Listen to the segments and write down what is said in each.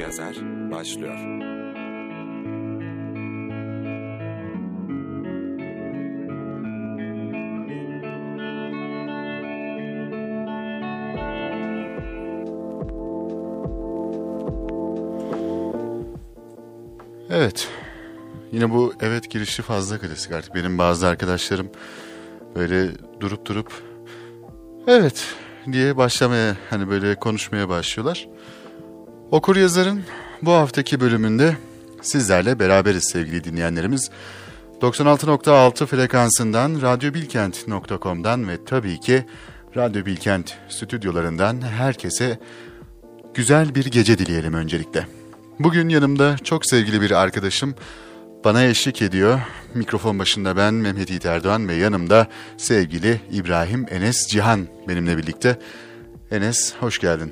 Okuryazar başlıyor. Evet. Yine bu evet girişi fazla klasik artık. Benim bazı arkadaşlarım böyle durup evet diye başlamaya, hani böyle konuşmaya başlıyorlar. Okuryazar'ın bu haftaki bölümünde sizlerle beraberiz sevgili dinleyenlerimiz. 96.6 frekansından, radyobilkent.com'dan ve tabii ki Radyo Bilkent stüdyolarından herkese güzel bir gece dileyelim öncelikle. Bugün yanımda çok sevgili bir arkadaşım bana eşlik ediyor. Mikrofon başında ben Mehmet Yiğit Erdoğan ve yanımda sevgili İbrahim Enes Cihan benimle birlikte. Enes, hoş geldin.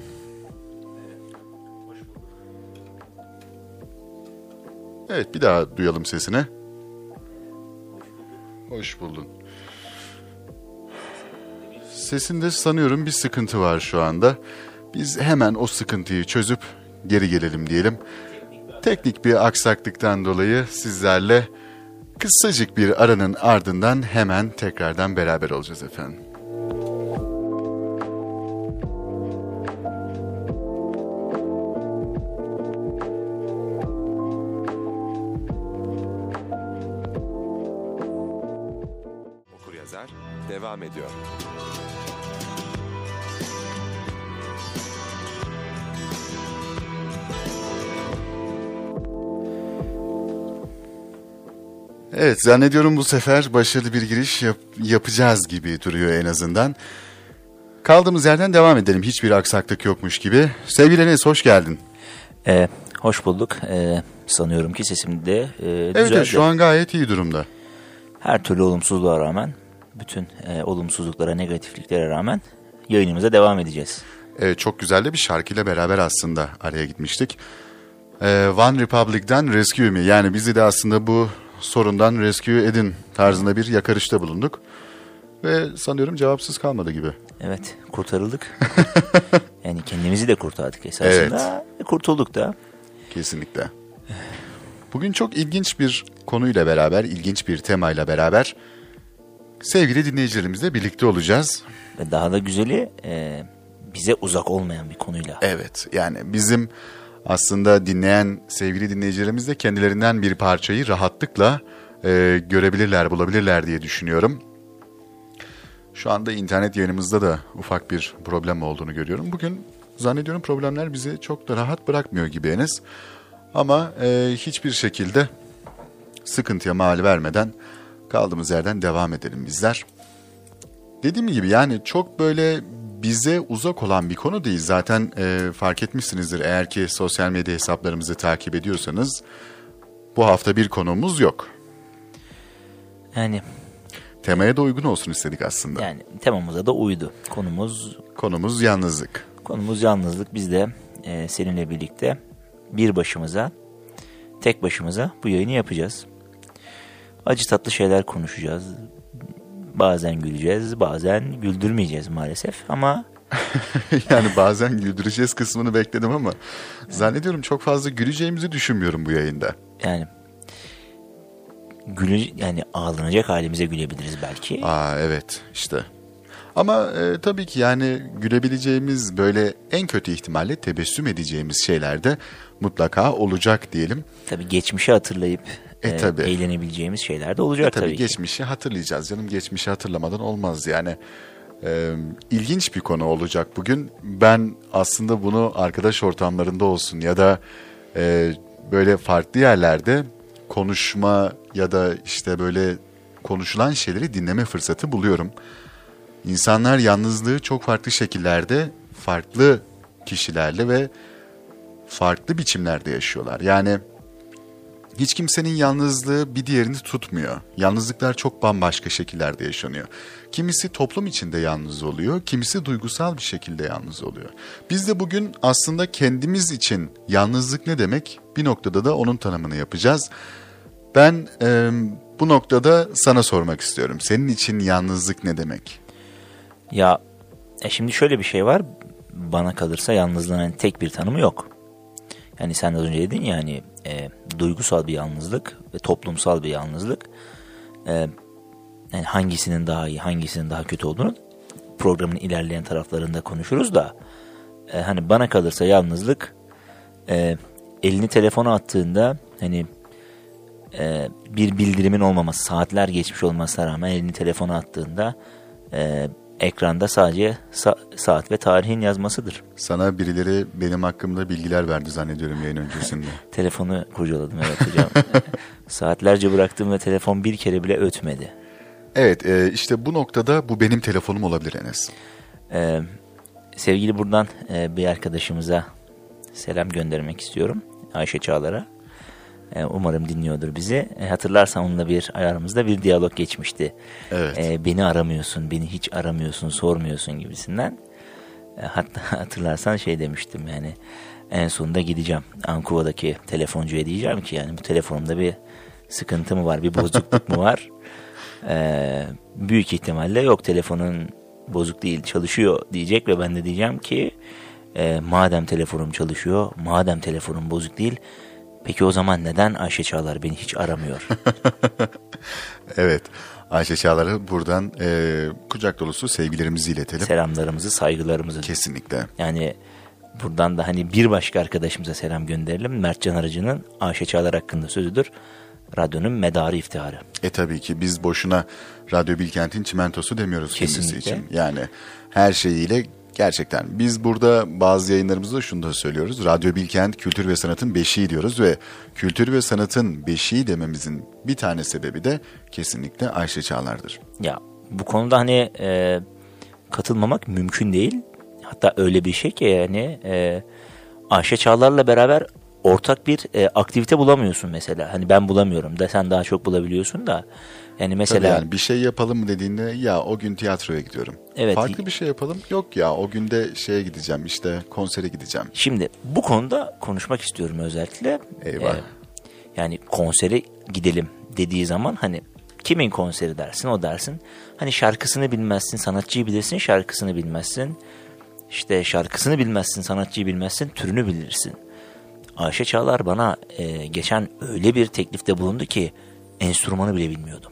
Evet, bir daha duyalım sesini. Hoş buldun. Sesinde sanıyorum bir sıkıntı var şu anda. Biz hemen o sıkıntıyı çözüp geri gelelim diyelim. Teknik bir aksaklıktan dolayı sizlerle kısacık bir aranın ardından hemen tekrardan beraber olacağız efendim. Okuryazar devam ediyor. Evet, zannediyorum bu sefer başarılı bir giriş yapacağız gibi duruyor en azından. Kaldığımız yerden devam edelim. Hiçbir aksaklık yokmuş gibi. Sevgili Enes, hoş geldin. Hoş bulduk. Sanıyorum ki sesim de düzeldi. Evet, şu an gayet iyi durumda. Her türlü olumsuzluğa rağmen, bütün olumsuzluklara, negatifliklere rağmen yayınımıza devam edeceğiz. Çok güzel de bir şarkıyla beraber aslında araya gitmiştik. One Republic'ten Rescue Me. Yani bizi de aslında bu sorundan rescue edin tarzında bir yakarışta bulunduk. Ve sanıyorum cevapsız kalmadı gibi. Evet, kurtarıldık. Yani kendimizi de kurtardık esasında. Evet. Kurtulduk da. Kesinlikle. Bugün çok ilginç bir konuyla beraber, ilginç bir temayla beraber sevgili dinleyicilerimizle birlikte olacağız. Ve daha da güzeli bize uzak olmayan bir konuyla. Evet, yani bizim aslında dinleyen sevgili dinleyicilerimiz de kendilerinden bir parçayı rahatlıkla görebilirler, bulabilirler diye düşünüyorum. Şu anda internet yayınımızda da ufak bir problem olduğunu görüyorum. Bugün zannediyorum problemler bizi çok da rahat bırakmıyor gibi Enes. Ama hiçbir şekilde sıkıntıya mal vermeden kaldığımız yerden devam edelim bizler. Dediğim gibi yani çok böyle bize uzak olan bir konu değil. Zaten fark etmişsinizdir eğer ki sosyal medya hesaplarımızı takip ediyorsanız bu hafta bir konuğumuz yok. Yani temaya da uygun olsun istedik aslında. Yani temamıza da uydu. Konumuz yalnızlık. Konumuz yalnızlık. Biz de seninle birlikte tek başımıza bu yayını yapacağız. Acı tatlı şeyler konuşacağız. Bazen güleceğiz, bazen güldürmeyeceğiz maalesef ama... Yani bazen güldüreceğiz kısmını bekledim ama zannediyorum çok fazla güleceğimizi düşünmüyorum bu yayında. Yani ağlanacak halimize gülebiliriz belki. Evet işte. Ama tabii ki yani gülebileceğimiz böyle en kötü ihtimalle tebessüm edeceğimiz şeyler de mutlaka olacak diyelim. Tabii geçmişi hatırlayıp eğlenebileceğimiz şeyler de olacak tabii ki. Geçmişi hatırlayacağız canım, geçmişi hatırlamadan olmaz yani. İlginç bir konu olacak bugün. Ben aslında bunu arkadaş ortamlarında olsun ya da böyle farklı yerlerde konuşma ya da işte böyle konuşulan şeyleri dinleme fırsatı buluyorum. İnsanlar yalnızlığı çok farklı şekillerde, farklı kişilerle ve farklı biçimlerde yaşıyorlar. Yani hiç kimsenin yalnızlığı bir diğerini tutmuyor. Yalnızlıklar çok bambaşka şekillerde yaşanıyor. Kimisi toplum içinde yalnız oluyor, kimisi duygusal bir şekilde yalnız oluyor. Biz de bugün aslında kendimiz için yalnızlık ne demek? Bir noktada da onun tanımını yapacağız. Ben bu noktada sana sormak istiyorum. Senin için yalnızlık ne demek? Ya şimdi şöyle bir şey var. Bana kalırsa yalnızlığın tek bir tanımı yok. Yani sen az önce dedin ya hani duygusal bir yalnızlık ve toplumsal bir yalnızlık. Yani hangisinin daha iyi, hangisinin daha kötü olduğunu programın ilerleyen taraflarında konuşuruz da hani bana kalırsa yalnızlık elini telefona attığında hani bir bildirimin olmaması, saatler geçmiş olmasına rağmen elini telefona attığında ekranda sadece saat ve tarihin yazmasıdır. Sana birileri benim hakkımda bilgiler verdi zannediyorum yayın öncesinde. Telefonu kurcaladım, evet hocam. Saatlerce bıraktım ve telefon bir kere bile ötmedi. Evet, işte bu noktada bu benim telefonum olabilir Enes. Sevgili buradan bir arkadaşımıza selam göndermek istiyorum. Ayşe Çağlar'a. Umarım dinliyordur bizi. Hatırlarsan onunla aramızda bir diyalog geçmişti. Evet. Beni aramıyorsun, beni hiç aramıyorsun, sormuyorsun gibisinden. Hatta hatırlarsan şey demiştim yani en sonunda gideceğim Ankuva'daki telefoncuya, diyeceğim ki yani bu telefonumda bir sıkıntı mı var, bir bozukluk mu var? Büyük ihtimalle yok, telefonun bozuk değil, çalışıyor diyecek ve ben de diyeceğim ki madem telefonum çalışıyor, madem telefonum bozuk değil, peki o zaman neden Ayşe Çağlar beni hiç aramıyor? Evet, Ayşe Çağlar'a buradan kucak dolusu sevgilerimizi iletelim. Selamlarımızı, saygılarımızı. Kesinlikle. Yani buradan da hani bir başka arkadaşımıza selam gönderelim. Mertcan Arıcı'nın Ayşe Çağlar hakkında sözüdür. Radyonun medarı, iftiharı. Tabii ki biz boşuna Radyo Bilkent'in çimentosu demiyoruz kendisi Kesinlikle. için. Yani her şeyiyle gerçekten. Biz burada bazı yayınlarımızda şunu da söylüyoruz. Radyo Bilkent kültür ve sanatın beşiği diyoruz ve kültür ve sanatın beşiği dememizin bir tane sebebi de kesinlikle Ayşe Çağlar'dır. Ya bu konuda hani katılmamak mümkün değil. Hatta öyle bir şey ki yani Ayşe Çağlar'la beraber ortak bir aktivite bulamıyorsun mesela. Hani ben bulamıyorum da sen daha çok bulabiliyorsun da. Yani mesela Tabii yani bir şey yapalım mı dediğinde ya o gün tiyatroya gidiyorum. Evet. Farklı bir şey yapalım. Yok ya o günde şeye gideceğim, işte konsere gideceğim. Şimdi bu konuda konuşmak istiyorum özellikle. Eyvah. Yani konsere gidelim dediği zaman hani kimin konseri dersin, o dersin. Hani şarkısını bilmezsin, sanatçıyı bilirsin, şarkısını bilmezsin. İşte şarkısını bilmezsin, sanatçıyı bilmezsin, türünü bilirsin. Ayşe Çağlar bana geçen öyle bir teklifte bulundu ki enstrümanı bile bilmiyordum.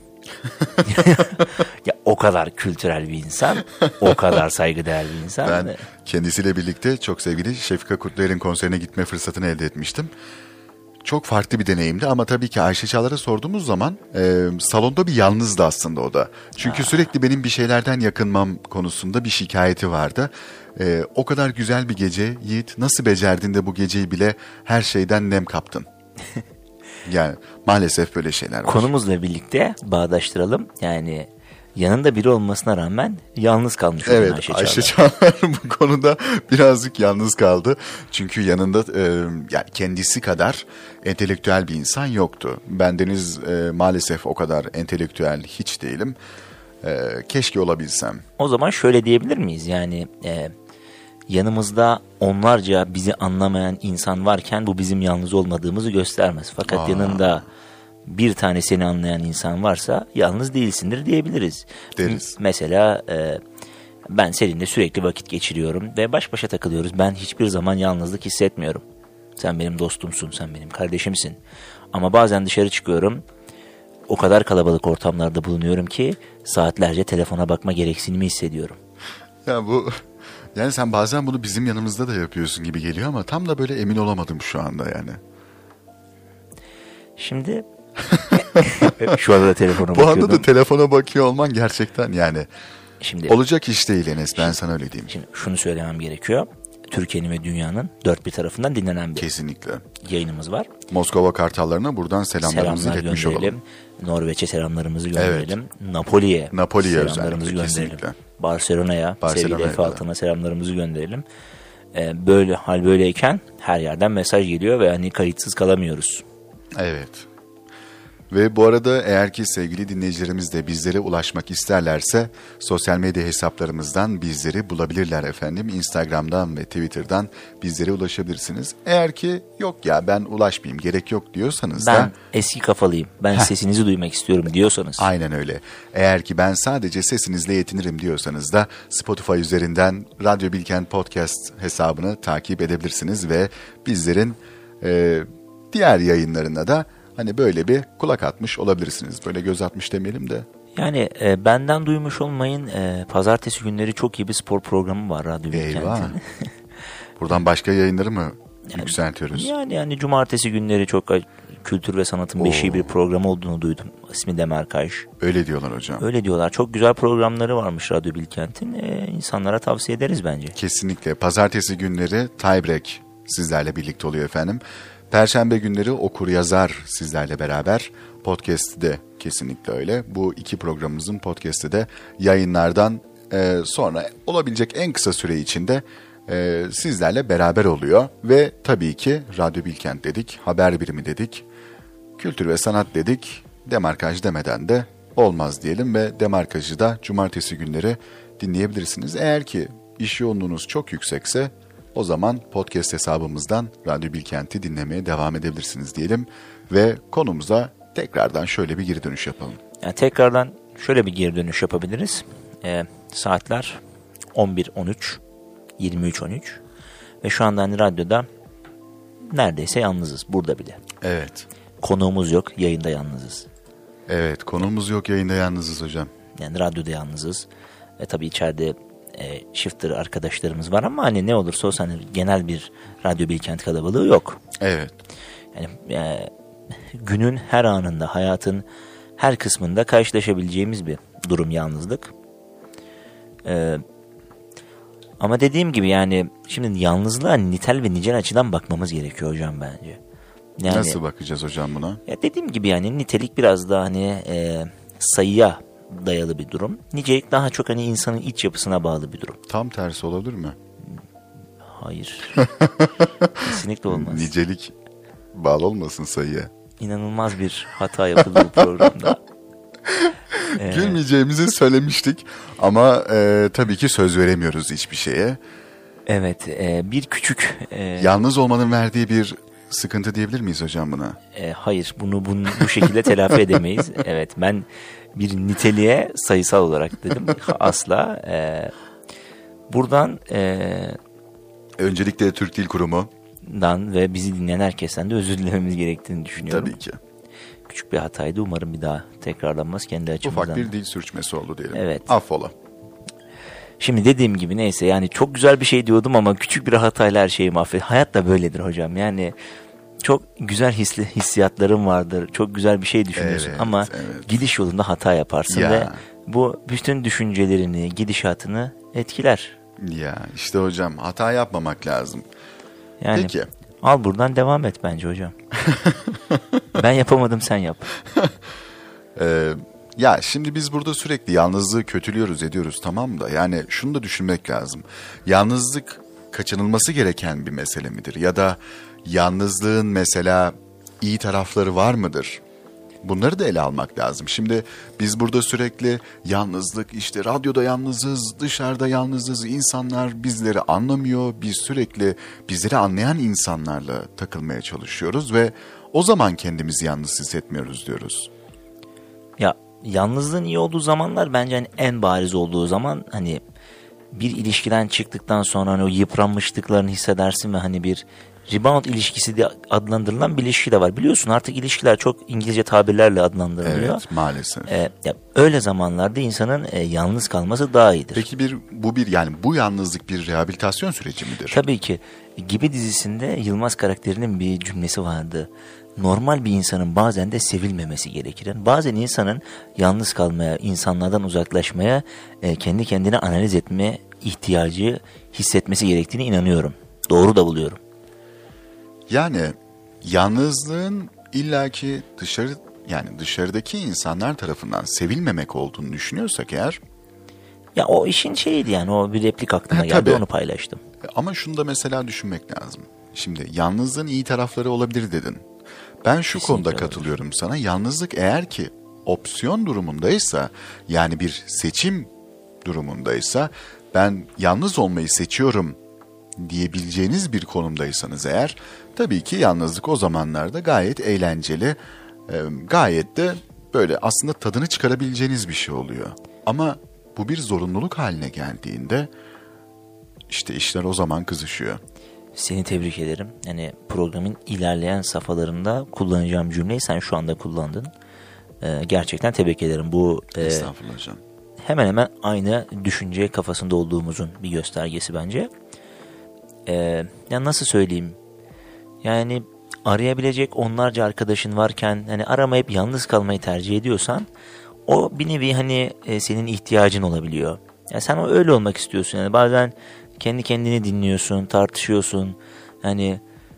Ya o kadar kültürel bir insan, o kadar saygıdeğer bir insan. Ben kendisiyle birlikte çok sevgili Şefika Kutluer'in konserine gitme fırsatını elde etmiştim. Çok farklı bir deneyimdi ama tabii ki Ayşe Çağlar'a sorduğumuz zaman salonda bir yalnızdı aslında o da. Çünkü sürekli benim bir şeylerden yakınmam konusunda bir şikayeti vardı. O kadar güzel bir gece Yiğit, nasıl becerdin de bu geceyi bile her şeyden nem kaptın? Yani maalesef böyle şeyler var. Konumuzla birlikte bağdaştıralım. Yani yanında biri olmasına rağmen yalnız kalmış olan Evet, Ayşe Çağlar. Ayşe Çağlar bu konuda birazcık yalnız kaldı. Çünkü yanında yani kendisi kadar entelektüel bir insan yoktu. Bendeniz maalesef o kadar entelektüel hiç değilim. Keşke olabilsem. O zaman şöyle diyebilir miyiz? Yani yanımızda onlarca bizi anlamayan insan varken bu bizim yalnız olmadığımızı göstermez. Fakat yanında bir tane seni anlayan insan varsa yalnız değilsindir diyebiliriz. Deriz. Mesela ben seninle sürekli vakit geçiriyorum ve baş başa takılıyoruz. Ben hiçbir zaman yalnızlık hissetmiyorum. Sen benim dostumsun, sen benim kardeşimsin. Ama bazen dışarı çıkıyorum. O kadar kalabalık ortamlarda bulunuyorum ki saatlerce telefona bakma gereksinimi hissediyorum. Ya bu, yani sen bazen bunu bizim yanımızda da yapıyorsun gibi geliyor ama tam da böyle emin olamadım şu anda yani. Şimdi şu anda da telefona Bu bakıyordum. anda da telefona bakıyor olman gerçekten yani Şimdi olacak iş değil Enes, ben sana öyle diyeyim. Şimdi şunu söylemem gerekiyor. Türkiye'nin ve dünyanın dört bir tarafından dinlenen bir Kesinlikle. yayınımız var. Moskova Kartallarına buradan selamlarımızı Selamlar iletmiş gönderelim. olalım. Napoli'ye selamlarımızı gönderelim. Napoli'ye özellikle, selamlarımızı gönderelim. kesinlikle. Barcelona'ya, sevgili da. Efe Altan'a selamlarımızı gönderelim. Böyle hal böyleyken her yerden mesaj geliyor ve hani kayıtsız kalamıyoruz. Evet. Ve bu arada eğer ki sevgili dinleyicilerimiz de bizlere ulaşmak isterlerse sosyal medya hesaplarımızdan bizleri bulabilirler efendim. Instagram'dan ve Twitter'dan bizlere ulaşabilirsiniz. Eğer ki yok ya ben ulaşmayayım, gerek yok diyorsanız Ben da... eski kafalıyım, ben sesinizi duymak istiyorum diyorsanız. Aynen öyle. Eğer ki ben sadece sesinizle yetinirim diyorsanız da Spotify üzerinden Radyo Bilkent Podcast hesabını takip edebilirsiniz ve bizlerin Diğer yayınlarına da hani böyle bir kulak atmış olabilirsiniz. Böyle göz atmış demeyelim de. Yani benden duymuş olmayın, pazartesi günleri çok iyi bir spor programı var Radyo Eyvah. Bilkent'in. Buradan başka yayınları mı yükseltiyoruz? Yani cumartesi günleri çok kültür ve sanatın beşiği bir program olduğunu duydum. İsmi Demarkaj. Öyle diyorlar hocam. Öyle diyorlar. Çok güzel programları varmış Radyo Bilkent'in. İnsanlara tavsiye ederiz bence. Kesinlikle. Pazartesi günleri Tiebreak sizlerle birlikte oluyor efendim. Perşembe günleri Okur Yazar sizlerle beraber. Podcast'ı de kesinlikle öyle. Bu iki programımızın podcast'ı de yayınlardan sonra olabilecek en kısa süre içinde sizlerle beraber oluyor. Ve tabii ki Radyo Bilkent dedik, haber birimi dedik, kültür ve sanat dedik. Demarkaj demeden de olmaz diyelim ve Demarkaj'ı da cumartesi günleri dinleyebilirsiniz. Eğer ki iş yoğunluğunuz çok yüksekse o zaman podcast hesabımızdan Radyo Bilkent'i dinlemeye devam edebilirsiniz diyelim. Ve konumuza tekrardan şöyle bir geri dönüş yapalım. Yani tekrardan şöyle bir geri dönüş yapabiliriz. Saatler 11.13, 23.13 ve şu anda hani radyoda neredeyse yalnızız burada bile. Evet. Konuğumuz yok, yayında yalnızız. Evet, konuğumuz yok, yayında yalnızız hocam. Yani radyoda yalnızız. Tabii içeride shifter arkadaşlarımız var ama hani ne olursa olsun hani genel bir Radyo Bilkent kalabalığı yok. Evet. Yani günün her anında, hayatın her kısmında karşılaşabileceğimiz bir durum yalnızlık. Ama dediğim gibi yani şimdi yalnızlığa nitel ve nicel açıdan bakmamız gerekiyor hocam bence. Yani, nasıl bakacağız hocam buna? Ya dediğim gibi yani nitelik biraz daha hani sayıya dayalı bir durum. Nicelik daha çok hani insanın iç yapısına bağlı bir durum. Tam tersi olabilir mi? Hayır. Kesinlikle olmaz. Nicelik bağlı olmasın sayıya. İnanılmaz bir hata yapıldı bu programda. Gülmeyeceğimizi söylemiştik ama tabii ki söz veremiyoruz hiçbir şeye. Evet, bir küçük... Yalnız olmanın verdiği bir sıkıntı diyebilir miyiz hocam buna? Hayır, bunu bu şekilde telafi edemeyiz. Evet, ben bir niteliğe sayısal olarak dedim. Asla. Buradan... Öncelikle Türk Dil Kurumu. Ve bizi dinleyen herkesten de özür dilememiz gerektiğini düşünüyorum. Tabii ki. Küçük bir hataydı. Umarım bir daha tekrarlanmaz kendi açımızdan. Ufak bir dil sürçmesi oldu diyelim. Evet. Affola. Şimdi dediğim gibi neyse yani çok güzel bir şey diyordum ama küçük bir hatayla her şeyi mahvet. Hayat da böyledir hocam. Yani çok güzel hissiyatlarım vardır. Çok güzel bir şey düşünüyorsun ama gidiş yolunda hata yaparsın ve bu bütün düşüncelerini, gidişatını etkiler. Ya işte hocam hata yapmamak lazım. Yani peki. Al buradan devam et bence hocam. Ben yapamadım sen yap. Ya şimdi biz burada sürekli yalnızlığı kötülüyoruz ediyoruz tamam da yani şunu da düşünmek lazım. Yalnızlık kaçınılması gereken bir mesele midir? Ya da yalnızlığın mesela iyi tarafları var mıdır? Bunları da ele almak lazım. Şimdi biz burada sürekli yalnızlık, işte radyoda yalnızız, dışarıda yalnızız, insanlar bizleri anlamıyor. Biz sürekli bizleri anlayan insanlarla takılmaya çalışıyoruz ve o zaman kendimizi yalnız hissetmiyoruz diyoruz. Ya yalnızlığın iyi olduğu zamanlar bence hani en bariz olduğu zaman hani bir ilişkiden çıktıktan sonra hani o yıpranmışlıklarını hissedersin ve hani bir rebound ilişkisi diye adlandırılan bir ilişki de var. Biliyorsun artık ilişkiler çok İngilizce tabirlerle adlandırılıyor. Evet maalesef. Ya öyle zamanlarda insanın yalnız kalması daha iyidir. Peki bu yalnızlık bir rehabilitasyon süreci midir? Tabii ki. Gibi dizisinde Yılmaz karakterinin bir cümlesi vardı. Normal bir insanın bazen de sevilmemesi gerekir. Yani bazen insanın yalnız kalmaya, insanlardan uzaklaşmaya, kendi kendine analiz etme ihtiyacı hissetmesi gerektiğine inanıyorum. Doğru da buluyorum. Yani yalnızlığın illaki dışarıdaki insanlar tarafından sevilmemek olduğunu düşünüyorsak eğer. Ya o işin şeyiydi yani o bir replik aklıma geldi onu paylaştım. Ama şunu da mesela düşünmek lazım. Şimdi yalnızlığın iyi tarafları olabilir dedin. Ben şu Kesinlikle konuda katılıyorum sana. Yalnızlık eğer ki opsiyon durumundaysa yani bir seçim durumundaysa ben yalnız olmayı seçiyorum diyebileceğiniz bir konumdaysanız eğer tabii ki yalnızlık o zamanlarda gayet eğlenceli, gayet de böyle aslında tadını çıkarabileceğiniz bir şey oluyor. Ama bu bir zorunluluk haline geldiğinde işte işler o zaman kızışıyor. Seni tebrik ederim. Yani programın ilerleyen safhalarında kullanacağım cümleyi sen şu anda kullandın. Gerçekten tebrik ederim. Bu Estağfurullah hocam. hemen hemen aynı düşünce kafasında olduğumuzun bir göstergesi bence. Ya nasıl söyleyeyim? Yani arayabilecek onlarca arkadaşın varken hani aramayıp yalnız kalmayı tercih ediyorsan o bir nevi hani senin ihtiyacın olabiliyor. Ya sen öyle olmak istiyorsun. Yani bazen kendi kendini dinliyorsun, tartışıyorsun. Hani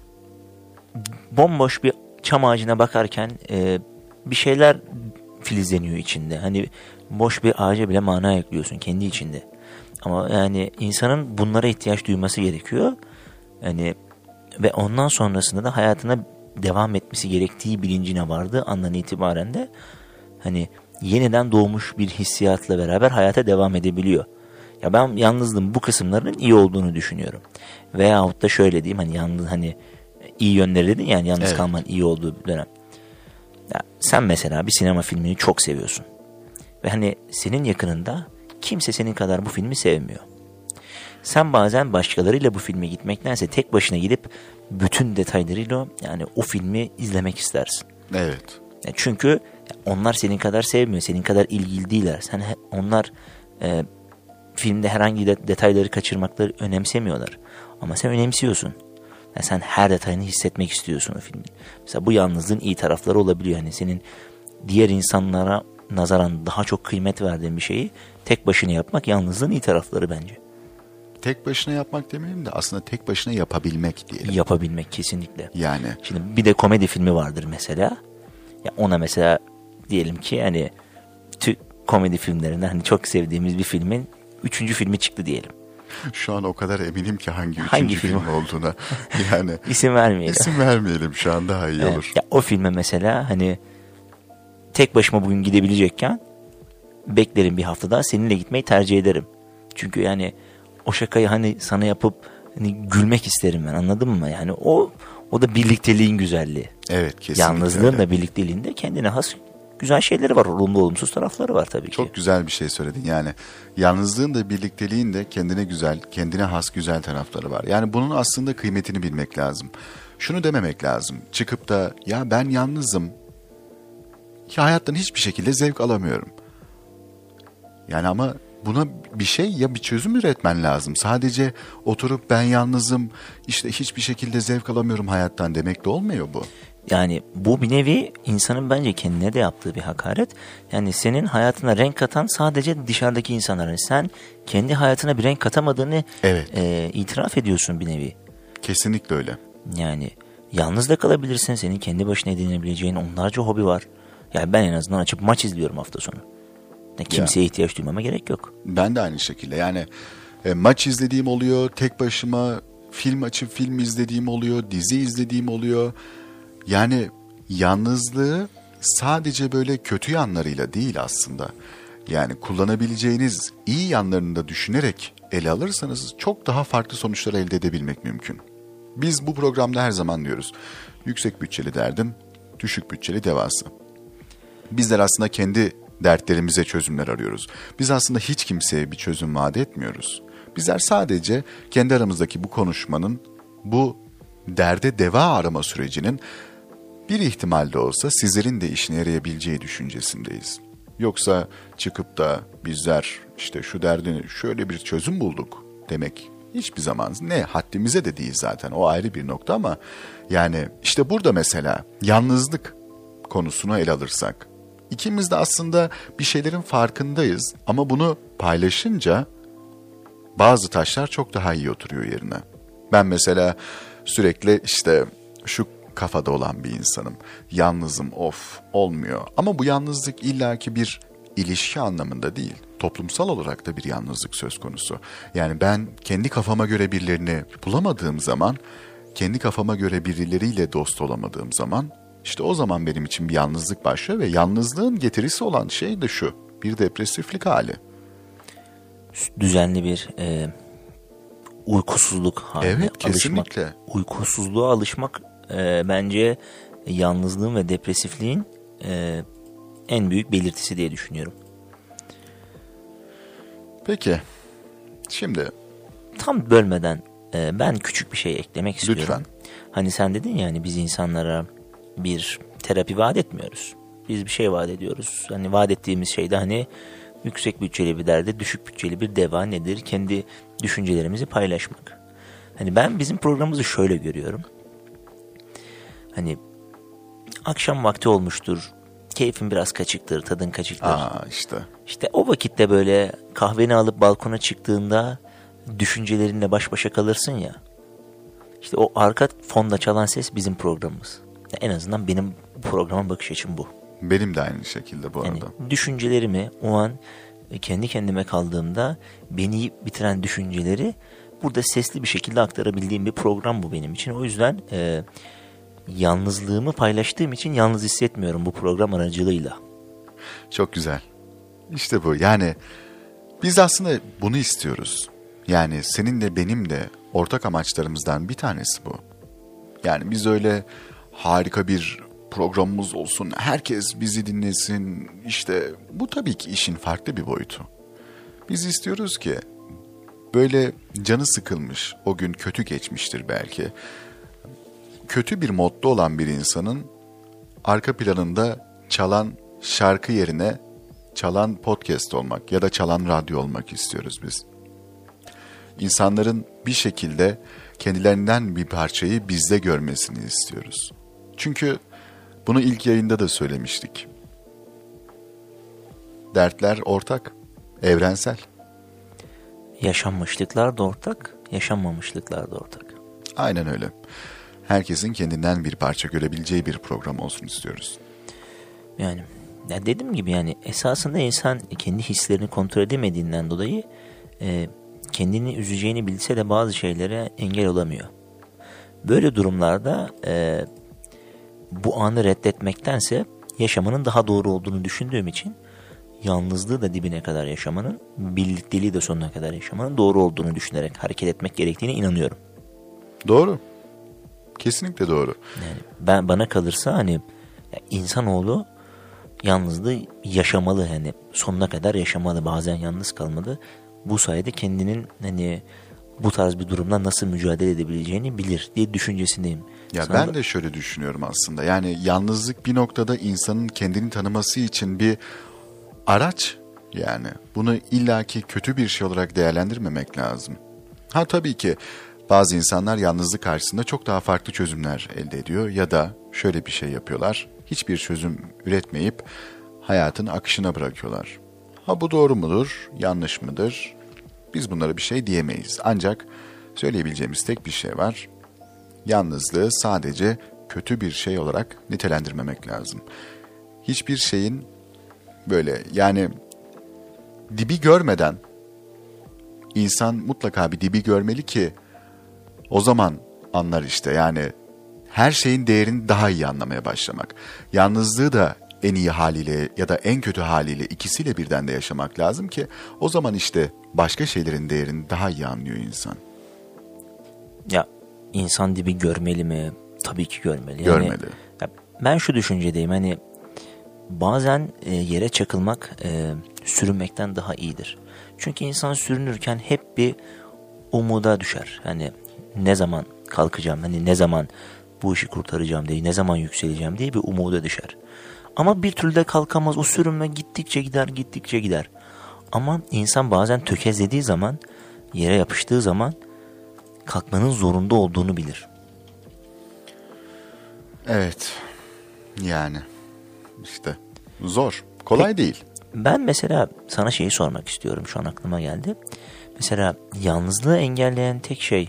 bomboş bir çam ağacına bakarken bir şeyler filizleniyor içinde. Hani boş bir ağaca bile mana ekliyorsun kendi içinde. Ama yani insanın bunlara ihtiyaç duyması gerekiyor. Yani ve ondan sonrasında da hayatına devam etmesi gerektiği bilincine vardığı andan itibaren de hani yeniden doğmuş bir hissiyatla beraber hayata devam edebiliyor. Ya ben yalnızlığın bu kısımlarının iyi olduğunu düşünüyorum. Veyahut da şöyle diyeyim hani yalnız hani iyi yönleri dedin yani yalnız Evet. kalmanın iyi olduğu bir dönem. Ya sen mesela bir sinema filmini çok seviyorsun. Ve hani senin yakınında kimse senin kadar bu filmi sevmiyor. Sen bazen başkalarıyla bu filme gitmektense tek başına gidip bütün detaylarıyla yani o filmi izlemek istersin. Evet. Ya çünkü onlar senin kadar sevmiyor, senin kadar ilgili değiller. Onlar filmde herhangi detayları kaçırmakları önemsemiyorlar. Ama sen önemsiyorsun. Yani sen her detayını hissetmek istiyorsun o filmin. Mesela bu yalnızlığın iyi tarafları olabiliyor. Yani senin diğer insanlara nazaran daha çok kıymet verdiğin bir şeyi tek başına yapmak yalnızlığın iyi tarafları bence. Tek başına yapmak demeyelim de aslında tek başına yapabilmek diyelim. Yapabilmek kesinlikle. Yani. Şimdi bir de komedi filmi vardır mesela. Ya ona mesela diyelim ki hani Türk komedi filmlerinden hani çok sevdiğimiz bir filmin 3. filmi çıktı diyelim. Şu an o kadar eminim ki hangi Hangi film film? olduğuna. Yani İsim vermeyelim. isim vermeyelim şu an daha iyi Evet. olur. Ya o filme mesela hani tek başıma bugün gidebilecekken beklerim bir hafta daha seninle gitmeyi tercih ederim. Çünkü yani o şakayı hani sana yapıp hani gülmek isterim ben, anladın mı? Yani o da birlikteliğin güzelliği. Evet, kesinlikle Yalnızlığın öyle. da birlikteliğinde kendine has güzel şeyleri var. Olumlu olumsuz tarafları var tabii ki. Çok güzel bir şey söyledin yani. Yalnızlığın da birlikteliğin de kendine güzel, kendine has güzel tarafları var. Yani bunun aslında kıymetini bilmek lazım. Şunu dememek lazım. Çıkıp da ya ben yalnızım. Ya hayattan hiçbir şekilde zevk alamıyorum. Yani ama buna bir şey ya bir çözüm üretmen lazım. Sadece oturup ben yalnızım işte hiçbir şekilde zevk alamıyorum hayattan demek de olmuyor bu. Yani bu bir nevi insanın bence kendine de yaptığı bir hakaret. Yani senin hayatına renk katan sadece dışarıdaki insanlar. Yani sen kendi hayatına bir renk katamadığını Evet. itiraf ediyorsun bir nevi. Kesinlikle öyle. Yani yalnız da kalabilirsin. Senin kendi başına edinebileceğin onlarca hobi var. Yani ben en azından açıp maç izliyorum hafta sonu. Yani kimseye ihtiyaç duymama gerek yok. Ben de aynı şekilde yani maç izlediğim oluyor, tek başıma film açıp film izlediğim oluyor, dizi izlediğim oluyor. Yani yalnızlığı sadece böyle kötü yanlarıyla değil aslında. Yani kullanabileceğiniz iyi yanlarını da düşünerek ele alırsanız çok daha farklı sonuçlar elde edebilmek mümkün. Biz bu programda her zaman diyoruz. Yüksek bütçeli derdim, düşük bütçeli devası. Bizler aslında kendi dertlerimize çözümler arıyoruz. Biz aslında hiç kimseye bir çözüm vaat etmiyoruz. Bizler sadece kendi aramızdaki bu konuşmanın, bu derde deva arama sürecinin bir ihtimalde olsa sizlerin de işine yarayabileceği düşüncesindeyiz. Yoksa çıkıp da bizler işte şu derdini şöyle bir çözüm bulduk demek hiçbir zaman ne haddimize de değil zaten, o ayrı bir nokta ama yani işte burada mesela yalnızlık konusunu ele alırsak ikimiz de aslında bir şeylerin farkındayız ama bunu paylaşınca bazı taşlar çok daha iyi oturuyor yerine. Ben mesela sürekli işte şu kafada olan bir insanım. Yalnızım, of olmuyor. Ama bu yalnızlık illaki bir ilişki anlamında değil. Toplumsal olarak da bir yalnızlık söz konusu. Yani ben kendi kafama göre birilerini bulamadığım zaman, kendi kafama göre birileriyle dost olamadığım zaman, işte o zaman benim için bir yalnızlık başlıyor ve yalnızlığın getirisi olan şey de şu, bir depresiflik hali. Düzenli bir uykusuzluk haline Evet, kesinlikle. alışmak. Uykusuzluğa alışmak bence yalnızlığın ve depresifliğin en büyük belirtisi diye düşünüyorum. Peki, şimdi Tam bölmeden ben küçük bir şey eklemek istiyorum. Lütfen. Hani sen dedin ya, hani biz insanlara bir terapi vaat etmiyoruz. Biz bir şey vaat ediyoruz. Hani vaat ettiğimiz şey de hani yüksek bütçeli bir derde düşük bütçeli bir deva nedir? Kendi düşüncelerimizi paylaşmak. Hani ben bizim programımızı şöyle görüyorum. Hani akşam vakti olmuştur. Keyfin biraz kaçıktır, tadın kaçıktır. İşte. İşte o vakitte böyle kahveni alıp balkona çıktığında düşüncelerinle baş başa kalırsın ya. İşte o arka fonda çalan ses bizim programımız. En azından benim programa bakış açım bu. Benim de aynı şekilde bu Yani arada. düşüncelerimi o an kendi kendime kaldığımda beni bitiren düşünceleri burada sesli bir şekilde aktarabildiğim bir program bu benim için. O yüzden yalnızlığımı paylaştığım için yalnız hissetmiyorum bu program aracılığıyla. Çok güzel. İşte bu. Yani biz aslında bunu istiyoruz. Yani senin de benim de ortak amaçlarımızdan bir tanesi bu. Yani biz öyle harika bir programımız olsun, herkes bizi dinlesin. İşte bu tabii ki işin farklı bir boyutu. Biz istiyoruz ki böyle canı sıkılmış, o gün kötü geçmiştir belki. Kötü bir modda olan bir insanın arka planında çalan şarkı yerine çalan podcast olmak ya da çalan radyo olmak istiyoruz biz. İnsanların bir şekilde kendilerinden bir parçayı bizde görmesini istiyoruz. Çünkü bunu ilk yayında da söylemiştik. Dertler ortak, evrensel. Yaşanmışlıklar da ortak, yaşanmamışlıklar da ortak. Aynen öyle. Herkesin kendinden bir parça görebileceği bir program olsun istiyoruz. Yani ya dediğim gibi yani esasında insan kendi hislerini kontrol edemediğinden dolayı kendini üzeceğini bilse de bazı şeylere engel olamıyor. Böyle durumlarda bu anı reddetmektense yaşamanın daha doğru olduğunu düşündüğüm için yalnızlığı da dibine kadar yaşamanın, birlikteliği de sonuna kadar yaşamanın doğru olduğunu düşünerek hareket etmek gerektiğine inanıyorum. Doğru. Kesinlikle doğru. Yani bana kalırsa hani insanoğlu yalnızlığı yaşamalı, hani sonuna kadar yaşamalı, bazen yalnız kalmalı. Bu sayede kendinin hani bu tarz bir durumla nasıl mücadele edebileceğini bilir diye düşüncesindeyim. Ya Sana ben de şöyle düşünüyorum aslında. Yani yalnızlık bir noktada insanın kendini tanıması için bir araç. Yani bunu illaki kötü bir şey olarak değerlendirmemek lazım. Ha tabii ki bazı insanlar yalnızlık karşısında çok daha farklı çözümler elde ediyor ya da şöyle bir şey yapıyorlar. Hiçbir çözüm üretmeyip hayatın akışına bırakıyorlar. Ha bu doğru mudur, yanlış mıdır? Biz bunlara bir şey diyemeyiz. Ancak söyleyebileceğimiz tek bir şey var. Yalnızlığı sadece kötü bir şey olarak nitelendirmemek lazım. Hiçbir şeyin böyle yani dibi görmeden insan mutlaka bir dibi görmeli ki o zaman anlar işte. Yani her şeyin değerini daha iyi anlamaya başlamak. Yalnızlığı da en iyi haliyle ya da en kötü haliyle ikisiyle birden de yaşamak lazım ki o zaman işte başka şeylerin değerini daha iyi anlıyor insan. ya insan dibi görmeli mi? Tabii ki görmeli. Görmeli. Ya ben şu düşüncedeyim, hani bazen yere çakılmak sürünmekten daha iyidir. Çünkü insan sürünürken hep bir umuda düşer. Hani ne zaman kalkacağım, hani ne zaman bu işi kurtaracağım diye, ne zaman yükseleceğim diye bir umuda düşer. Ama bir türlü de kalkamaz. O sürünme gittikçe gider, gittikçe gider. Ama insan bazen tökezlediği zaman, yere yapıştığı zaman kalkmanın zorunda olduğunu bilir. Evet. Yani işte zor. Kolay değil. Ben mesela sana şeyi sormak istiyorum. Şu an aklıma geldi. Mesela yalnızlığı engelleyen tek şey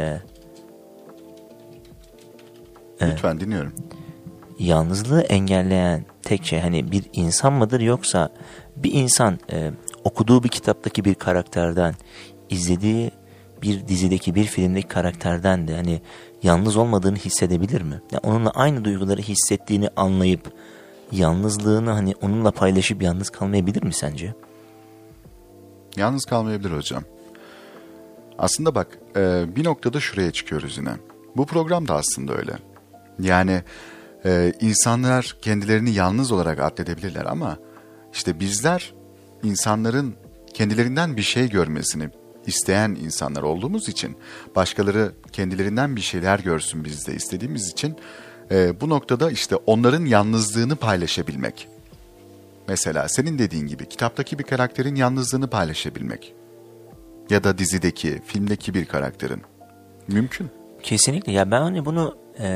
Lütfen dinliyorum. yalnızlığı engelleyen tek şey hani bir insan mıdır, yoksa bir insan okuduğu bir kitaptaki bir karakterden, izlediği bir dizideki bir filmdeki karakterden de hani yalnız olmadığını hissedebilir mi? Yani onunla aynı duyguları hissettiğini anlayıp yalnızlığını hani onunla paylaşıp yalnız kalmayabilir mi sence? Yalnız kalmayabilir hocam. Aslında bak bir noktada şuraya çıkıyoruz yine. Bu program da aslında öyle. Yani insanlar kendilerini yalnız olarak addedebilirler ama işte bizler insanların kendilerinden bir şey görmesini, isteyen insanlar olduğumuz için, başkaları kendilerinden bir şeyler görsün biz de istediğimiz için bu noktada işte onların yalnızlığını paylaşabilmek. Mesela senin dediğin gibi kitaptaki bir karakterin yalnızlığını paylaşabilmek. Ya da dizideki, filmdeki bir karakterin. Mümkün. Kesinlikle. Ya ben hani bunu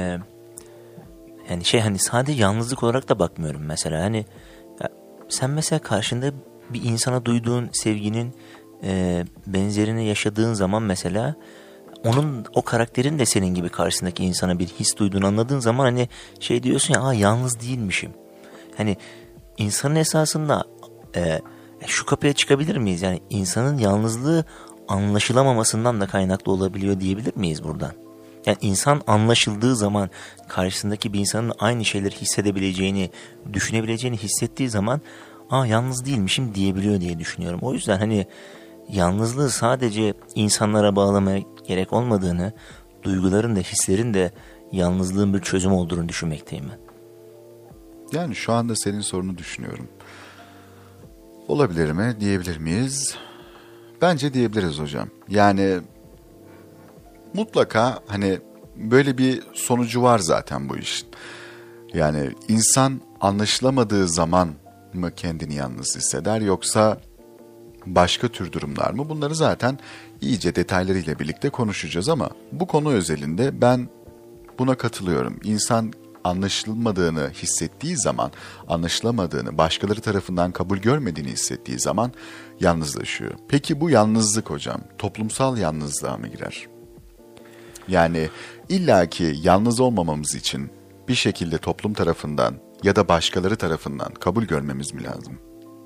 yani hani sadece yalnızlık olarak da bakmıyorum mesela. Hani ya sen mesela karşında bir insana duyduğun sevginin benzerini yaşadığın zaman mesela o karakterin de senin gibi karşısındaki insana bir his duyduğunu anladığın zaman hani diyorsun ya, yalnız değilmişim. Hani insanın esasında şu kapıya çıkabilir miyiz? Yani insanın yalnızlığı anlaşılamamasından da kaynaklı olabiliyor diyebilir miyiz buradan? Yani insan anlaşıldığı zaman karşısındaki bir insanın aynı şeyleri hissedebileceğini, düşünebileceğini hissettiği zaman yalnız değilmişim diyebiliyor diye düşünüyorum. O yüzden hani yalnızlığı sadece insanlara bağlamaya gerek olmadığını, duyguların da hislerin de yalnızlığın bir çözüm olduğunu düşünmekteyim ben. Yani şu anda senin sorunu düşünüyorum. Olabilir mi? Diyebilir miyiz? Bence diyebiliriz hocam. Yani mutlaka hani böyle bir sonucu var zaten bu işin. Yani insan anlaşılamadığı zaman mı kendini yalnız hisseder, yoksa başka tür durumlar mı? Bunları zaten iyice detaylarıyla birlikte konuşacağız ama bu konu özelinde ben buna katılıyorum. İnsan anlaşılmadığını hissettiği zaman, anlaşılamadığını, başkaları tarafından kabul görmediğini hissettiği zaman yalnızlaşıyor. Peki bu yalnızlık hocam toplumsal yalnızlığa mı girer? Yani illaki yalnız olmamamız için bir şekilde toplum tarafından ya da başkaları tarafından kabul görmemiz mi lazım?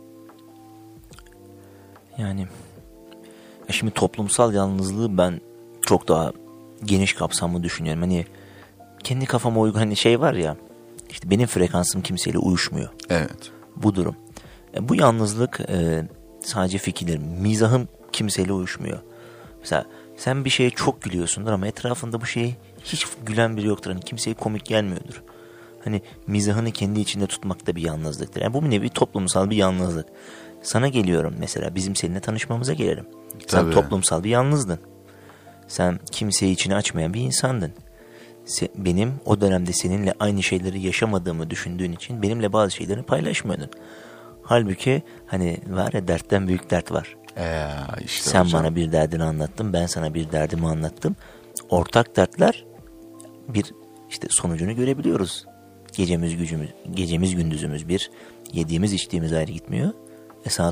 Yani şimdi toplumsal yalnızlığı ben çok daha geniş kapsamlı düşünüyorum. Hani kendi kafama uygun hani var ya, işte benim frekansım kimseyle uyuşmuyor. Evet. Bu durum. Bu yalnızlık sadece fikirlerim. Mizahım kimseyle uyuşmuyor. Mesela sen bir şeye çok gülüyorsundur ama etrafında bu şeye hiç gülen biri yoktur. Hani kimseye komik gelmiyordur. Hani mizahını kendi içinde tutmak da bir yalnızlıktır. Yani bu bir nevi toplumsal bir yalnızlık. Sana geliyorum mesela, bizim seninle tanışmamıza gelelim. Sen Tabii. toplumsal bir yalnızdın. Sen kimseyi içine açmayan bir insandın. Benim o dönemde seninle aynı şeyleri yaşamadığımı düşündüğün için benimle bazı şeyleri paylaşmıyordun. Halbuki hani var ya, dertten büyük dert var. İşte Sen hocam. bana bir derdini anlattın, ben sana bir derdimi anlattım. Ortak dertler bir sonucunu görebiliyoruz. Gecemiz gündüzümüz bir, yediğimiz içtiğimiz ayrı gitmiyor. Saat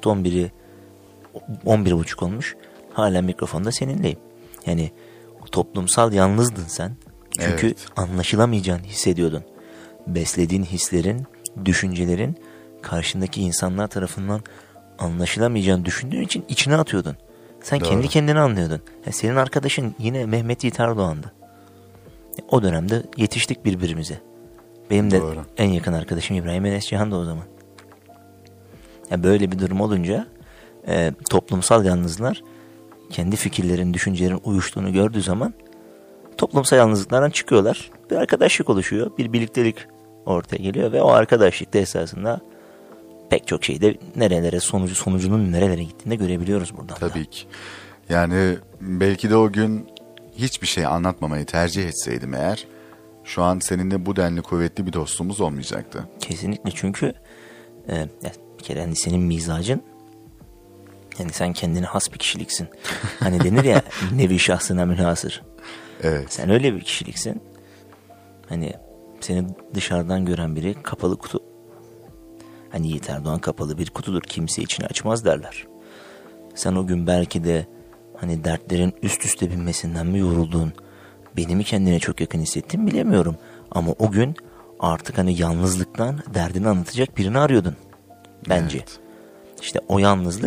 11.30 olmuş. Hala mikrofonda seninleyim. Yani toplumsal yalnızdın sen. Çünkü Evet. anlaşılamayacağını hissediyordun. Beslediğin hislerin, düşüncelerin karşındaki insanlar tarafından anlaşılamayacağını düşündüğün için içine atıyordun. Sen Doğru. kendi kendini anlıyordun. Senin arkadaşın yine Mehmet Yiğit Erdoğan'dı. O dönemde yetiştik birbirimize. Benim de Doğru. en yakın arkadaşım İbrahim Enes Cihan da o zaman. Böyle bir durum olunca toplumsal yalnızlar kendi fikirlerin, düşüncelerin uyuştuğunu gördüğü zaman toplumsal yalnızlıklardan çıkıyorlar. Bir arkadaşlık oluşuyor, bir birliktelik ortaya geliyor ve o arkadaşlıkta esasında pek çok şeyde sonucunun nerelere gittiğini de görebiliyoruz buradan. Tabii ki. Yani belki de o gün hiçbir şey anlatmamayı tercih etseydim eğer, şu an seninle bu denli kuvvetli bir dostluğumuz olmayacaktı. Kesinlikle, çünkü bir kere hani senin mizacın, yani sen kendine has bir kişiliksin. Hani denir ya, nevi şahsına münhasır. Evet. Sen öyle bir kişiliksin. Hani seni dışarıdan gören biri kapalı kutu. Hani Yiğit Erdoğan kapalı bir kutudur. Kimse içini açmaz derler. Sen o gün belki de hani dertlerin üst üste binmesinden mi yoruldun? Beni mi kendine çok yakın hissettin bilemiyorum. Ama o gün artık hani yalnızlıktan derdini anlatacak birini arıyordun. Bence. Evet. İşte o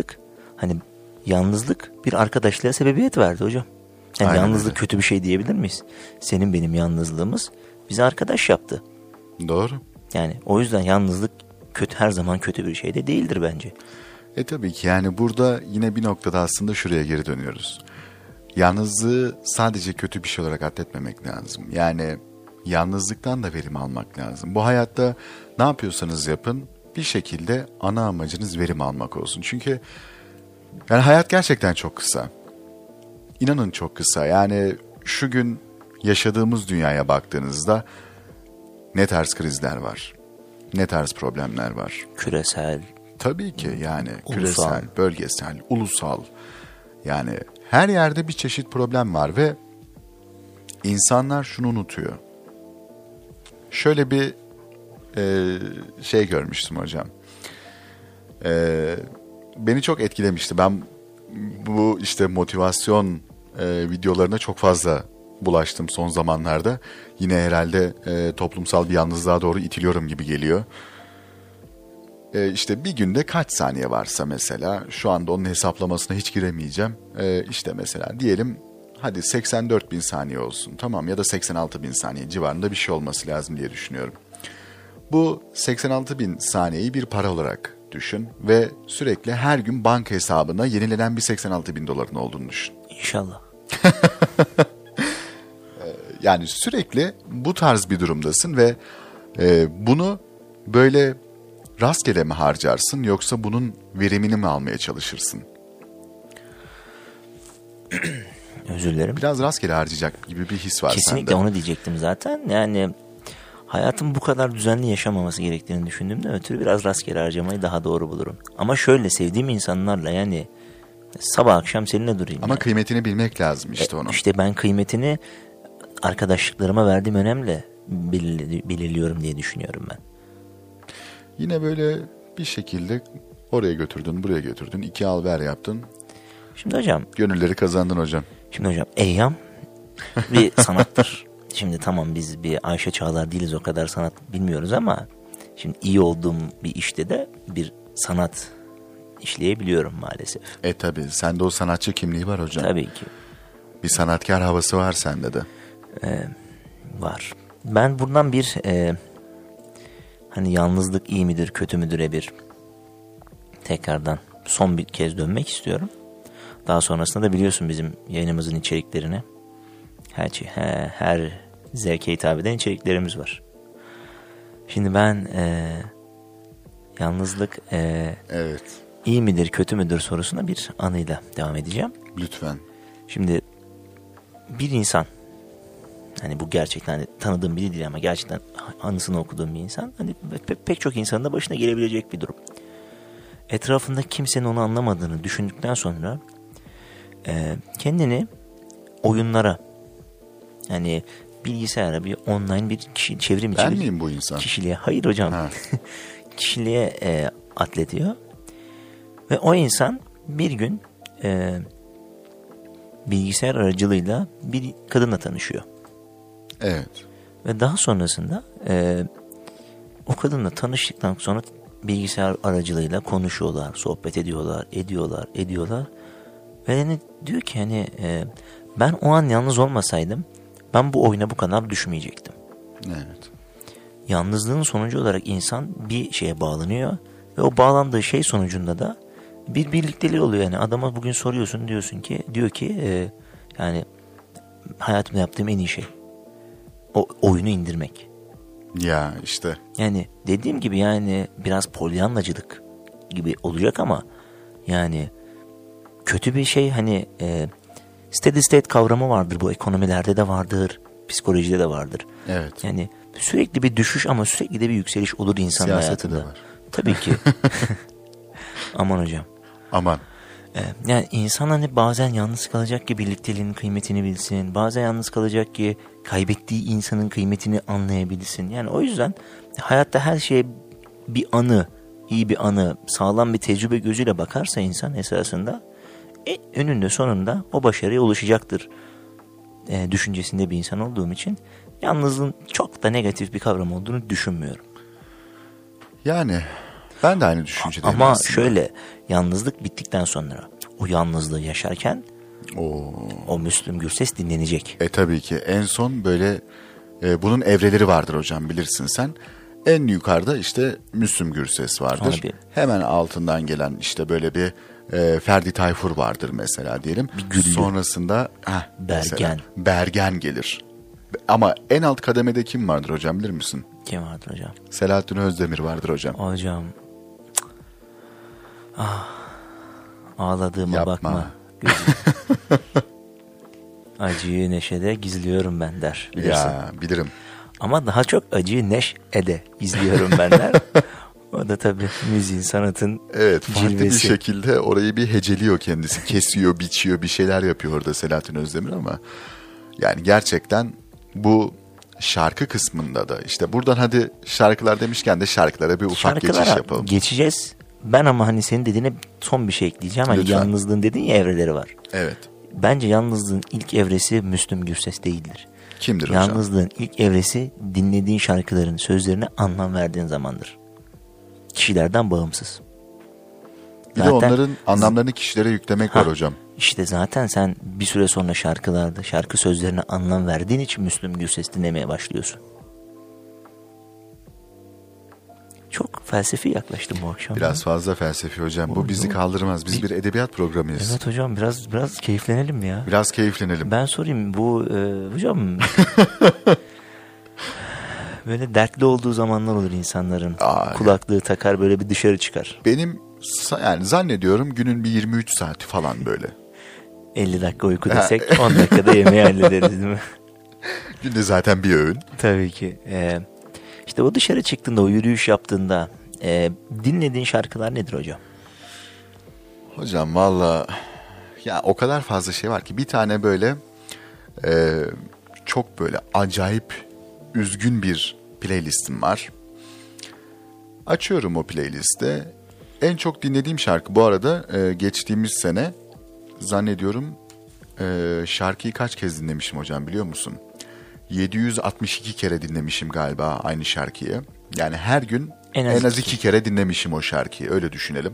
yalnızlık bir arkadaşlığa sebebiyet verdi hocam. Yani Aynen yalnızlık öyle. kötü bir şey diyebilir miyiz? Senin benim yalnızlığımız bizi arkadaş yaptı. Doğru. Yani o yüzden yalnızlık her zaman kötü bir şey de değildir bence. Tabii ki yani burada yine bir noktada aslında şuraya geri dönüyoruz. Yalnızlığı sadece kötü bir şey olarak addetmemek lazım. Yani yalnızlıktan da verim almak lazım. Bu hayatta ne yapıyorsanız yapın bir şekilde ana amacınız verim almak olsun. Çünkü yani hayat gerçekten çok kısa. inanın çok kısa. Yani şu gün yaşadığımız dünyaya baktığınızda ne tarz krizler var, ne tarz problemler var. Küresel, Tabii ki yani Ulusal. küresel, bölgesel, ulusal. Yani her yerde bir çeşit problem var ve insanlar şunu unutuyor. Şöyle bir şey görmüştüm hocam. Beni çok etkilemişti. Ben bu işte motivasyon videolarına çok fazla bulaştım son zamanlarda. Yine herhalde toplumsal bir yalnızlığa doğru itiliyorum gibi geliyor. İşte bir günde kaç saniye varsa mesela, şu anda onun hesaplamasına hiç giremeyeceğim. İşte mesela diyelim hadi 84 bin saniye olsun, tamam, ya da 86 bin saniye civarında bir şey olması lazım diye düşünüyorum. Bu 86 bin saniyeyi bir para olarak düşün ve sürekli her gün banka hesabına yenilenen bir 86 bin doların olduğunu düşün. İnşallah. Yani sürekli bu tarz bir durumdasın ve bunu böyle rastgele mi harcarsın yoksa bunun verimini mi almaya çalışırsın? Özür dilerim. Biraz rastgele harcayacak gibi bir his var Kesinlikle sende. onu diyecektim zaten. Yani hayatın bu kadar düzenli yaşamaması gerektiğini düşündüğümden ötürü biraz rastgele harcamayı daha doğru bulurum. Ama şöyle, sevdiğim insanlarla yani sabah akşam seninle durayım. Ama yani. kıymetini bilmek lazım işte onun. İşte ben kıymetini arkadaşlıklarıma verdiğim önemle belirliyorum diye düşünüyorum ben. Yine böyle bir şekilde oraya götürdün, buraya götürdün, iki al ver yaptın. Şimdi hocam. Gönülleri kazandın hocam. Şimdi hocam, eyyam bir sanattır. Şimdi tamam, biz bir Ayşe Çağlar değiliz, o kadar sanat bilmiyoruz ama şimdi iyi olduğum bir işte de bir sanat işleyebiliyorum maalesef. Tabii sende o sanatçı kimliği var hocam. Tabii ki Bir sanatkar havası var sende de. var. Ben buradan bir hani yalnızlık iyi midir kötü müdür'e bir tekrardan son bir kez dönmek istiyorum. Daha sonrasında da biliyorsun bizim yayınımızın içeriklerini her zevke hitap eden içeriklerimiz var. Şimdi ben yalnızlık Evet. iyi midir kötü müdür sorusuna bir anıyla devam edeceğim. Lütfen. Şimdi bir insan, hani bu gerçekten hani tanıdığım biri değil ama gerçekten anısını okuduğum bir insan, hani pek çok insanın da başına gelebilecek bir durum. Etrafında kimsenin onu anlamadığını düşündükten sonra kendini oyunlara, yani bilgisayara, bir online bir çevrim içi Ben miyim bu insan? kişiliğe, hayır hocam, Ha. kişiliğe atlediyor ve o insan bir gün bilgisayar aracılığıyla bir kadınla tanışıyor. Evet. Ve daha sonrasında o kadınla tanıştıktan sonra bilgisayar aracılığıyla konuşuyorlar, sohbet ediyorlar. Ve yani diyor ki hani ben o an yalnız olmasaydım ben bu oyuna bu kadar düşmeyecektim. Evet. Yalnızlığın sonucu olarak insan bir şeye bağlanıyor ve o bağlandığı şey sonucunda da bir birlikteliği oluyor. Yani adama bugün soruyorsun, diyor ki yani hayatımda yaptığım en iyi şey o oyunu indirmek. Ya işte. Yani dediğim gibi yani biraz polyanlacılık gibi olacak ama yani kötü bir şey, hani steady state kavramı vardır, bu ekonomilerde de vardır, psikolojide de vardır. Evet. Yani sürekli bir düşüş ama sürekli de bir yükseliş olur insanın Siyaseti hayatında. de var. Tabii ki. Aman hocam. Aman. Yani insan hani bazen yalnız kalacak ki birlikteliğinin kıymetini bilsin. Bazen yalnız kalacak ki kaybettiği insanın kıymetini anlayabilsin. Yani o yüzden hayatta her şeye bir anı, iyi bir anı, sağlam bir tecrübe gözüyle bakarsa insan esasında önünde sonunda o başarıya ulaşacaktır düşüncesinde bir insan olduğum için yalnızlığın çok da negatif bir kavram olduğunu düşünmüyorum. Yani ben de aynı düşüncedeyim Ama aslında. şöyle, yalnızlık bittikten sonra o yalnızlığı yaşarken Oo. o Müslüm Gürses dinlenecek. Tabii ki en son böyle bunun evreleri vardır hocam, bilirsin sen. En yukarıda işte Müslüm Gürses vardır. Sonra bir- Hemen altından gelen işte böyle bir Ferdi Tayfur vardır mesela diyelim. Bir Güllü. Sonrasında mesela Bergen. Bergen gelir. Ama en alt kademede kim vardır hocam, bilir misin? Kim vardır hocam? Selahattin Özdemir vardır hocam. Hocam. Ağladığıma Yapma. bakma. Gözüm. Acıyı neşede gizliyorum ben der. Bilirsin. Ya bilirim. Ama daha çok acıyı neşede gizliyorum ben der. O da tabii müziğin, sanatın Evet, farklı cilvesi. bir şekilde orayı bir heceliyor kendisi. Kesiyor, biçiyor, bir şeyler yapıyor orada Selahattin Özdemir ama yani gerçekten bu şarkı kısmında da işte buradan hadi şarkılar demişken de şarkılara bir ufak geçiş yapalım. Geçeceğiz. Ben ama hani senin dediğine son bir şey ekleyeceğim. Hani Lütfen. yalnızlığın dediğin ya, evreleri var. Evet. Bence yalnızlığın ilk evresi Müslüm Gürses değildir. Kimdir hocam? Yalnızlığın ilk evresi dinlediğin şarkıların sözlerine anlam verdiğin zamandır. Kişilerden bağımsız. Bir de onların anlamlarını kişilere yüklemek var hocam. İşte zaten sen bir süre sonra şarkılarda şarkı sözlerine anlam verdiğin için Müslüm Gürses dinlemeye başlıyorsun. Çok felsefi yaklaştım bu akşam. Biraz fazla felsefi hocam. Bu bizi kaldırmaz. Biz bir edebiyat programıyız. Evet hocam, biraz keyiflenelim ya. Biraz keyiflenelim. Ben sorayım bu hocam böyle dertli olduğu zamanlar olur insanların. Kulaklığı takar, böyle bir dışarı çıkar. Benim yani zannediyorum günün bir 23 saati falan böyle. 50 dakika uyku desek 10 dakikada yemeği hallederiz değil mi? Günde zaten bir öğün. Tabii ki. İşte o dışarı çıktığında, o yürüyüş yaptığında dinlediğin şarkılar nedir hocam? Hocam valla ya o kadar fazla şey var ki bir tane böyle çok böyle acayip üzgün bir playlistim var. Açıyorum o playlistte. En çok dinlediğim şarkı bu arada geçtiğimiz sene zannediyorum şarkıyı kaç kez dinlemişim hocam biliyor musun? 762 kere dinlemişim galiba aynı şarkıyı. Yani her gün en az 2 kere dinlemişim o şarkıyı, öyle düşünelim.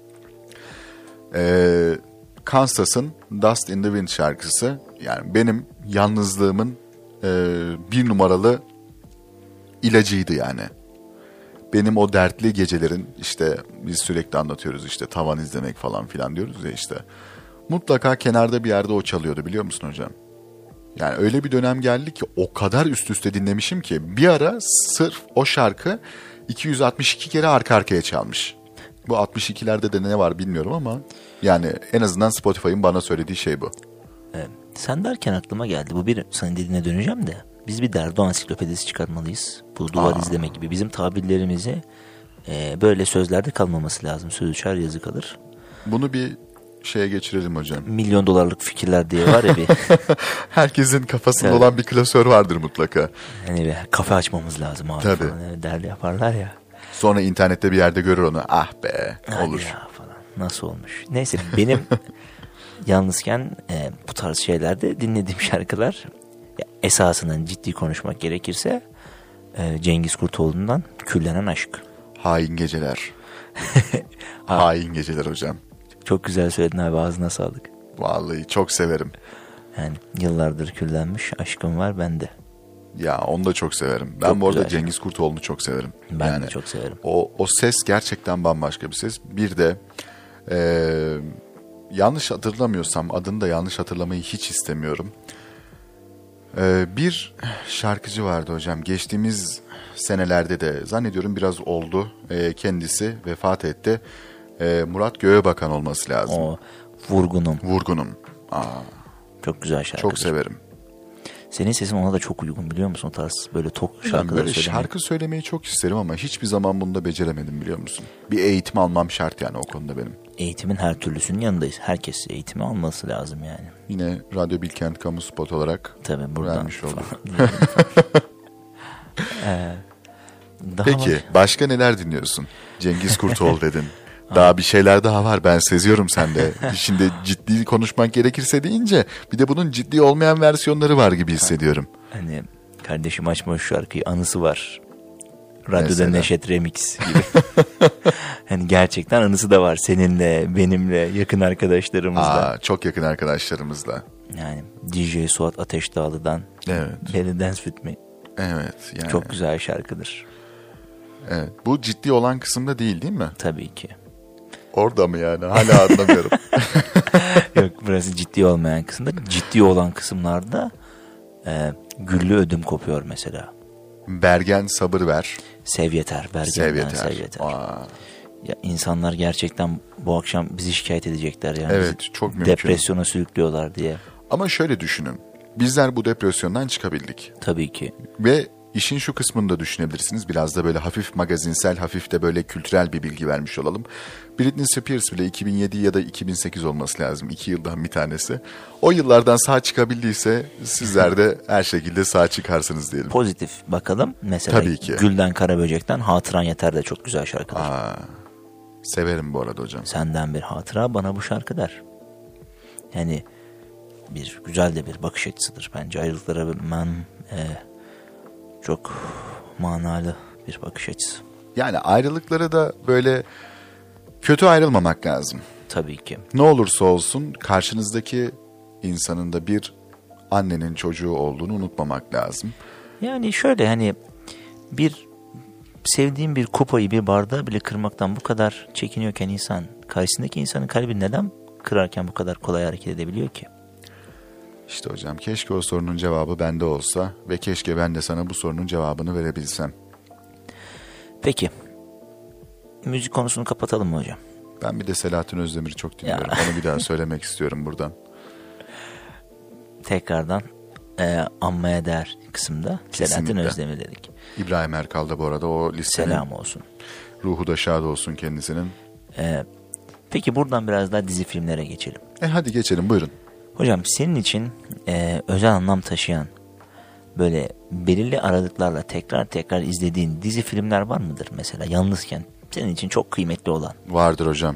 Kansas'ın Dust in the Wind şarkısı yani benim yalnızlığımın bir numaralı ilacıydı yani. Benim o dertli gecelerin işte biz sürekli anlatıyoruz işte tavan izlemek falan filan diyoruz ya işte. Mutlaka kenarda bir yerde o çalıyordu biliyor musun hocam? Yani öyle bir dönem geldi ki o kadar üst üste dinlemişim ki bir ara sırf o şarkı 262 kere arka arkaya çalmış. Bu 62'lerde de ne var bilmiyorum ama yani en azından Spotify'ın bana söylediği şey bu. Sen derken aklıma geldi. Bu bir senin dediğine döneceğim de. Biz bir Derdo ansiklopedisi çıkarmalıyız. Bu duvar izleme gibi. Bizim tabirlerimizi böyle sözlerde kalmaması lazım. Söz uçar yazı kalır. Bunu bir şeye geçirelim hocam. Milyon dolarlık fikirler diye var ya bir. Herkesin kafasında olan bir klasör vardır mutlaka. Hani bir kafe açmamız lazım abi. Tabii. Falan. Yani derli yaparlar ya. Sonra internette bir yerde görür onu. Ah be olur. Ya falan. Nasıl olmuş? Neyse benim yalnızken bu tarz şeylerde dinlediğim şarkılar esasından ciddi konuşmak gerekirse Cengiz Kurtoğlu'ndan Küllenen Aşk. Hain geceler. Hain geceler hocam. Çok güzel söyledin abi, ağzına sağlık. Vallahi çok severim. Yani yıllardır küllenmiş aşkım var bende. Ya onu da çok severim. Ben Çok bu arada güzel. Cengiz Kurtoğlu'nu çok severim. Ben yani de çok severim. O ses gerçekten bambaşka bir ses. Bir de yanlış hatırlamıyorsam adını da yanlış hatırlamayı hiç istemiyorum. Bir şarkıcı vardı hocam. Geçtiğimiz senelerde de zannediyorum biraz oldu. Kendisi vefat etti. Murat Göğebakan olması lazım. O Vurgunum. Vurgunum. Çok güzel şarkı. Çok severim. Senin sesin ona da çok uygun biliyor musun? O tarz böyle tok şarkıları böyle söylemek. şarkı söylemeyi çok isterim ama hiçbir zaman bunu da beceremedim biliyor musun? Bir eğitim almam şart yani o konuda benim. Eğitimin her türlüsünün yanındayız. Herkes eğitimi alması lazım yani. Yine Radyo Bilkent kamu spot olarak tabii buradan vermiş olduk. Peki başka neler dinliyorsun? Cengiz Kurtoğlu dedin. Daha bir şeyler daha var, ben seziyorum sende. Şimdi ciddi konuşmak gerekirse deyince bir de bunun ciddi olmayan versiyonları var gibi hissediyorum. Hani kardeşim açma şu şarkıyı, anısı var. Radyoda Mesela. Neşet Remix gibi. Hani gerçekten anısı da var seninle, benimle, yakın arkadaşlarımızla. Çok yakın arkadaşlarımızla. Yani DJ Suat Ateşdağlı'dan Evet. Belly Dance With Me. Evet. Yani. Çok güzel şarkıdır. Evet. Bu ciddi olan kısımda değil mi? Tabii ki. Orada mı yani? Hala anlamıyorum. Yok, burası ciddi olmayan kısımda. Ciddi olan kısımlarda güllü ödüm kopuyor mesela. Bergen Sabır Ver. Sev Yeter. Bergen'den Sev Yeter. Ya insanlar gerçekten bu akşam bizi şikayet edecekler yani. Evet, çok mümkün. Depresyona sürüklüyorlar diye. Ama şöyle düşünün. bizler bu depresyondan çıkabildik. Tabii ki. Ve işin şu kısmını da düşünebilirsiniz. Biraz da böyle hafif magazinsel, hafif de böyle kültürel bir bilgi vermiş olalım. Britney Spears bile 2007 ya da 2008 olması lazım. 2 yıldan bir tanesi. O yıllardan sağ çıkabildiyse sizler de her şekilde sağ çıkarsınız diyelim. Pozitif bakalım. Mesela Tabii ki. Gülden Karaböcek'ten Hatıran Yeter de çok güzel şarkılar. Severim bu arada hocam. Senden bir hatıra bana bu şarkı der. Yani bir güzel de bir bakış açısıdır. Bence ayrılıklara ben çok manalı bir bakış açısı. Yani ayrılıklara da böyle kötü ayrılmamak lazım. Tabii ki. Ne olursa olsun karşınızdaki insanın da bir annenin çocuğu olduğunu unutmamak lazım. Yani şöyle hani bir sevdiğim bir kupayı, bir bardağı bile kırmaktan bu kadar çekiniyorken insan, karşısındaki insanın kalbini neden kırarken bu kadar kolay hareket edebiliyor ki? İşte hocam keşke o sorunun cevabı bende olsa ve keşke ben de sana bu sorunun cevabını verebilsem. Peki. Müzik konusunu kapatalım mı hocam? Ben bir de Selahattin Özdemir'i çok dinliyorum. Onu bir daha söylemek istiyorum buradan. Tekrardan anmaya değer kısımda Selahattin Özdemir dedik. İbrahim Erkal da bu arada o listenin. Selam olsun. Ruhu da şad olsun kendisinin. Peki buradan biraz daha dizi filmlere geçelim. Hadi geçelim, buyurun. Hocam senin için özel anlam taşıyan böyle belirli aralıklarla tekrar tekrar izlediğin dizi filmler var mıdır mesela yalnızken senin için çok kıymetli olan? Vardır hocam.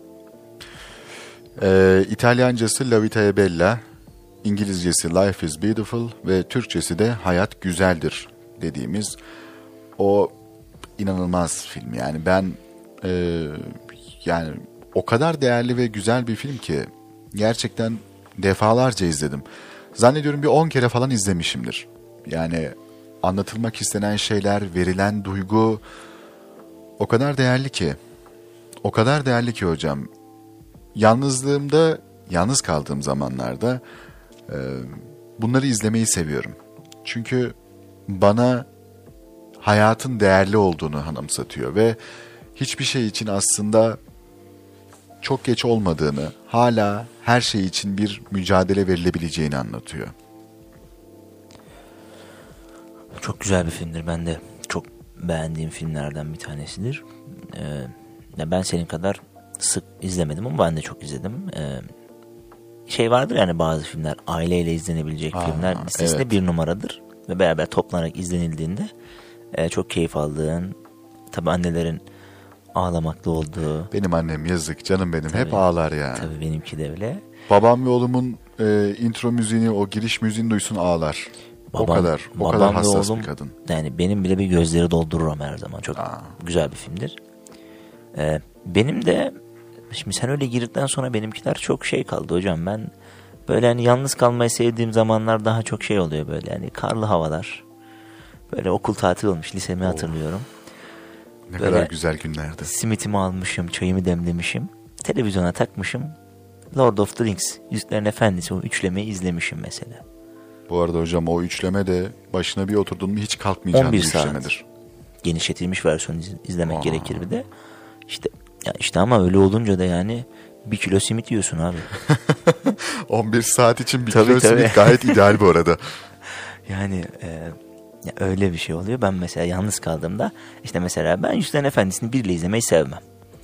İtalyancası La Vita è Bella, İngilizcesi Life is Beautiful ve Türkçesi de Hayat Güzeldir dediğimiz o inanılmaz film. Yani ben yani o kadar değerli ve güzel bir film ki gerçekten defalarca izledim. Zannediyorum bir 10 kere falan izlemişimdir. Yani anlatılmak istenen şeyler, verilen duygu o kadar değerli ki. O kadar değerli ki hocam. Yalnızlığımda, yalnız kaldığım zamanlarda bunları izlemeyi seviyorum. Çünkü bana hayatın değerli olduğunu anımsatıyor ve hiçbir şey için aslında çok geç olmadığını, hala her şey için bir mücadele verilebileceğini anlatıyor. Çok güzel bir filmdir. Ben de çok beğendiğim filmlerden bir tanesidir. Ben senin kadar sık izlemedim ama ben de çok izledim. Şey vardır yani bazı filmler aileyle izlenebilecek filmler listesinde evet. 1 numaradır. Ve beraber toplanarak izlenildiğinde çok keyif aldığın, tabii annelerin ağlamakta olduğu. Benim annem yazık, canım benim, tabii, hep ağlar ya. Tabii benimki de öyle. Babam ve oğlumun intro müziğini, o giriş müziğini duysun ağlar. O kadar hassas bir kadın. Yani benim bile bir gözleri doldururum her zaman. Çok güzel bir filmdir. Benim de şimdi sen öyle girdikten sonra benimkiler çok şey kaldı hocam. Ben böyle hani yalnız kalmayı sevdiğim zamanlar daha çok şey oluyor böyle. Yani karlı havalar. Böyle okul tatil olmuş. Lisemi hatırlıyorum. Ne böyle kadar güzel günlerdi. Simitimi almışım, çayımı demlemişim. Televizyona takmışım. Lord of the Rings, Yüzüklerin Efendisi, o üçlemeyi izlemişim mesela. Bu arada hocam o üçleme de başına bir oturdun mu hiç kalkmayacağın bir üçlemedir. Genişletilmiş versiyonu izlemek gerekir bir de. İşte ama öyle olunca da yani 1 kilo simit yiyorsun abi. 11 saat için 1 kilo simit gayet ideal bu arada. Yani öyle bir şey oluyor. Ben mesela yalnız kaldığımda işte mesela ben Yüzüklerin Efendisi'ni biriyle izlemeyi sevmem.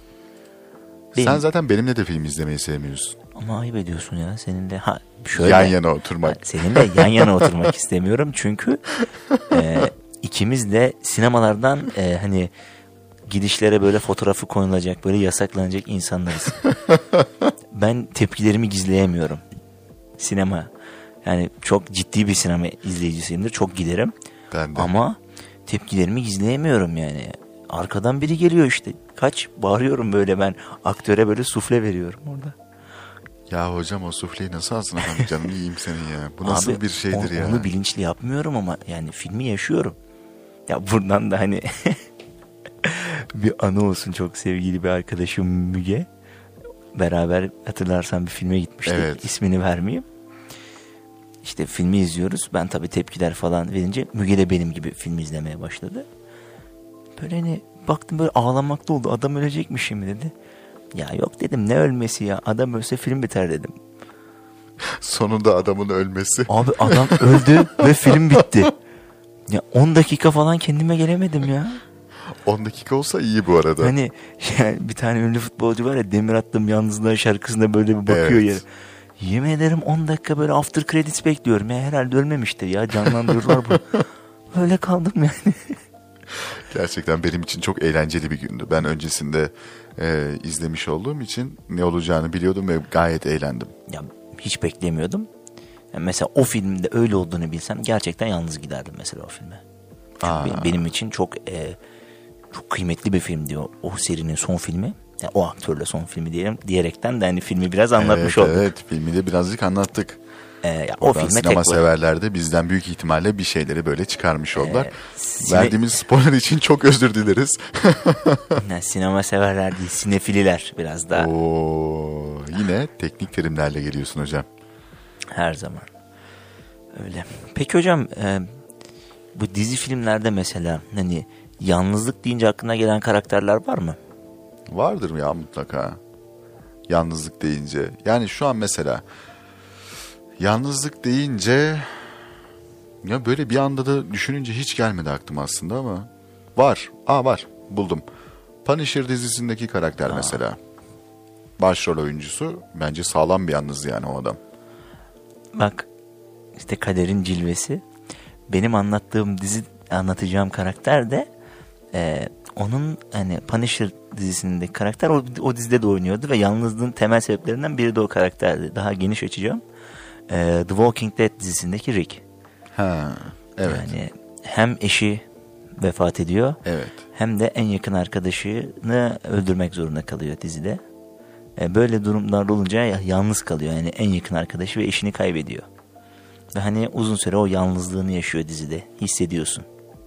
Sen zaten benimle de film izlemeyi sevmiyorsun. Ama ayıp ediyorsun ya. Seninle şöyle, yan yana oturmak. Seninle yan yana oturmak istemiyorum. Çünkü ikimiz de sinemalardan hani gidişlere böyle fotoğrafı koyulacak, böyle yasaklanacak insanlarız. Ben tepkilerimi gizleyemiyorum. Sinema. Yani çok ciddi bir sinema izleyicisiyimdir. Çok giderim. Ben de. Ama tepkilerimi gizleyemiyorum yani. Arkadan biri geliyor işte. Kaç bağırıyorum böyle ben. Aktöre böyle sufle veriyorum orada. Ya hocam o sufleyi nasıl ağzına alacağım? Canım yiyeyim senin ya. Bu nasıl abi, bir şeydir ya? Onu bilinçli yapmıyorum ama yani filmi yaşıyorum. Ya buradan da hani bir anı olsun, çok sevgili bir arkadaşım Müge. Beraber hatırlarsan bir filme gitmiştik. Evet. İsmini vermeyeyim. İşte filmi izliyoruz. Ben tabii tepkiler falan verince Müge de benim gibi film izlemeye başladı. Böyle hani baktım böyle ağlamakta oldu. Adam ölecekmiş şimdi dedi. Ya yok dedim, ne ölmesi ya. Adam ölse film biter dedim. Sonunda adamın ölmesi. Abi adam öldü ve film bitti. Ya 10 dakika falan kendime gelemedim ya. 10 dakika olsa iyi bu arada. Hani yani bir tane ünlü futbolcu var ya, Demir Attım Yalnızlığa şarkısında böyle bir bakıyor Evet. yere. Yemin ederim 10 dakika böyle after credits bekliyorum ya, herhalde ölmemiştir ya, canlandırırlar bu. Öyle kaldım yani. Gerçekten benim için çok eğlenceli bir gündü. Ben öncesinde izlemiş olduğum için ne olacağını biliyordum ve gayet eğlendim. Ya hiç beklemiyordum. Yani mesela o filmde öyle olduğunu bilsem gerçekten yalnız giderdim mesela o filme. Çünkü benim için çok kıymetli bir filmdi o serinin son filmi. Yani o aktörle son filmi diyerekten de hani filmi biraz anlatmış olduk. Evet, filmi de birazcık anlattık. O filme sinema severler de bizden büyük ihtimalle bir şeyleri böyle çıkarmış oldular. Verdiğimiz spoiler için çok özür dileriz. Yani sinema severler değil, sinefililer biraz daha. Oo, yine teknik terimlerle geliyorsun hocam. Her zaman. Öyle. Peki hocam, bu dizi filmlerde mesela hani yalnızlık deyince aklına gelen karakterler var mı? Vardır ya mutlaka. Yalnızlık deyince. Yani şu an mesela yalnızlık deyince ya böyle bir anda da düşününce hiç gelmedi aklıma aslında ama var. Var. Buldum. Punisher dizisindeki karakter mesela. Başrol oyuncusu bence sağlam bir yalnız yani o adam. Bak işte kaderin cilvesi. Benim anlatacağım karakter de onun hani Punisher dizisindeki karakter o dizide de oynuyordu ve yalnızlığın temel sebeplerinden biri de o karakterdi. Daha geniş açacağım. The Walking Dead dizisindeki Rick. Ha, evet. Yani hem eşi vefat ediyor, Evet. hem de en yakın arkadaşını öldürmek zorunda kalıyor dizide. Böyle durumlar olunca yalnız kalıyor. Yani en yakın arkadaşı ve eşini kaybediyor. Ve hani uzun süre o yalnızlığını yaşıyor dizide. Hissediyorsun.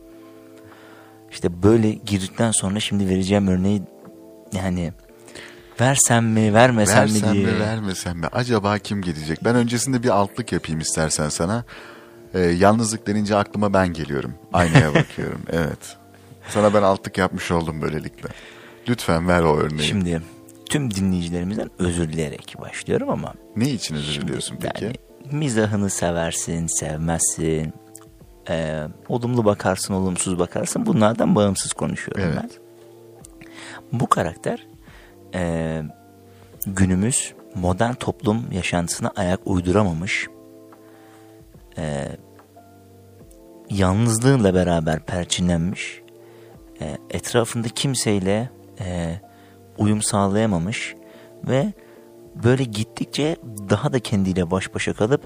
İşte böyle girdikten sonra şimdi vereceğim örneği yani versem mi vermesem mi diye. Versem mi vermesem mi? Acaba kim gidecek? Ben öncesinde bir altlık yapayım istersen sana. Yalnızlık denince aklıma ben geliyorum. Aynaya bakıyorum. Evet. Sana ben altlık yapmış oldum böylelikle. Lütfen ver o örneği. Şimdi tüm dinleyicilerimizden özür dileyerek başlıyorum ama. Ne için özür diliyorsun peki? Yani, mizahını seversin, sevmezsin. Olumlu bakarsın, olumsuz bakarsın. Bunlardan bağımsız konuşuyorum Evet. ben. Bu karakter günümüz modern toplum yaşantısına ayak uyduramamış, yalnızlığıyla beraber perçinlenmiş, etrafında kimseyle uyum sağlayamamış ve böyle gittikçe daha da kendiyle baş başa kalıp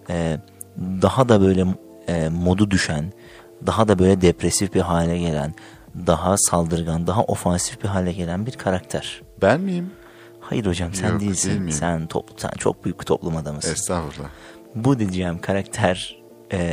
daha da böyle modu düşen, daha da böyle depresif bir hale gelen, daha saldırgan, daha ofansif bir hale gelen bir karakter. Ben miyim? Hayır hocam, sen Yok, değilsin. değil miyim? Sen çok büyük bir toplum adamısın. Estağfurullah. Bu diyeceğim karakter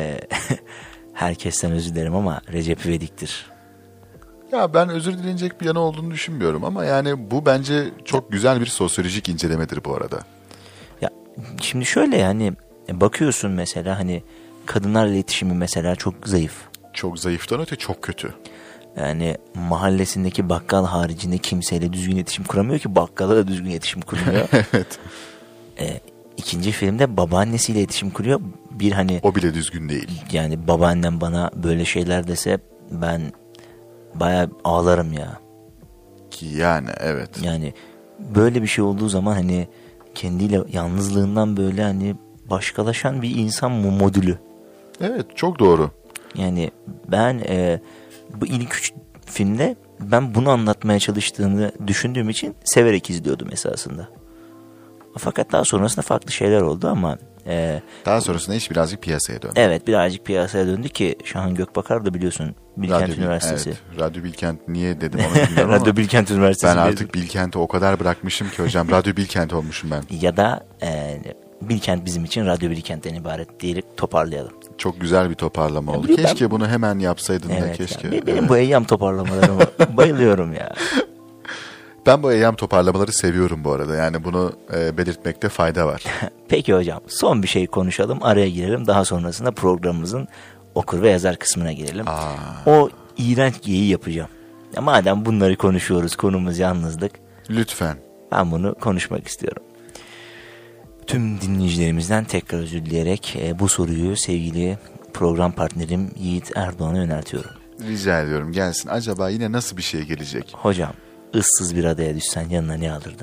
herkesten özür dilerim ama Recep İvedik'tir. Ya ben özür dilenecek bir yanı olduğunu düşünmüyorum ama yani bu bence çok güzel bir sosyolojik incelemedir bu arada. Ya şimdi şöyle yani bakıyorsun mesela hani kadınlarla iletişimi mesela çok zayıf. Çok zayıftan öte çok kötü. Yani mahallesindeki bakkal haricinde kimseyle düzgün iletişim kuramıyor ki bakkala da düzgün iletişim kurmuyor. Evet. İkinci filmde babaannesiyle iletişim kuruyor. Bir hani O bile düzgün değil. yani babaannem bana böyle şeyler dese ben bayağı ağlarım ya. Ki yani evet. Yani böyle bir şey olduğu zaman hani kendiyle yalnızlığından böyle hani başkalaşan bir insan modülü. Evet, çok doğru. Yani ben bu ilk 3 filmde ben bunu anlatmaya çalıştığını düşündüğüm için severek izliyordum esasında. Fakat daha sonrasında farklı şeyler oldu ama Daha sonrasında iş birazcık piyasaya döndü. evet, birazcık piyasaya döndü ki Şahan Gökbakar da biliyorsun Bilkent Üniversitesi. Evet, Radyo Bilkent niye dedim onu bilmiyorum ama Radyo Bilkent Üniversitesi. ben artık Bilkent'i o kadar bırakmışım ki hocam. Radyo Bilkent olmuşum ben. Ya da Bilkent bizim için Radyo Bilkent'ten ibaret diyerek toparlayalım. Çok güzel bir toparlama oldu. ben- Keşke bunu hemen yapsaydın da Evet, keşke. ya. Benim Evet. bu eyyam toparlamalarıma bayılıyorum ya. Ben bu eyyam toparlamaları seviyorum bu arada. Yani bunu belirtmekte fayda var. Peki hocam, son bir şey konuşalım, araya girelim. Daha sonrasında programımızın okur ve yazar kısmına girelim. O iğrenç geyiği yapacağım. Ya madem bunları konuşuyoruz, konumuz yalnızlık. Lütfen. Ben bunu konuşmak istiyorum. Tüm dinleyicilerimizden tekrar özür dileyerek bu soruyu sevgili program partnerim Yiğit Erdoğan'a yöneltiyorum. Rica ediyorum, gelsin. Acaba yine nasıl bir şey gelecek? Hocam, ıssız bir adaya düşsen yanına ne alırdın?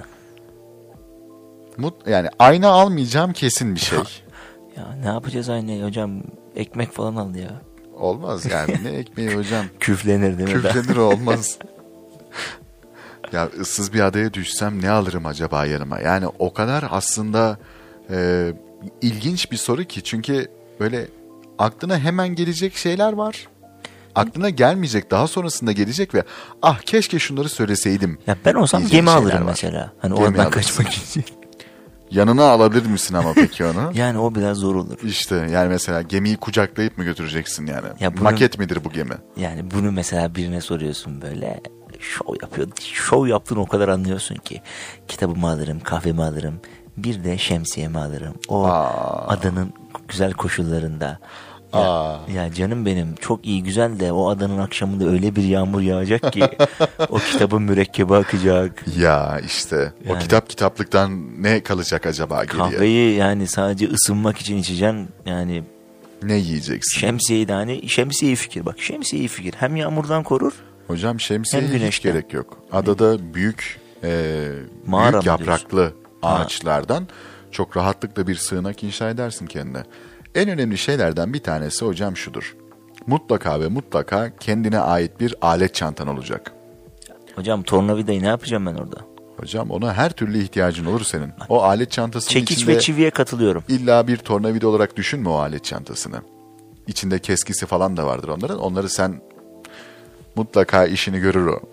Yani ayna almayacağım kesin bir şey. Ya ne yapacağız aynayı hocam? Ekmek falan al ya. Olmaz yani, ne ekmeği hocam? Küflenir değil mi? Küflenir olmaz. Ya ıssız bir adaya düşsem ne alırım acaba yanıma? Yani o kadar aslında ilginç bir soru ki. Çünkü böyle aklına hemen gelecek şeyler var. Aklına gelmeyecek, daha sonrasında gelecek ve keşke şunları söyleseydim. Ya ben olsam diyeceğim gemi şeyler alırım var. mesela. Hani Gemi oradan alırsın. kaçmak için. Yanına alabilir misin ama peki onu? Yani o biraz zor olur. İşte yani mesela gemiyi kucaklayıp mı götüreceksin yani? Ya bunu- Maket midir bu gemi? Yani bunu mesela birine soruyorsun böyle. Şov yapıyor. Şov yaptığını o kadar anlıyorsun ki. Kitabımı alırım, kahvemi alırım. Bir de şemsiyemi alırım. O adanın güzel koşullarında. Ya canım benim, çok iyi güzel de o adanın akşamında öyle bir yağmur yağacak ki o kitabın mürekkebi akacak. Ya işte o kitaplıktan ne kalacak acaba geriye? Kahveyi yani sadece ısınmak için içeceksin. Yani Ne yiyeceksin? şemsiyeyi de hani şemsiye iyi fikir. Bak şemsiye iyi fikir. Hem yağmurdan korur. Hocam şemsiyeye Hem hiç güneşten. gerek yok. Adada büyük Mağara büyük mı yapraklı ağaçlardan çok rahatlıkla bir sığınak inşa edersin kendine. En önemli şeylerden bir tanesi hocam şudur. Mutlaka ve mutlaka kendine ait bir alet çantan olacak. Hocam tornavidayı ne yapacağım ben orada? Hocam ona her türlü ihtiyacın olur senin. O alet çantasının Çekiç içinde ve çiviye katılıyorum. illa bir tornavida olarak düşünme o alet çantasını. İçinde keskisi falan da vardır onların. Onları sen mutlaka işini görür o.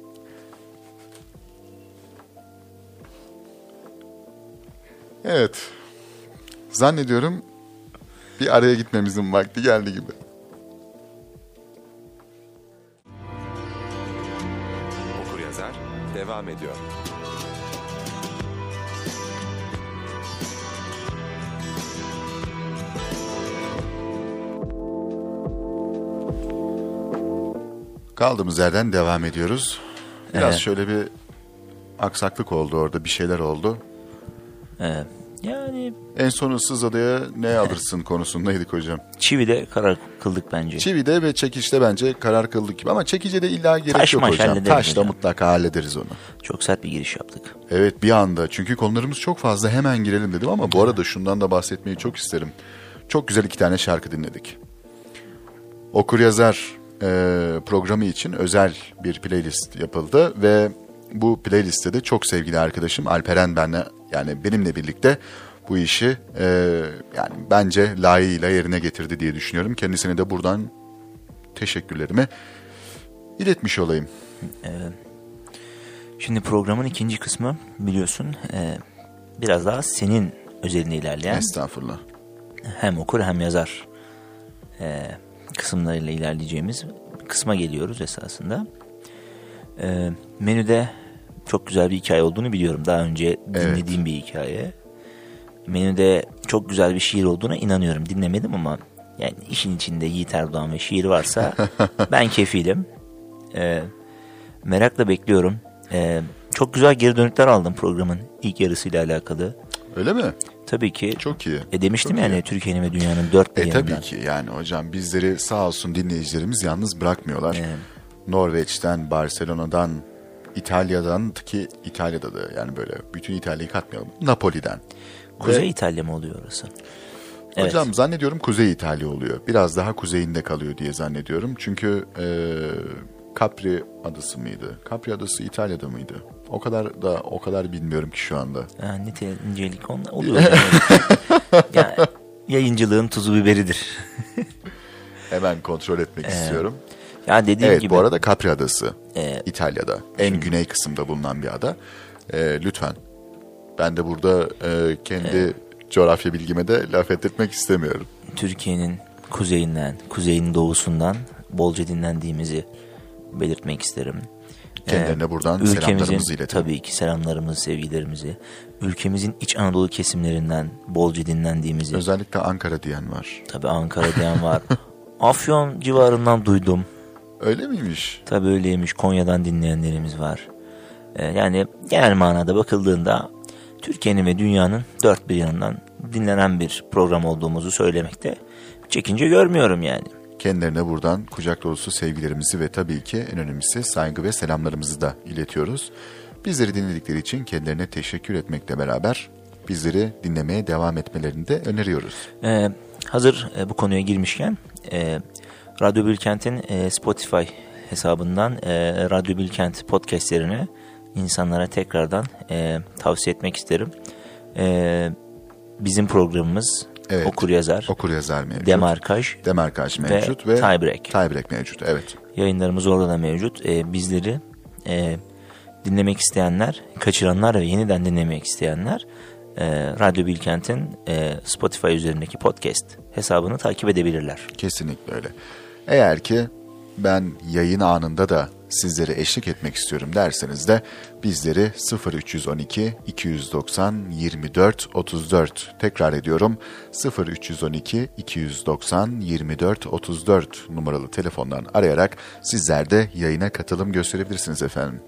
Evet. Zannediyorum bir araya gitmemizin vakti geldi gibi. Okuryazar devam ediyor. Kaldığımız yerden devam ediyoruz. Biraz Evet. şöyle bir aksaklık oldu orada, bir şeyler oldu. Yani En son ıssız adaya ne alırsın konusundaydık hocam. çivide karar kıldık bence. Çivide ve çekişte bence karar kıldık gibi ama çekice de illa gerek Taş yok maş hocam. hallederiz Taşla hocam. mutlaka hallederiz onu. Çok sert bir giriş yaptık. Evet, bir anda, çünkü konularımız çok fazla, hemen girelim dedim ama bu arada şundan da bahsetmeyi çok isterim. Çok güzel 2 tane şarkı dinledik. Okuryazar programı için özel bir playlist yapıldı ve bu playlistte de çok sevgili arkadaşım Alperen benimle birlikte bu işi yani bence layığıyla yerine getirdi diye düşünüyorum. Kendisine de buradan teşekkürlerimi iletmiş olayım. Şimdi programın ikinci kısmı biliyorsun biraz daha senin özeline ilerleyen, Estağfurullah. hem okur hem yazar kısımlarıyla ilerleyeceğimiz kısma geliyoruz esasında. Menüde çok güzel bir hikaye olduğunu biliyorum. Daha önce dinlediğim bir hikaye. Menüde çok güzel bir şiir olduğuna inanıyorum. Dinlemedim ama yani işin içinde Yiğit Erdoğan ve şiir varsa ben kefilim. Merakla bekliyorum. Çok güzel geri dönükler aldım programın ilk yarısıyla alakalı. Öyle mi? Tabii ki. Çok iyi. Demiştim Çok yani iyi. Türkiye'nin ve dünyanın dört bir yanından. Tabii ki yani hocam, bizleri sağ olsun dinleyicilerimiz yalnız bırakmıyorlar. Norveç'ten, Barcelona'dan, İtalya'dan, ki İtalya'da da yani böyle bütün İtalya'yı katmayalım. Napoli'den. Kuzey İtalya mı oluyor orası? Evet. Hocam zannediyorum Kuzey İtalya oluyor. Biraz daha kuzeyinde kalıyor diye zannediyorum. Çünkü Capri adası mıydı? Capri adası İtalya'da mıydı? O kadar bilmiyorum ki şu anda. Nicelik oluyor. Yani yayıncılığın tuzu biberidir. Hemen kontrol etmek istiyorum. Ya dediğim Evet, gibi. bu arada Capri adası İtalya'da. En güney kısımda bulunan bir ada. Lütfen. Ben de burada kendi coğrafya bilgime de laf ettirmek istemiyorum. Türkiye'nin kuzeyinden, kuzeyin doğusundan bolca dinlendiğimizi belirtmek isterim. Kendilerine buradan Ülkemizin, selamlarımızı iletelim. tabii ki selamlarımızı, sevgilerimizi. Ülkemizin İç Anadolu kesimlerinden bolca dinlendiğimizi. Özellikle Ankara diyen var. Tabii Ankara diyen var. Afyon civarından duydum. Öyle miymiş? Tabii öyleymiş. Konya'dan dinleyenlerimiz var. Yani genel manada bakıldığında Türkiye'nin ve dünyanın dört bir yanından dinlenen bir program olduğumuzu söylemekte çekince görmüyorum yani. Kendilerine buradan kucak dolusu sevgilerimizi ve tabii ki en önemlisi saygı ve selamlarımızı da iletiyoruz. Bizleri dinledikleri için kendilerine teşekkür etmekle beraber bizleri dinlemeye devam etmelerini de öneriyoruz. Hazır bu konuya girmişken Radyo Bilkent'in Spotify hesabından Radyo Bilkent podcastlerini insanlara tekrardan tavsiye etmek isterim. Bizim programımız Evet, Okur-Yazar, Okur-Yazar mevcut. Demarkaj mevcut ve Tiebreak. Tiebreak mevcut, evet. Yayınlarımız orada da mevcut. Bizleri dinlemek isteyenler, kaçıranlar ve yeniden dinlemek isteyenler Radyo Bilkent'in Spotify üzerindeki podcast hesabını takip edebilirler. Kesinlikle öyle. Eğer ki ben yayın anında da sizlere eşlik etmek istiyorum derseniz de bizleri 0312 290 24 34 tekrar ediyorum 0312 290 24 34 numaralı telefondan arayarak sizler de yayına katılım gösterebilirsiniz efendim.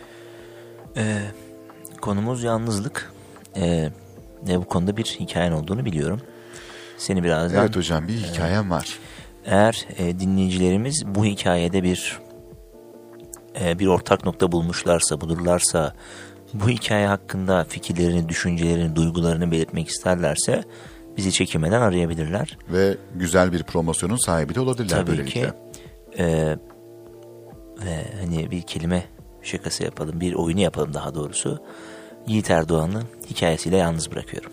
Konumuz yalnızlık. Bu konuda bir hikayen olduğunu biliyorum. Seni birazdan... Evet hocam, bir hikayem var. Eğer dinleyicilerimiz bu hikayede bir ortak nokta bulurlarsa, bu hikaye hakkında fikirlerini, düşüncelerini, duygularını belirtmek isterlerse bizi çekinmeden arayabilirler. Ve güzel bir promosyonun sahibi de olabilirler tabii böylelikle. Ki, ve hani bir kelime şakası yapalım, bir oyunu yapalım daha doğrusu. Yiğit Erdoğan'ı hikayesiyle yalnız bırakıyorum.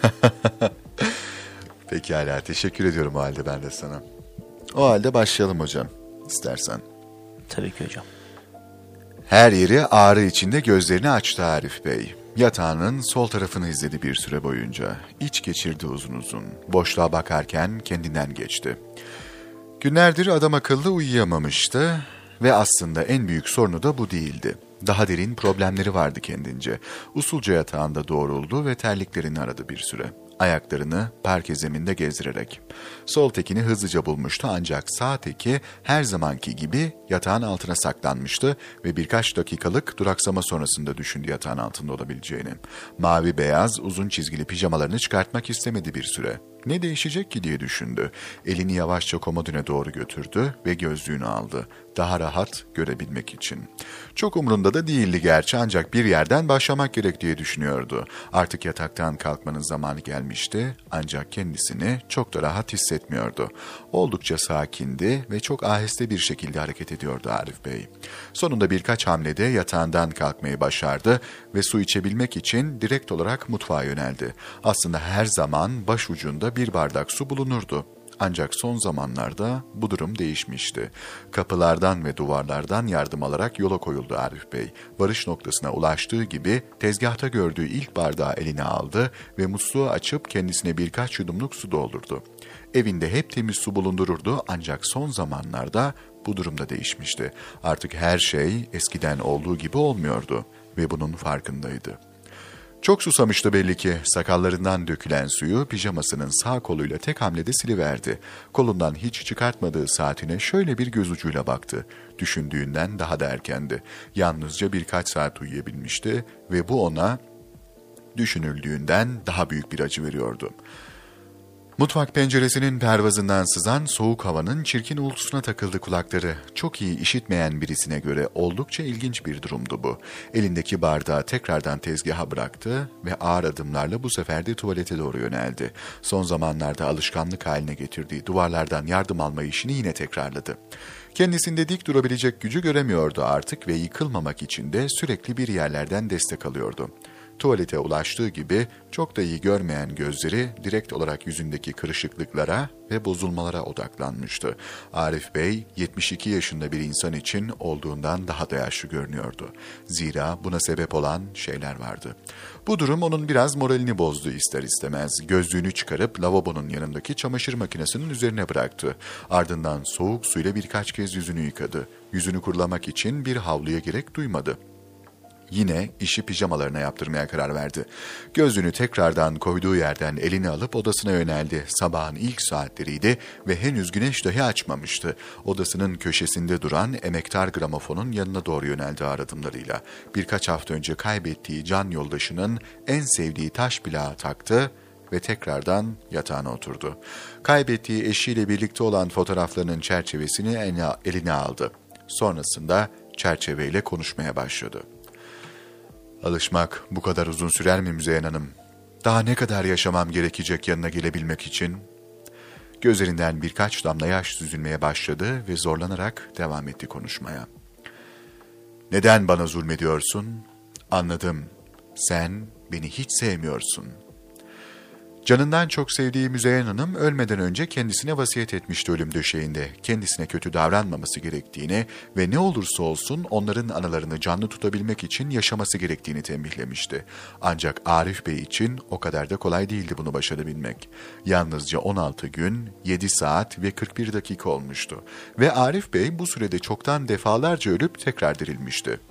Pekala, teşekkür ediyorum o halde ben de sana. O halde başlayalım hocam, istersen. Tabii ki hocam. Her yeri ağrı içinde gözlerini açtı Arif Bey. Yatağının sol tarafını izledi bir süre boyunca. İç geçirdi uzun uzun. Boşluğa bakarken kendinden geçti. Günlerdir adam akıllı uyuyamamıştı ve aslında en büyük sorunu da bu değildi. Daha derin problemleri vardı kendince. Usulca yatağında doğruldu ve terliklerini aradı bir süre. Ayaklarını parke zeminde gezdirerek. Sol tekini hızlıca bulmuştu ancak sağ teki her zamanki gibi yatağın altına saklanmıştı ve birkaç dakikalık duraksama sonrasında düşündü yatağın altında olabileceğini. Mavi beyaz uzun çizgili pijamalarını çıkartmak istemedi bir süre. Ne değişecek ki diye düşündü. Elini yavaşça komodine doğru götürdü ve gözlüğünü aldı. Daha rahat görebilmek için. Çok umrunda da değildi gerçi ancak bir yerden başlamak gerek diye düşünüyordu. Artık yataktan kalkmanın zamanı gelmişti ancak kendisini çok da rahat hissetmiyordu. Oldukça sakindi ve çok aheste bir şekilde hareket ediyordu Arif Bey. Sonunda birkaç hamlede yatağından kalkmayı başardı ve su içebilmek için direkt olarak mutfağa yöneldi. Aslında her zaman başucunda bir bardak su bulunurdu. Ancak son zamanlarda bu durum değişmişti. Kapılardan ve duvarlardan yardım alarak yola koyuldu Arif Bey. Varış noktasına ulaştığı gibi tezgahta gördüğü ilk bardağı eline aldı ve musluğu açıp kendisine birkaç yudumluk su doldurdu. Evinde hep temiz su bulundururdu ancak son zamanlarda bu durumda değişmişti. Artık her şey eskiden olduğu gibi olmuyordu ve bunun farkındaydı. Çok susamıştı belli ki. Sakallarından dökülen suyu pijamasının sağ koluyla tek hamlede siliverdi. Kolundan hiç çıkartmadığı saatine şöyle bir göz ucuyla baktı. Düşündüğünden daha da erkendi. Yalnızca birkaç saat uyuyabilmişti ve bu ona düşünüldüğünden daha büyük bir acı veriyordu. Mutfak penceresinin pervazından sızan soğuk havanın çirkin uğultusuna takıldı kulakları. Çok iyi işitmeyen birisine göre oldukça ilginç bir durumdu bu. Elindeki bardağı tekrardan tezgaha bıraktı ve ağır adımlarla bu sefer de tuvalete doğru yöneldi. Son zamanlarda alışkanlık haline getirdiği duvarlardan yardım alma işini yine tekrarladı. Kendisinde dik durabilecek gücü göremiyordu artık ve yıkılmamak için de sürekli bir yerlerden destek alıyordu. Tuvalete ulaştığı gibi çok da iyi görmeyen gözleri direkt olarak yüzündeki kırışıklıklara ve bozulmalara odaklanmıştı. Arif Bey 72 yaşında bir insan için olduğundan daha da yaşlı görünüyordu. Zira buna sebep olan şeyler vardı. Bu durum onun biraz moralini bozdu ister istemez. Gözlüğünü çıkarıp lavabonun yanındaki çamaşır makinesinin üzerine bıraktı. Ardından soğuk suyla birkaç kez yüzünü yıkadı. Yüzünü kurulamak için bir havluya gerek duymadı. yine işi pijamalarına yaptırmaya karar verdi. Gözlüğünü tekrardan koyduğu yerden elini alıp odasına yöneldi. Sabahın ilk saatleriydi ve henüz güneş dahi açmamıştı. Odasının köşesinde duran emektar gramofonun yanına doğru yöneldi ağır adımlarıyla. Birkaç hafta önce kaybettiği can yoldaşının en sevdiği taş plağı taktı ve tekrardan yatağına oturdu. Kaybettiği eşiyle birlikte olan fotoğraflarının çerçevesini eline aldı. Sonrasında çerçeveyle konuşmaya başladı. "Alışmak bu kadar uzun sürer mi Müzeyyen Hanım? Daha ne kadar yaşamam gerekecek yanına gelebilmek için?" Gözlerinden birkaç damla yaş süzülmeye başladı ve zorlanarak devam etti konuşmaya. "Neden bana zulmediyorsun? Anladım. Sen beni hiç sevmiyorsun." Canından çok sevdiği Müzeyyen Hanım ölmeden önce kendisine vasiyet etmişti ölüm döşeğinde. Kendisine kötü davranmaması gerektiğini ve ne olursa olsun onların anılarını canlı tutabilmek için yaşaması gerektiğini tembihlemişti. Ancak Arif Bey için o kadar da kolay değildi bunu başarabilmek. Yalnızca 16 gün, 7 saat ve 41 dakika olmuştu. Ve Arif Bey bu sürede çoktan defalarca ölüp tekrar dirilmişti.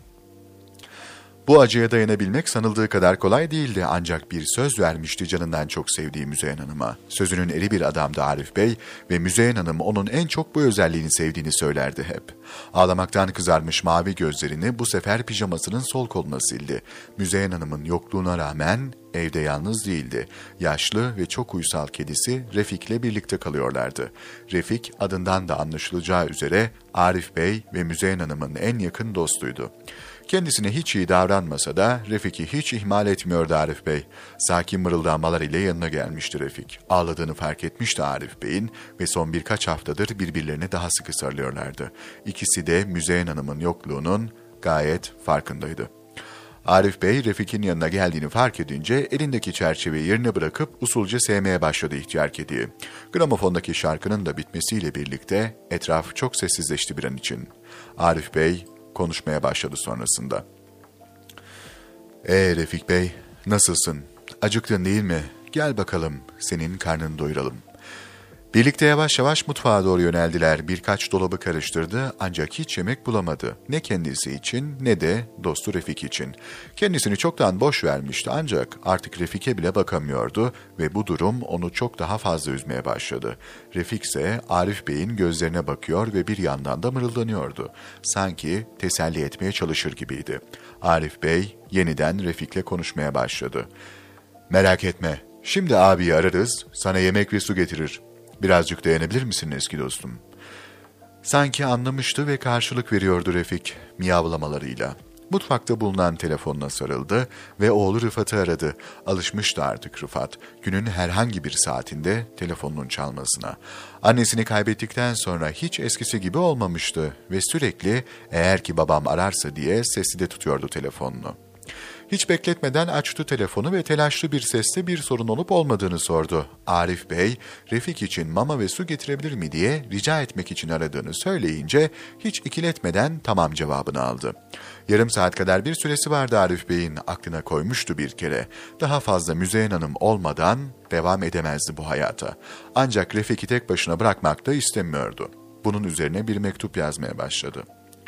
Bu acıya dayanabilmek sanıldığı kadar kolay değildi ancak bir söz vermişti canından çok sevdiği Müzeyyen Hanım'a. Sözünün eri bir adamdı Arif Bey ve Müzeyyen Hanım onun en çok bu özelliğini sevdiğini söylerdi hep. Ağlamaktan kızarmış mavi gözlerini bu sefer pijamasının sol koluna sildi. Müzeyyen Hanım'ın yokluğuna rağmen evde yalnız değildi. Yaşlı ve çok uysal kedisi Refik'le birlikte kalıyorlardı. Refik adından da anlaşılacağı üzere Arif Bey ve Müzeyyen Hanım'ın en yakın dostuydu. Kendisine hiç iyi davranmasa da Refik'i hiç ihmal etmiyordu Arif Bey. Sakin mırıldanmalar ile yanına gelmişti Refik. Ağladığını fark etmişti Arif Bey'in ve son birkaç haftadır birbirlerine daha sıkı sarılıyorlardı. İkisi de Müzeyyen Hanım'ın yokluğunun gayet farkındaydı. Arif Bey, Refik'in yanına geldiğini fark edince elindeki çerçeveyi yerine bırakıp usulca sevmeye başladı ihtiyar kediyi. Gramofondaki şarkının da bitmesiyle birlikte etraf çok sessizleşti bir an için. Arif Bey konuşmaya başladı sonrasında. Refik Bey, nasılsın? Acıktın değil mi? Gel bakalım, senin karnını doyuralım." Birlikte yavaş yavaş mutfağa doğru yöneldiler. Birkaç dolabı karıştırdı ancak hiç yemek bulamadı. Ne kendisi için ne de dostu Refik için. Kendisini çoktan boş vermişti ancak artık Refik'e bile bakamıyordu ve bu durum onu çok daha fazla üzmeye başladı. Refik ise Arif Bey'in gözlerine bakıyor ve bir yandan da mırıldanıyordu. Sanki teselli etmeye çalışır gibiydi. Arif Bey yeniden Refik'le konuşmaya başladı. "Merak etme, şimdi abiyi ararız, sana yemek ve su getirir. Birazcık dayanabilir misin eski dostum?" Sanki anlamıştı ve karşılık veriyordu Refik miyavlamalarıyla. Mutfakta bulunan telefonuna sarıldı ve oğlu Rıfat'ı aradı. Alışmıştı artık Rıfat, günün herhangi bir saatinde telefonunun çalmasına. Annesini kaybettikten sonra hiç eskisi gibi olmamıştı ve sürekli eğer ki babam ararsa diye sesli de tutuyordu telefonunu. Hiç bekletmeden açtı telefonu ve telaşlı bir sesle bir sorun olup olmadığını sordu. Arif Bey, Refik için mama ve su getirebilir mi diye rica etmek için aradığını söyleyince hiç ikiletmeden tamam cevabını aldı. Yarım saat kadar bir süresi vardı Arif Bey'in, aklına koymuştu bir kere. Daha fazla Müzeyyen Hanım olmadan devam edemezdi bu hayata. Ancak Refik'i tek başına bırakmak da istemiyordu. Bunun üzerine bir mektup yazmaya başladı.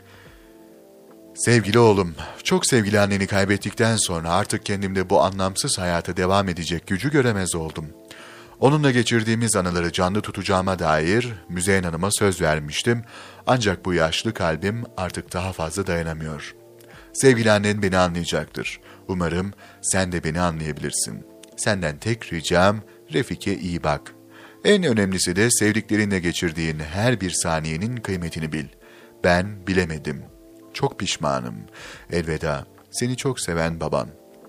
"Sevgili oğlum, çok sevgili anneni kaybettikten sonra artık kendimde bu anlamsız hayata devam edecek gücü göremez oldum. Onunla geçirdiğimiz anıları canlı tutacağıma dair Müzeyyen Hanım'a söz vermiştim. Ancak bu yaşlı kalbim artık daha fazla dayanamıyor. Sevgili annen beni anlayacaktır. Umarım sen de beni anlayabilirsin. Senden tek ricam Refik'e iyi bak. En önemlisi de sevdiklerinle geçirdiğin her bir saniyenin kıymetini bil. Ben bilemedim. Çok pişmanım. Elveda. Seni çok seven baban."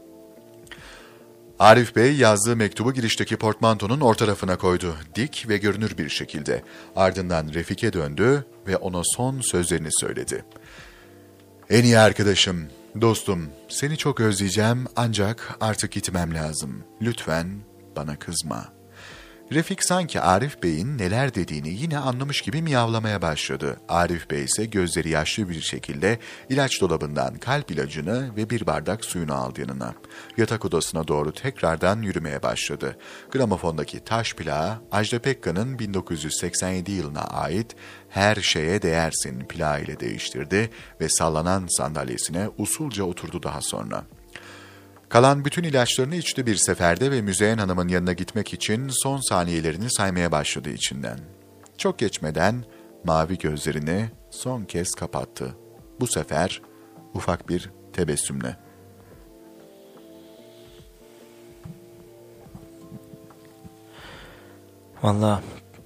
Arif Bey yazdığı mektubu girişteki portmantonun orta tarafına koydu. Dik ve görünür bir şekilde. Ardından Refik'e döndü ve ona son sözlerini söyledi. "En iyi arkadaşım, dostum, seni çok özleyeceğim ancak artık gitmem lazım. Lütfen bana kızma. Refik sanki Arif Bey'in neler dediğini yine anlamış gibi miyavlamaya başladı. Arif Bey ise gözleri yaşlı bir şekilde ilaç dolabından kalp ilacını ve bir bardak suyunu aldı yanına. Yatak odasına doğru tekrardan yürümeye başladı. Gramofondaki taş plağı Ajda Pekkan'ın 1987 yılına ait Her Şeye Değersin plağı ile değiştirdi ve sallanan sandalyesine usulca oturdu daha sonra. Kalan bütün ilaçlarını içti bir seferde ve Müzeyyen Hanım'ın yanına gitmek için son saniyelerini saymaya başladı içinden. Çok geçmeden mavi gözlerini son kez kapattı. Bu sefer ufak bir tebessümle. Vallahi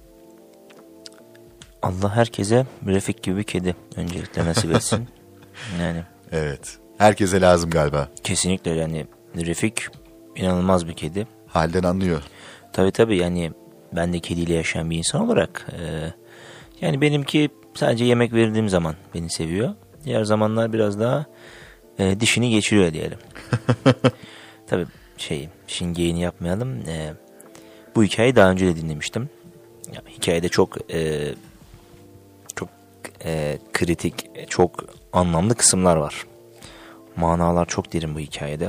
Allah herkese Refik gibi bir kedi öncelikle nasip etsin. Yani Evet, herkese lazım galiba. kesinlikle yani Refik inanılmaz bir kedi. Halden anlıyor. Tabii yani ben de kediyle yaşayan bir insan olarak yani benimki sadece yemek verdiğim zaman beni seviyor. Diğer zamanlar biraz daha dişini geçiriyor diyelim. Tabii şingeyini yapmayalım. Bu hikayeyi daha önce de dinlemiştim. Ya, hikayede çok kritik, çok anlamlı kısımlar var. Manalar çok derin bu hikayede.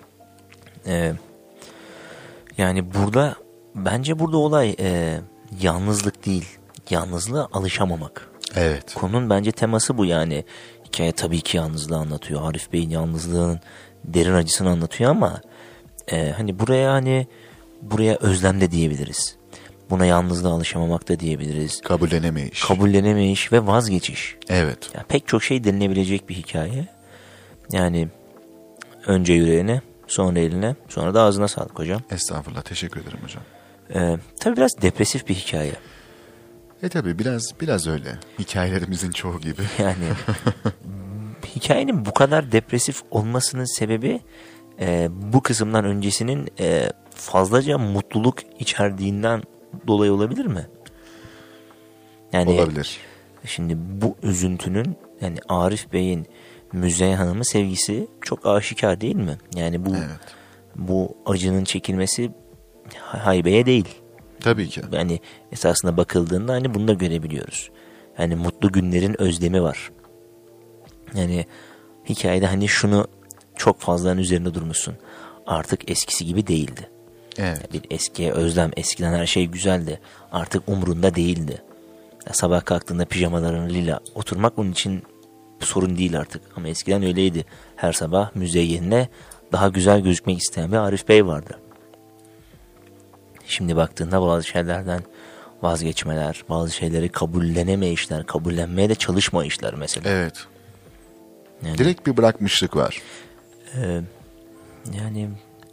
Yani bence burada olay yalnızlık değil, yalnızlığa alışamamak. Evet. Konunun bence teması bu yani. Hikaye tabii ki yalnızlığı anlatıyor. Arif Bey'in yalnızlığının derin acısını anlatıyor ama hani buraya özlem de diyebiliriz. Buna yalnızlığa alışamamak da diyebiliriz. Kabullenemeyiş ve vazgeçiş. Evet. Yani pek çok şey denilebilecek bir hikaye. Yani önce yüreğine, sonra eline, sonra da ağzına sağlık hocam. Estağfurullah, teşekkür ederim hocam. Tabii biraz depresif bir hikaye. Tabii biraz öyle. Hikayelerimizin çoğu gibi. Yani hikayenin bu kadar depresif olmasının sebebi bu kısımdan öncesinin fazlaca mutluluk içerdiğinden dolayı olabilir mi? Yani olabilir. Şimdi bu üzüntünün yani Arif Bey'in Müzeyyen Hanım'ın sevgisi çok aşikar değil mi? Yani bu acının çekilmesi haybeye değil. Tabii ki. Yani esasında bakıldığında hani bunu da görebiliyoruz. Yani mutlu günlerin özlemi var. Yani hikayede hani şunu çok fazla üzerinde durmuşsun. Artık eskisi gibi değildi. Evet. Yani bir eskiye özlem. Eskiden her şey güzeldi. Artık umrunda değildi. Ya sabah kalktığında pijamalarıyla oturmak onun için sorun değil artık. Ama eskiden öyleydi. Her sabah Müzeyyen'le daha güzel gözükmek isteyen bir Arif Bey vardı. Şimdi baktığında bazı şeylerden vazgeçmeler, bazı şeyleri kabullenemeyişler, kabullenmeye de çalışmayışlar mesela. Evet. Yani, direkt bir bırakmışlık var. Yani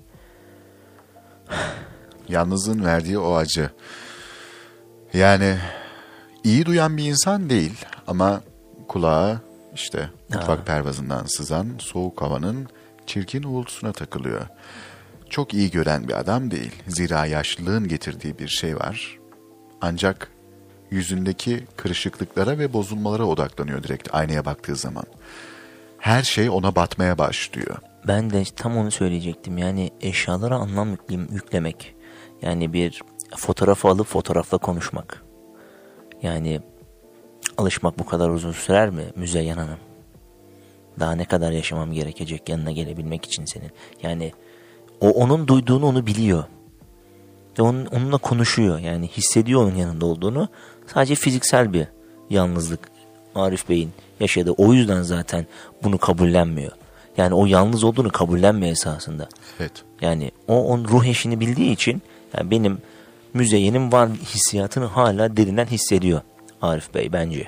Yalnızlığın verdiği o acı. Yani iyi duyan bir insan değil ama kulağa işte mutfak pervazından sızan soğuk havanın çirkin uğultusuna takılıyor. Çok iyi gören bir adam değil. Zira yaşlılığın getirdiği bir şey var. Ancak yüzündeki kırışıklıklara ve bozulmalara odaklanıyor direkt aynaya baktığı zaman. Her şey ona batmaya başlıyor. ben de tam onu söyleyecektim. Yani eşyalara anlam yüklemek. Yani bir fotoğrafı alıp fotoğrafla konuşmak. Yani alışmak bu kadar uzun sürer mi Müzeyyen Hanım? Daha ne kadar yaşamam gerekecek yanına gelebilmek için senin? Yani o onun duyduğunu onu biliyor. Ve onunla konuşuyor. Yani hissediyor onun yanında olduğunu. Sadece fiziksel bir yalnızlık Arif Bey'in yaşadığı. O yüzden zaten bunu kabullenmiyor. Yani o yalnız olduğunu kabullenmiyor esasında. Evet. Yani onun ruh eşini bildiği için yani benim Müzeyyen'in var hissiyatını hala derinden hissediyor Arif Bey bence.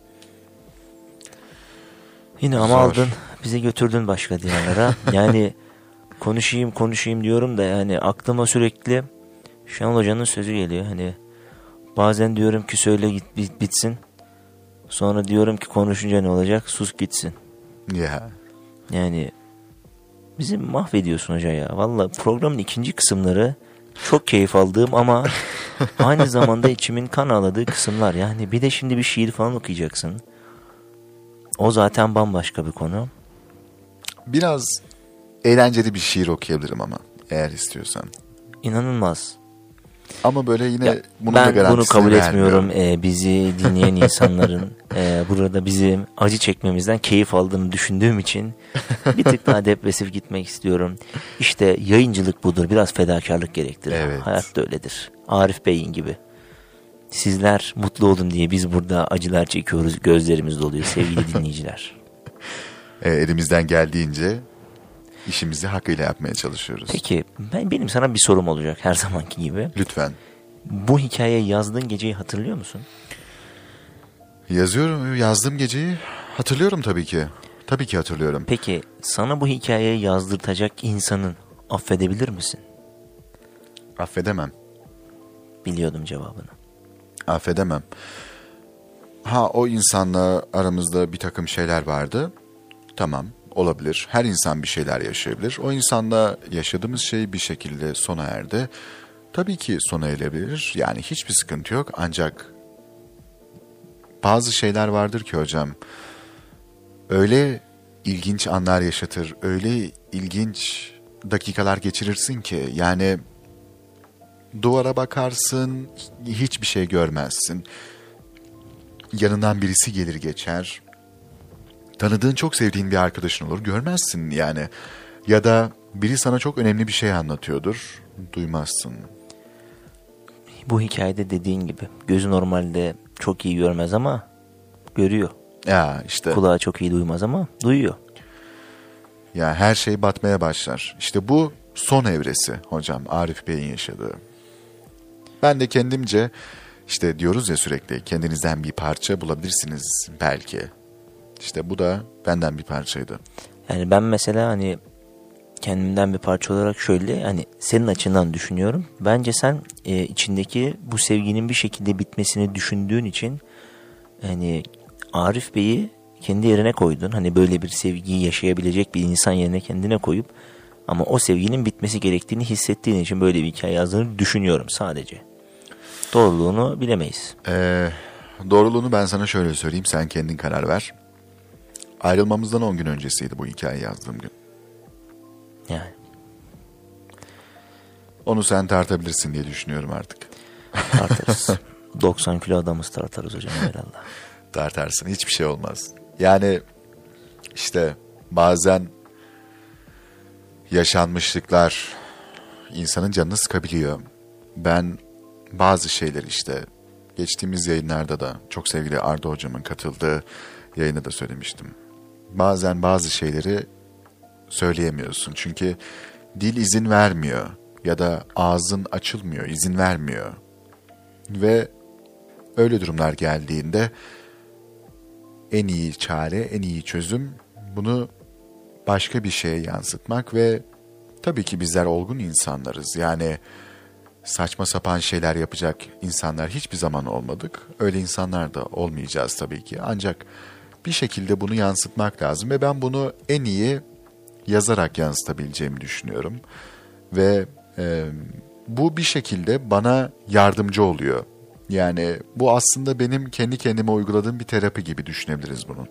Yine ama Zor. aldın bizi götürdün başka diyarlara. Yani konuşayım diyorum da yani aklıma sürekli Şenol Hoca'nın sözü geliyor. Hani bazen diyorum ki söyle git bitsin. Sonra diyorum ki konuşunca ne olacak? Sus gitsin. Ya. Yani bizi mahvediyorsun hoca ya. Valla programın ikinci kısımları çok keyif aldığım ama aynı zamanda içimin kan ağladığı kısımlar. Yani bir de şimdi bir şiir falan okuyacaksın. O zaten bambaşka bir konu. Biraz eğlenceli bir şiir okuyabilirim ama eğer istiyorsan. İnanılmaz. Ama böyle yine Ya, bunun da ben bunu garantisini kabul etmiyorum. vermiyorum. Bizi dinleyen insanların burada bizim acı çekmemizden keyif aldığını düşündüğüm için bir tık daha depresif gitmek istiyorum. İşte yayıncılık budur. Biraz fedakarlık gerektirir. Evet. Hayat da öyledir. Arif Bey'in gibi. Sizler mutlu olun diye biz burada acılar çekiyoruz. Gözlerimiz doluyor sevgili dinleyiciler. Elimizden geldiğince işimizi hakkıyla yapmaya çalışıyoruz. Peki benim sana bir sorum olacak her zamanki gibi. Lütfen. Bu hikayeyi yazdığın geceyi hatırlıyor musun? Yazdığım geceyi hatırlıyorum tabii ki. Tabii ki hatırlıyorum. Peki sana bu hikayeyi yazdırtacak insanın affedebilir misin? Affedemem. Biliyordum cevabını. Affedemem. Ha, o insanla aramızda bir takım şeyler vardı. Tamam, olabilir. Her insan bir şeyler yaşayabilir. O insanla yaşadığımız şey bir şekilde sona erdi. Tabii ki sona erebilir. Yani hiçbir sıkıntı yok. Ancak bazı şeyler vardır ki hocam, öyle ilginç anlar yaşatır, öyle ilginç dakikalar geçirirsin ki yani duvara bakarsın, hiçbir şey görmezsin. Yanından birisi gelir geçer. Tanıdığın, çok sevdiğin bir arkadaşın olur, görmezsin yani. Ya da biri sana çok önemli bir şey anlatıyordur, duymazsın. Bu hikayede dediğin gibi gözü normalde çok iyi görmez ama görüyor. Ya işte. Kulağı çok iyi duymaz ama duyuyor. Ya her şey batmaya başlar. İşte bu son evresi hocam, Arif Bey'in yaşadığı. Ben de kendimce işte diyoruz ya sürekli, kendinizden bir parça bulabilirsiniz belki. İşte bu da benden bir parçaydı. Yani ben mesela hani kendimden bir parça olarak şöyle, hani senin açından düşünüyorum. Bence sen içindeki bu sevginin bir şekilde bitmesini düşündüğün için hani Arif Bey'i kendi yerine koydun. Hani böyle bir sevgiyi yaşayabilecek bir insan yerine kendine koyup ama o sevginin bitmesi gerektiğini hissettiğin için böyle bir hikaye yazdığını düşünüyorum sadece. Doğruluğunu bilemeyiz. Doğruluğunu ben sana şöyle söyleyeyim, sen kendin karar ver. Ayrılmamızdan 10 gün öncesiydi bu hikayeyi yazdığım gün. Yani. Onu sen tartabilirsin diye düşünüyorum artık. Tartarız. 90 kilo adamız, tartarız hocam herhalde. Tartarsın, hiçbir şey olmaz. Yani işte bazen yaşanmışlıklar insanın canını sıkabiliyor. Ben bazı şeyleri işte geçtiğimiz yayınlarda da çok sevgili Arda hocamın katıldığı yayını da söylemiştim. Bazen bazı şeyleri söyleyemiyorsun çünkü dil izin vermiyor ya da ağzın açılmıyor, izin vermiyor. Ve öyle durumlar geldiğinde en iyi çare, en iyi çözüm bunu başka bir şeye yansıtmak ve tabii ki bizler olgun insanlarız. Yani saçma sapan şeyler yapacak insanlar hiçbir zaman olmadık. Öyle insanlar da olmayacağız tabii ki. Ancak bir şekilde bunu yansıtmak lazım ve ben bunu en iyi yazarak yansıtabileceğimi düşünüyorum. Ve bu bir şekilde bana yardımcı oluyor. Yani bu aslında benim kendi kendime uyguladığım bir terapi gibi düşünebiliriz bunu.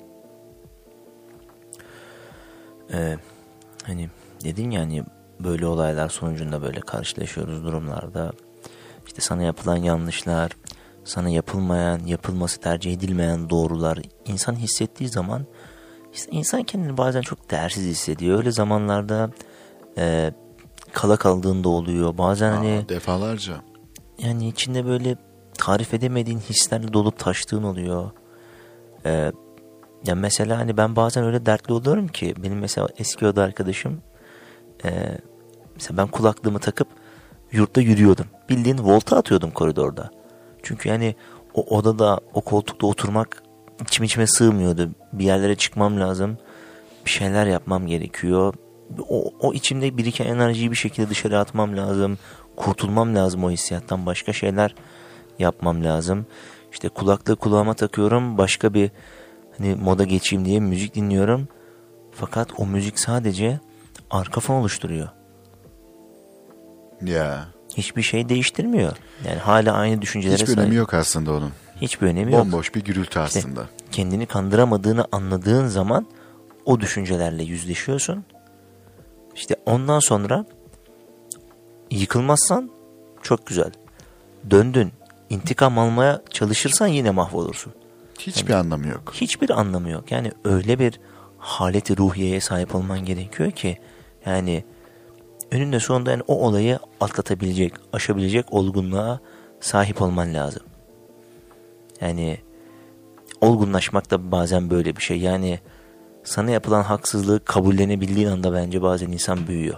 Hani dedin ya, hani böyle olaylar sonucunda böyle karşılaşıyoruz durumlarda. İşte sana yapılan yanlışlar, sana yapılmayan, yapılması tercih edilmeyen doğrular insan hissettiği zaman işte insan kendini bazen çok değersiz hissediyor. Öyle zamanlarda kala kaldığında oluyor. Bazen hani defalarca. Yani içinde böyle tarif edemediğin hislerle dolup taştığın oluyor. Ya mesela hani ben bazen öyle dertli oluyorum ki, benim mesela eski oda arkadaşım mesela ben kulaklığımı takıp yurtta yürüyordum. Bildiğin volta atıyordum koridorda. Çünkü yani o odada, o koltukta oturmak içime sığmıyordu. Bir yerlere çıkmam lazım. Bir şeyler yapmam gerekiyor. O içimde biriken enerjiyi bir şekilde dışarı atmam lazım. Kurtulmam lazım o hissiyattan. Başka şeyler yapmam lazım. İşte kulaklığı kulağıma takıyorum. Başka bir hani moda geçeyim diye müzik dinliyorum. Fakat o müzik sadece arka fon oluşturuyor. Ya. Hiçbir şey değiştirmiyor. Yani hala aynı düşüncelere sahip. Hiçbir önemi yok aslında onun. Hiçbir önemi yok. Bomboş bir gürültü aslında. İşte kendini kandıramadığını anladığın zaman o düşüncelerle yüzleşiyorsun. İşte ondan sonra yıkılmazsan çok güzel. döndün intikam almaya çalışırsan yine mahvolursun. Hiçbir anlamı yok. Hiçbir anlamı yok. Yani öyle bir haleti ruhiyeye sahip olman gerekiyor ki yani önünde sonunda yani o olayı atlatabilecek, aşabilecek olgunluğa sahip olman lazım. Yani olgunlaşmak da bazen böyle bir şey. Yani sana yapılan haksızlığı kabullenebildiğin anda bence bazen insan büyüyor.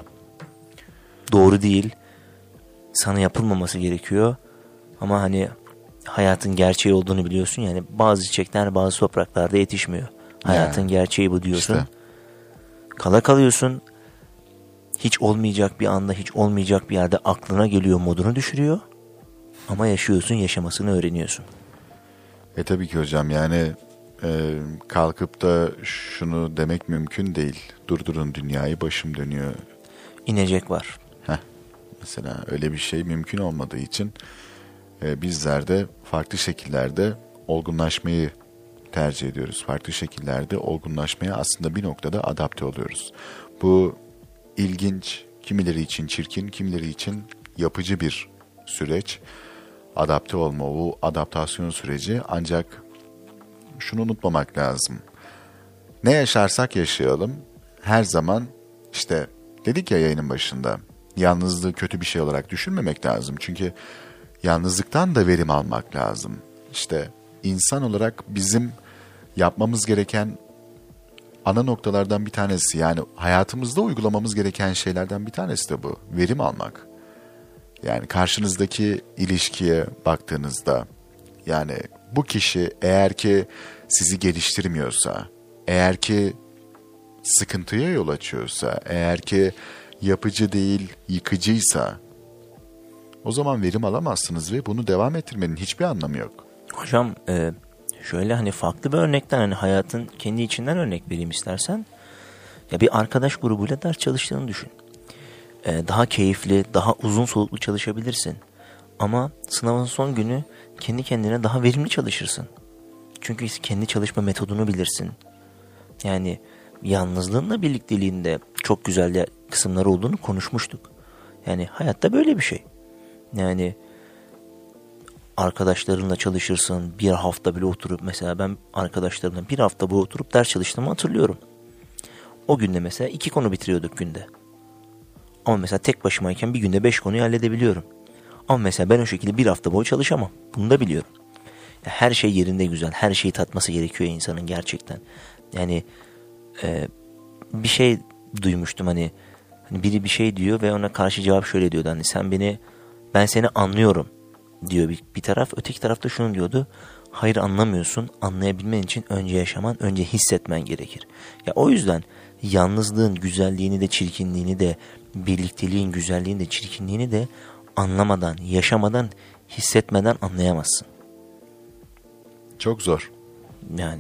Doğru değil. Sana yapılmaması gerekiyor. Ama hani hayatın gerçeği olduğunu biliyorsun. Yani bazı çiçekler bazı topraklarda yetişmiyor. Hayatın gerçeği bu diyorsun. İşte. Kala kalıyorsun. Hiç olmayacak bir anda, hiç olmayacak bir yerde aklına geliyor, modunu düşürüyor. Ama yaşıyorsun, yaşamasını öğreniyorsun. Tabii ki hocam, yani kalkıp da şunu demek mümkün değil. Durdurun dünyayı, başım dönüyor. İnecek var. Mesela öyle bir şey mümkün olmadığı için bizler de farklı şekillerde olgunlaşmayı tercih ediyoruz. Farklı şekillerde olgunlaşmaya aslında bir noktada adapte oluyoruz. Bu ilginç, kimileri için çirkin, kimileri için yapıcı bir süreç. Adapte olma, bu adaptasyon süreci, ancak şunu unutmamak lazım. Ne yaşarsak yaşayalım her zaman işte dedik ya yayının başında, yalnızlığı kötü bir şey olarak düşünmemek lazım. Çünkü yalnızlıktan da verim almak lazım. İşte insan olarak bizim yapmamız gereken ana noktalardan bir tanesi, yani hayatımızda uygulamamız gereken şeylerden bir tanesi de bu. Verim almak. Yani karşınızdaki ilişkiye baktığınızda, yani bu kişi eğer ki sizi geliştirmiyorsa, eğer ki sıkıntıya yol açıyorsa, eğer ki yapıcı değil yıkıcıysa, o zaman verim alamazsınız ve bunu devam ettirmenin hiçbir anlamı yok. Hocam şöyle hani farklı bir örnekten, hani hayatın kendi içinden örnek vereyim istersen. Ya bir arkadaş grubuyla ders çalıştığını düşün. Daha keyifli, daha uzun soluklu çalışabilirsin. Ama sınavın son günü kendi kendine daha verimli çalışırsın. Çünkü kendi çalışma metodunu bilirsin. Yani yalnızlığınla birlikteliğinde çok güzel kısımları olduğunu konuşmuştuk. Yani hayatta böyle bir şey. Yani arkadaşlarınla çalışırsın, bir hafta bile oturup, mesela ben arkadaşlarımla bir hafta bu oturup ders çalıştığımı hatırlıyorum. O günde mesela 2 konu bitiriyorduk günde. Ama mesela tek başımayken bir günde 5 konuyu halledebiliyorum. Ama mesela ben o şekilde bir hafta boyu çalışamam. Bunu da biliyorum. Ya her şey yerinde güzel. Her şeyi tatması gerekiyor insanın gerçekten. Yani bir şey duymuştum hani biri bir şey diyor ve ona karşı cevap şöyle diyordu. Hani ben seni anlıyorum diyor bir taraf. Öteki tarafta şunu diyordu. Hayır, anlamıyorsun. Anlayabilmen için önce yaşaman, önce hissetmen gerekir. Ya o yüzden yalnızlığın güzelliğini de çirkinliğini de, birlikteliğin güzelliğini de çirkinliğini de anlamadan, yaşamadan, hissetmeden anlayamazsın. Çok zor. Yani.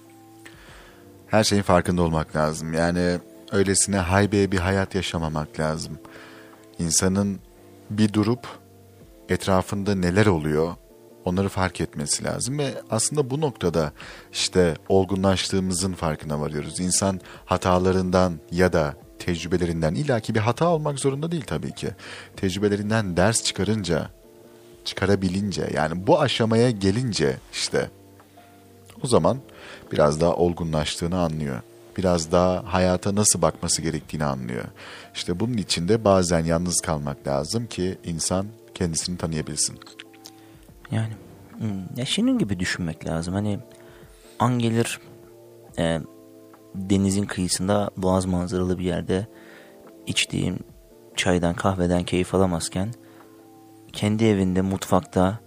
Her şeyin farkında olmak lazım. Yani öylesine haybeye bir hayat yaşamamak lazım. İnsanın bir durup etrafında neler oluyor onları fark etmesi lazım ve aslında bu noktada işte olgunlaştığımızın farkına varıyoruz. İnsan hatalarından ya da tecrübelerinden, illaki bir hata olmak zorunda değil tabii ki, tecrübelerinden ders çıkarabilince, yani bu aşamaya gelince işte o zaman biraz daha olgunlaştığını anlıyor. Biraz daha hayata nasıl bakması gerektiğini anlıyor. İşte bunun için de bazen yalnız kalmak lazım ki insan kendisini tanıyabilsin. Yani ya şunun gibi düşünmek lazım. Hani an gelir denizin kıyısında boğaz manzaralı bir yerde içtiğim çaydan, kahveden keyif alamazken kendi evinde, mutfakta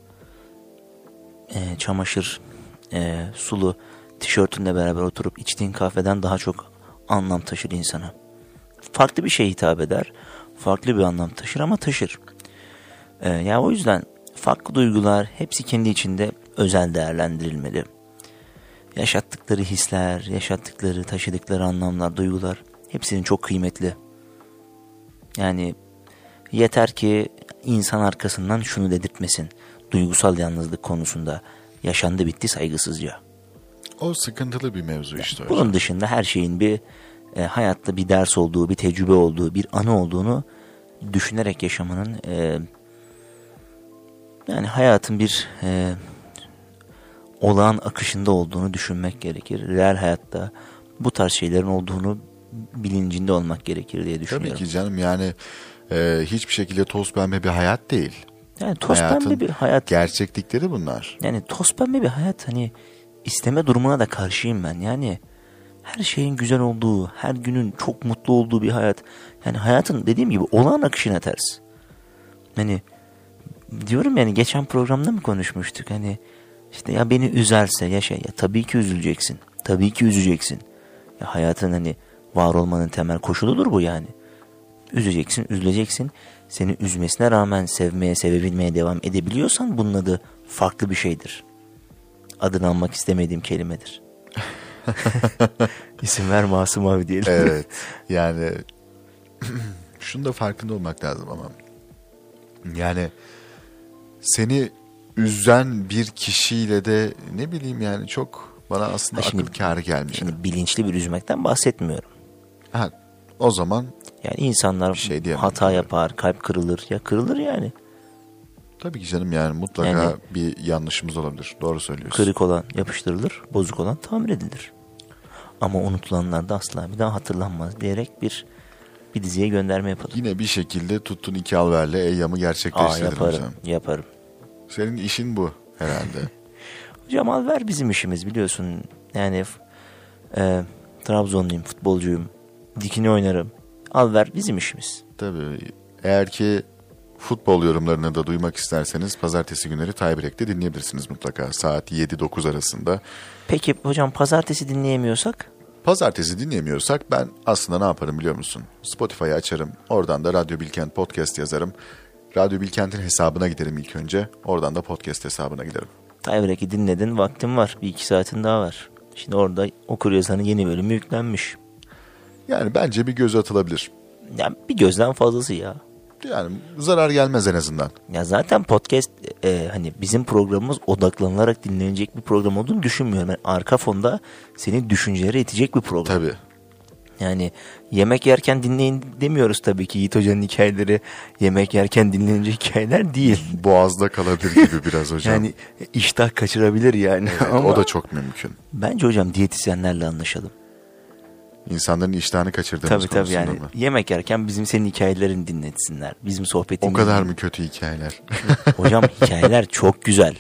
çamaşır sulu tişörtünle beraber oturup içtiğin kahveden daha çok anlam taşır insana. Farklı bir şey hitap eder. Farklı bir anlam taşır ama taşır. Ya o yüzden farklı duygular hepsi kendi içinde özel değerlendirilmeli. Yaşattıkları hisler, yaşattıkları, taşıdıkları anlamlar, duygular hepsinin çok kıymetli. Yani yeter ki insan arkasından şunu dedirtmesin. Duygusal yalnızlık konusunda yaşandı bitti saygısızca. O sıkıntılı bir mevzu işte. Bunun dışında her şeyin bir hayatta bir ders olduğu, bir tecrübe olduğu, bir anı olduğunu düşünerek yaşamanın Yani hayatın bir olağan akışında olduğunu düşünmek gerekir. Real hayatta bu tarz şeylerin olduğunu bilincinde olmak gerekir diye düşünüyorum. Tabii ki canım, yani hiçbir şekilde toz pembe bir hayat değil. Yani toz Hayatın pembe bir hayat. gerçeklikleri bunlar. Yani toz pembe bir hayat hani isteme durumuna da karşıyım ben. Yani her şeyin güzel olduğu, her günün çok mutlu olduğu bir hayat. Yani hayatın dediğim gibi olağan akışına ters. Hani diyorum yani, geçen programda mı konuşmuştuk? Hani işte ya beni üzerse ya tabii ki üzüleceksin. Tabii ki üzeceksin. Ya hayatın hani var olmanın temel koşuludur bu yani. Üzeceksin, üzüleceksin. Seni üzmesine rağmen sevmeye, sevebilmeye devam edebiliyorsan bunun adı farklı bir şeydir. Adını almak istemediğim kelimedir. İsim ver Masum abi diyelim. Evet, yani şunu da farkında olmak lazım ama. Yani seni üzen bir kişiyle de ne bileyim yani çok bana aslında akıl kârı gelmiyor. Şimdi bilinçli bir üzmekten bahsetmiyorum. Ha, o zaman yani insanlar hata yapar, kalp kırılır. Ya kırılır yani. Tabii ki canım, yani mutlaka yani, bir yanlışımız olabilir. Doğru söylüyorsun. Kırık olan yapıştırılır, bozuk olan tamir edilir. Ama unutulanlar da asla bir daha hatırlanmaz diyerek bir diziye gönderme yapalım. Yine bir şekilde tuttun iki alverle Eyyam'ı gerçekleştirdin hocam. Yaparım. Senin işin bu herhalde. Hocam alver bizim işimiz biliyorsun. Yani Trabzonluyum, futbolcuyum. Dikini oynarım. Alver bizim işimiz. Tabii. Eğer ki futbol yorumlarını da duymak isterseniz pazartesi günleri Tiebreak'te dinleyebilirsiniz mutlaka. Saat 7-9 arasında. Peki hocam pazartesi dinleyemiyorsak? Pazartesi dinleyemiyorsak ben aslında ne yaparım biliyor musun? Spotify'ı açarım. Oradan da Radyo Bilkent Podcast yazarım. Radyo Bilkent'in hesabına giderim ilk önce. Oradan da podcast hesabına giderim. Tiebreak'i dinledin, vaktin var. 1-2 saatin daha var. Şimdi orada Okuryazar'ın yeni bölümü yüklenmiş. Yani bence bir göz atılabilir. Ya bir gözden fazlası ya. Yani zarar gelmez en azından. Ya zaten podcast hani bizim programımız odaklanılarak dinlenecek bir program olduğunu düşünmüyorum. Yani arka fonda seni düşüncelere itecek bir program. Tabii. Yani yemek yerken dinleyin demiyoruz tabii ki. Yiğit Hoca'nın hikayeleri yemek yerken dinlenecek hikayeler değil. Boğazda kalabilir gibi biraz hocam. Yani iştah kaçırabilir yani. Evet, ama o da çok mümkün. Bence hocam diyetisyenlerle anlaşalım. İnsanların iştahını kaçırdığımız konusunda tabii yani mı? Yemek yerken bizim senin hikayelerini dinletsinler. Bizim sohbetimizi. O kadar mı kötü hikayeler? Hocam hikayeler çok güzel.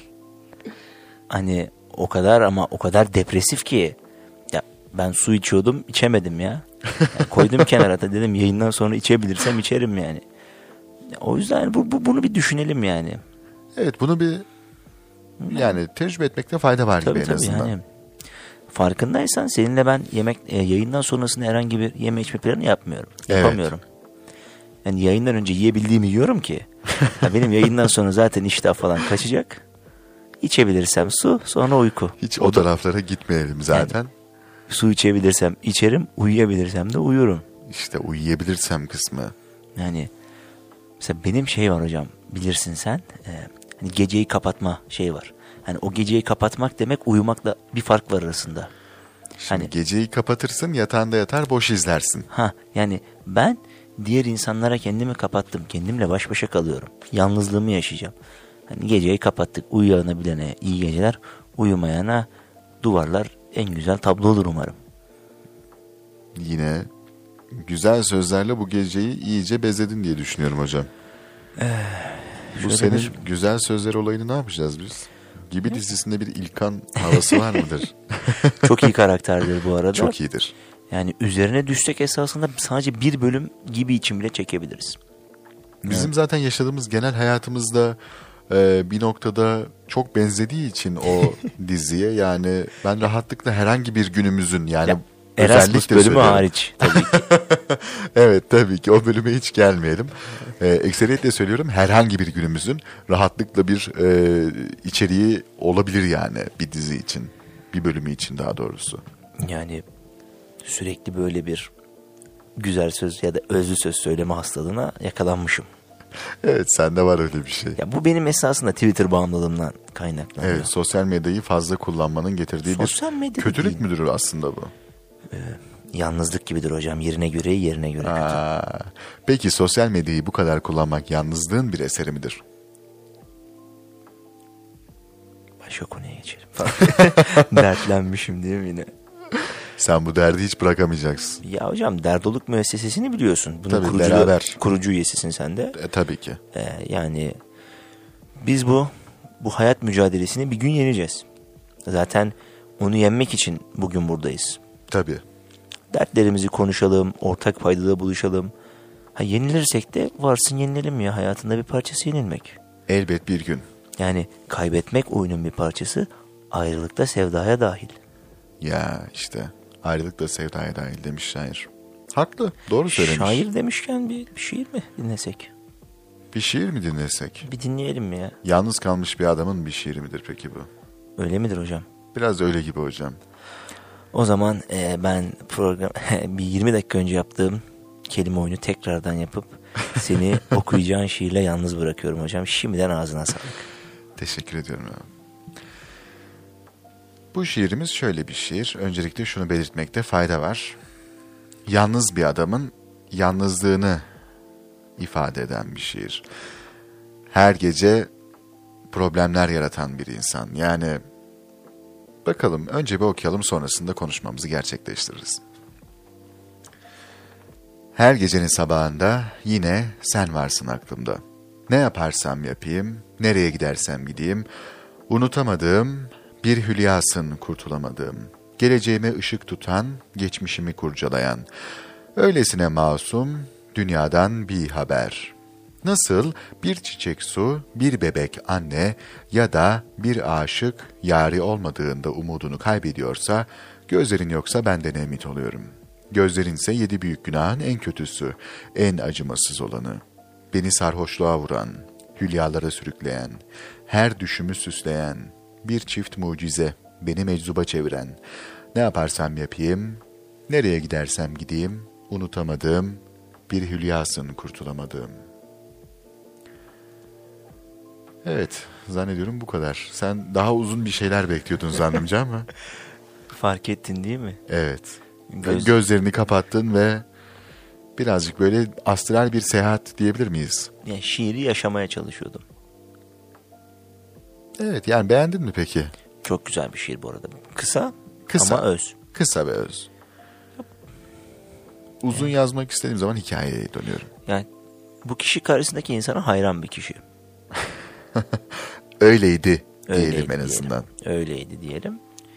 Hani o kadar ama o kadar depresif ki. Ya ben su içiyordum, içemedim ya. Yani koydum kenara da dedim yayından sonra içebilirsem içerim yani. O yüzden bunu bir düşünelim yani. Evet, bunu bir yani tecrübe etmekte fayda var gibi en azından. Yani. Farkındaysan seninle ben yayından sonrasında herhangi bir yeme içme planı yapmıyorum. Yapamıyorum. Evet. Yani yayından önce yiyebildiğimi yiyorum ki. Benim yayından sonra zaten iştah falan kaçacak. İçebilirsem su, sonra uyku. Hiç o taraflara gitmeyelim zaten. Yani, su içebilirsem içerim, uyuyabilirsem de uyurum. İşte uyuyabilirsem kısmı. Yani mesela benim var hocam, bilirsin sen. Hani geceyi kapatma var. Hani o geceyi kapatmak demek uyumakla bir fark var arasında. Şimdi hani geceyi kapatırsın, yatağında yatar boş izlersin. Yani ben diğer insanlara kendimi kapattım. Kendimle baş başa kalıyorum. Yalnızlığımı yaşayacağım. Hani geceyi kapattık. Uyuyana bilene iyi geceler. Uyumayana duvarlar en güzel tablo olur umarım. Yine güzel sözlerle bu geceyi iyice bezedin diye düşünüyorum hocam. Bu senin güzel sözler olayını ne yapacağız biz? Gibi dizisinde bir İlkan havası var mıdır? Çok iyi karakterdir bu arada. Çok iyidir. Yani üzerine düşsek esasında sadece bir bölüm gibi için bile çekebiliriz. Bizim zaten yaşadığımız genel hayatımızda bir noktada çok benzediği için o diziye, yani ben rahatlıkla herhangi bir günümüzün yani Erasmus bölümü hariç tabii ki. Evet, tabii ki o bölüme hiç gelmeyelim. Ekseriyetle söylüyorum, herhangi bir günümüzün rahatlıkla bir içeriği olabilir yani bir dizi için. Bir bölümü için daha doğrusu. Yani sürekli böyle bir güzel söz ya da özlü söz söyleme hastalığına yakalanmışım. Evet, sende var öyle bir şey. Ya bu benim esasında Twitter bağımlılığımdan kaynaklanıyor. Evet, sosyal medyayı fazla kullanmanın getirdiği bir kötülük müdür aslında bu? Yalnızlık gibidir hocam. Yerine göre kötü. Peki sosyal medyayı bu kadar kullanmak yalnızlığın bir eseri midir? başka konuya geçelim falan. Dertlenmişim değil mi yine? Sen bu derdi hiç bırakamayacaksın. Ya hocam Derdoluk müessesesini biliyorsun. Bunun Tabii, beraber. Kurucu üyesisin sen de. Tabii ki. Yani biz bu hayat mücadelesini bir gün yeneceğiz. Zaten onu yenmek için bugün buradayız. Tabii. Dertlerimizi konuşalım, ortak paydada buluşalım. Yenilirsek de varsın yenilelim ya, hayatında bir parçası yenilmek. Elbet bir gün. Yani kaybetmek oyunun bir parçası, ayrılık da sevdaya dahil. Ya işte ayrılık da sevdaya dahil demiş şair. Haklı, doğru söylemiş. Şair demişken bir şiir mi dinlesek? Bir şiir mi dinlesek? Bir dinleyelim mi ya? Yalnız kalmış bir adamın bir şiiri midir peki bu? Öyle midir hocam? Biraz öyle gibi hocam. O zaman ben bir 20 dakika önce yaptığım kelime oyunu tekrardan yapıp seni okuyacağın şiirle yalnız bırakıyorum hocam. Şimdiden ağzına sağlık. Teşekkür ediyorum abi. Bu şiirimiz şöyle bir şiir. Öncelikle şunu belirtmekte fayda var. Yalnız bir adamın yalnızlığını ifade eden bir şiir. Her gece problemler yaratan bir insan. Yani bakalım, önce bir okuyalım, sonrasında konuşmamızı gerçekleştiririz. Her gecenin sabahında yine sen varsın aklımda. Ne yaparsam yapayım, nereye gidersem gideyim, unutamadığım bir hülyasın, kurtulamadığım. Geleceğime ışık tutan, geçmişimi kurcalayan. Öylesine masum, dünyadan bir haber. Nasıl bir çiçek su, bir bebek anne ya da bir aşık yari olmadığında umudunu kaybediyorsa, gözlerin yoksa benden ümit oluyorum. Gözlerinse 7 büyük günahın en kötüsü, en acımasız olanı. Beni sarhoşluğa vuran, hülyalara sürükleyen, her düşümü süsleyen, bir çift mucize, beni meczuba çeviren. Ne yaparsam yapayım, nereye gidersem gideyim, unutamadığım bir hülyasın, kurtulamadığım. Evet, zannediyorum bu kadar. Sen daha uzun bir şeyler bekliyordun zannımca ama. Fark ettin değil mi? Evet. Gözlerini kapattın ve birazcık böyle astral bir seyahat diyebilir miyiz? Yani şiiri yaşamaya çalışıyordum. Evet, yani beğendin mi peki? Çok güzel bir şiir bu arada. Kısa Kısa ama öz. Kısa ve öz. Uzun yazmak istediğim zaman hikayeye dönüyorum. Yani bu kişi karşısındaki insana hayran bir kişi. Öyleydi Öyleydi diyelim en azından. Öyleydi diyelim.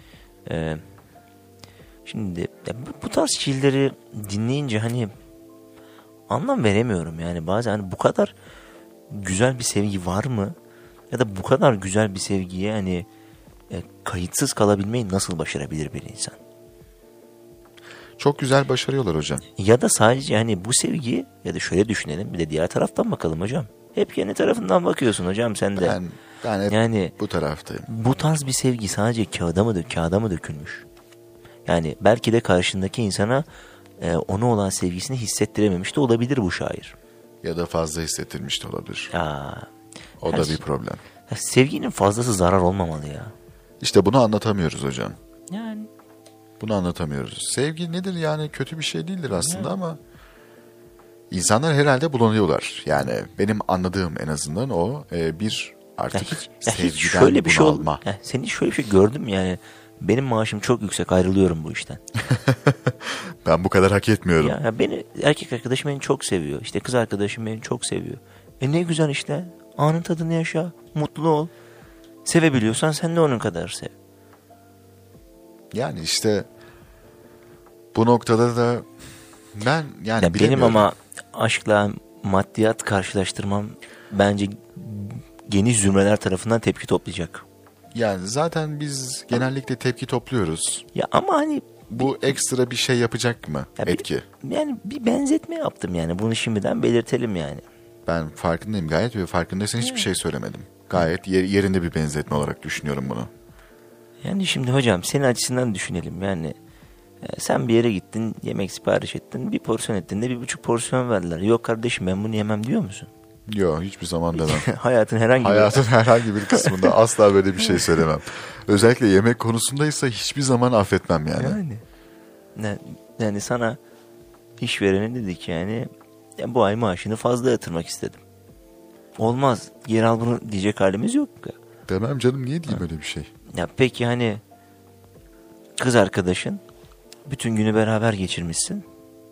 Şimdi bu tarz şiirleri dinleyince hani anlam veremiyorum yani bazen hani bu kadar güzel bir sevgi var mı? Ya da bu kadar güzel bir sevgiye hani kayıtsız kalabilmeyi nasıl başarabilir bir insan? Çok güzel başarıyorlar hocam. Ya da sadece hani bu sevgi, ya da şöyle düşünelim, bir de diğer taraftan bakalım hocam. Hep kendi tarafından bakıyorsun hocam sen de. Ben hep yani bu taraftayım. Bu tarz bir sevgi sadece kağıda mı dökülmüş? Yani belki de karşındaki insana ona olan sevgisini hissettirememiş de olabilir bu şair. Ya da fazla hissettirmiş de olabilir. O Her da bir problem. Sevginin fazlası zarar olmamalı ya. İşte bunu anlatamıyoruz hocam. Yani. Bunu anlatamıyoruz. Sevgi nedir yani, kötü bir şey değildir aslında ama insanlar herhalde bulanıyorlar. Yani benim anladığım en azından o bir artık sevgiden şöyle bir şey bunalma. Senin şöyle bir şey gördüm yani. Benim maaşım çok yüksek, ayrılıyorum bu işten. Ben bu kadar hak etmiyorum. Ya beni, erkek arkadaşım beni çok seviyor. İşte kız arkadaşım beni çok seviyor. Ne güzel işte. Anın tadını yaşa. Mutlu ol. Sevebiliyorsan sen de onun kadar sev. Yani işte bu noktada da ben yani benim ama aşkla maddiyat karşılaştırmam bence geniş zümreler tarafından tepki toplayacak. Yani zaten biz genellikle tepki topluyoruz. Ya ama hani bu ekstra bir şey yapacak mı etki? Yani bir benzetme yaptım yani. Bunu şimdiden belirtelim yani. Ben farkındayım gayet ve farkındaysan hiçbir şey söylemedim. Gayet yerinde bir benzetme olarak düşünüyorum bunu. Yani şimdi hocam senin açısından düşünelim yani. Sen bir yere gittin, yemek sipariş ettin, bir porsiyon ettiğinde 1,5 porsiyon verdiler. Yok kardeşim ben bunu yemem diyor musun? Yok, hiçbir zaman demem. Hayatın herhangi bir kısmında asla böyle bir şey söylemem. Özellikle yemek konusundaysa hiçbir zaman affetmem yani. Yani sana işverene dedik yani bu ay maaşını fazla yatırmak istedim. Olmaz, geri al bunu diyecek halimiz yok. Demem canım, niye diyeyim öyle bir şey? Ya peki hani kız arkadaşın, bütün günü beraber geçirmişsin.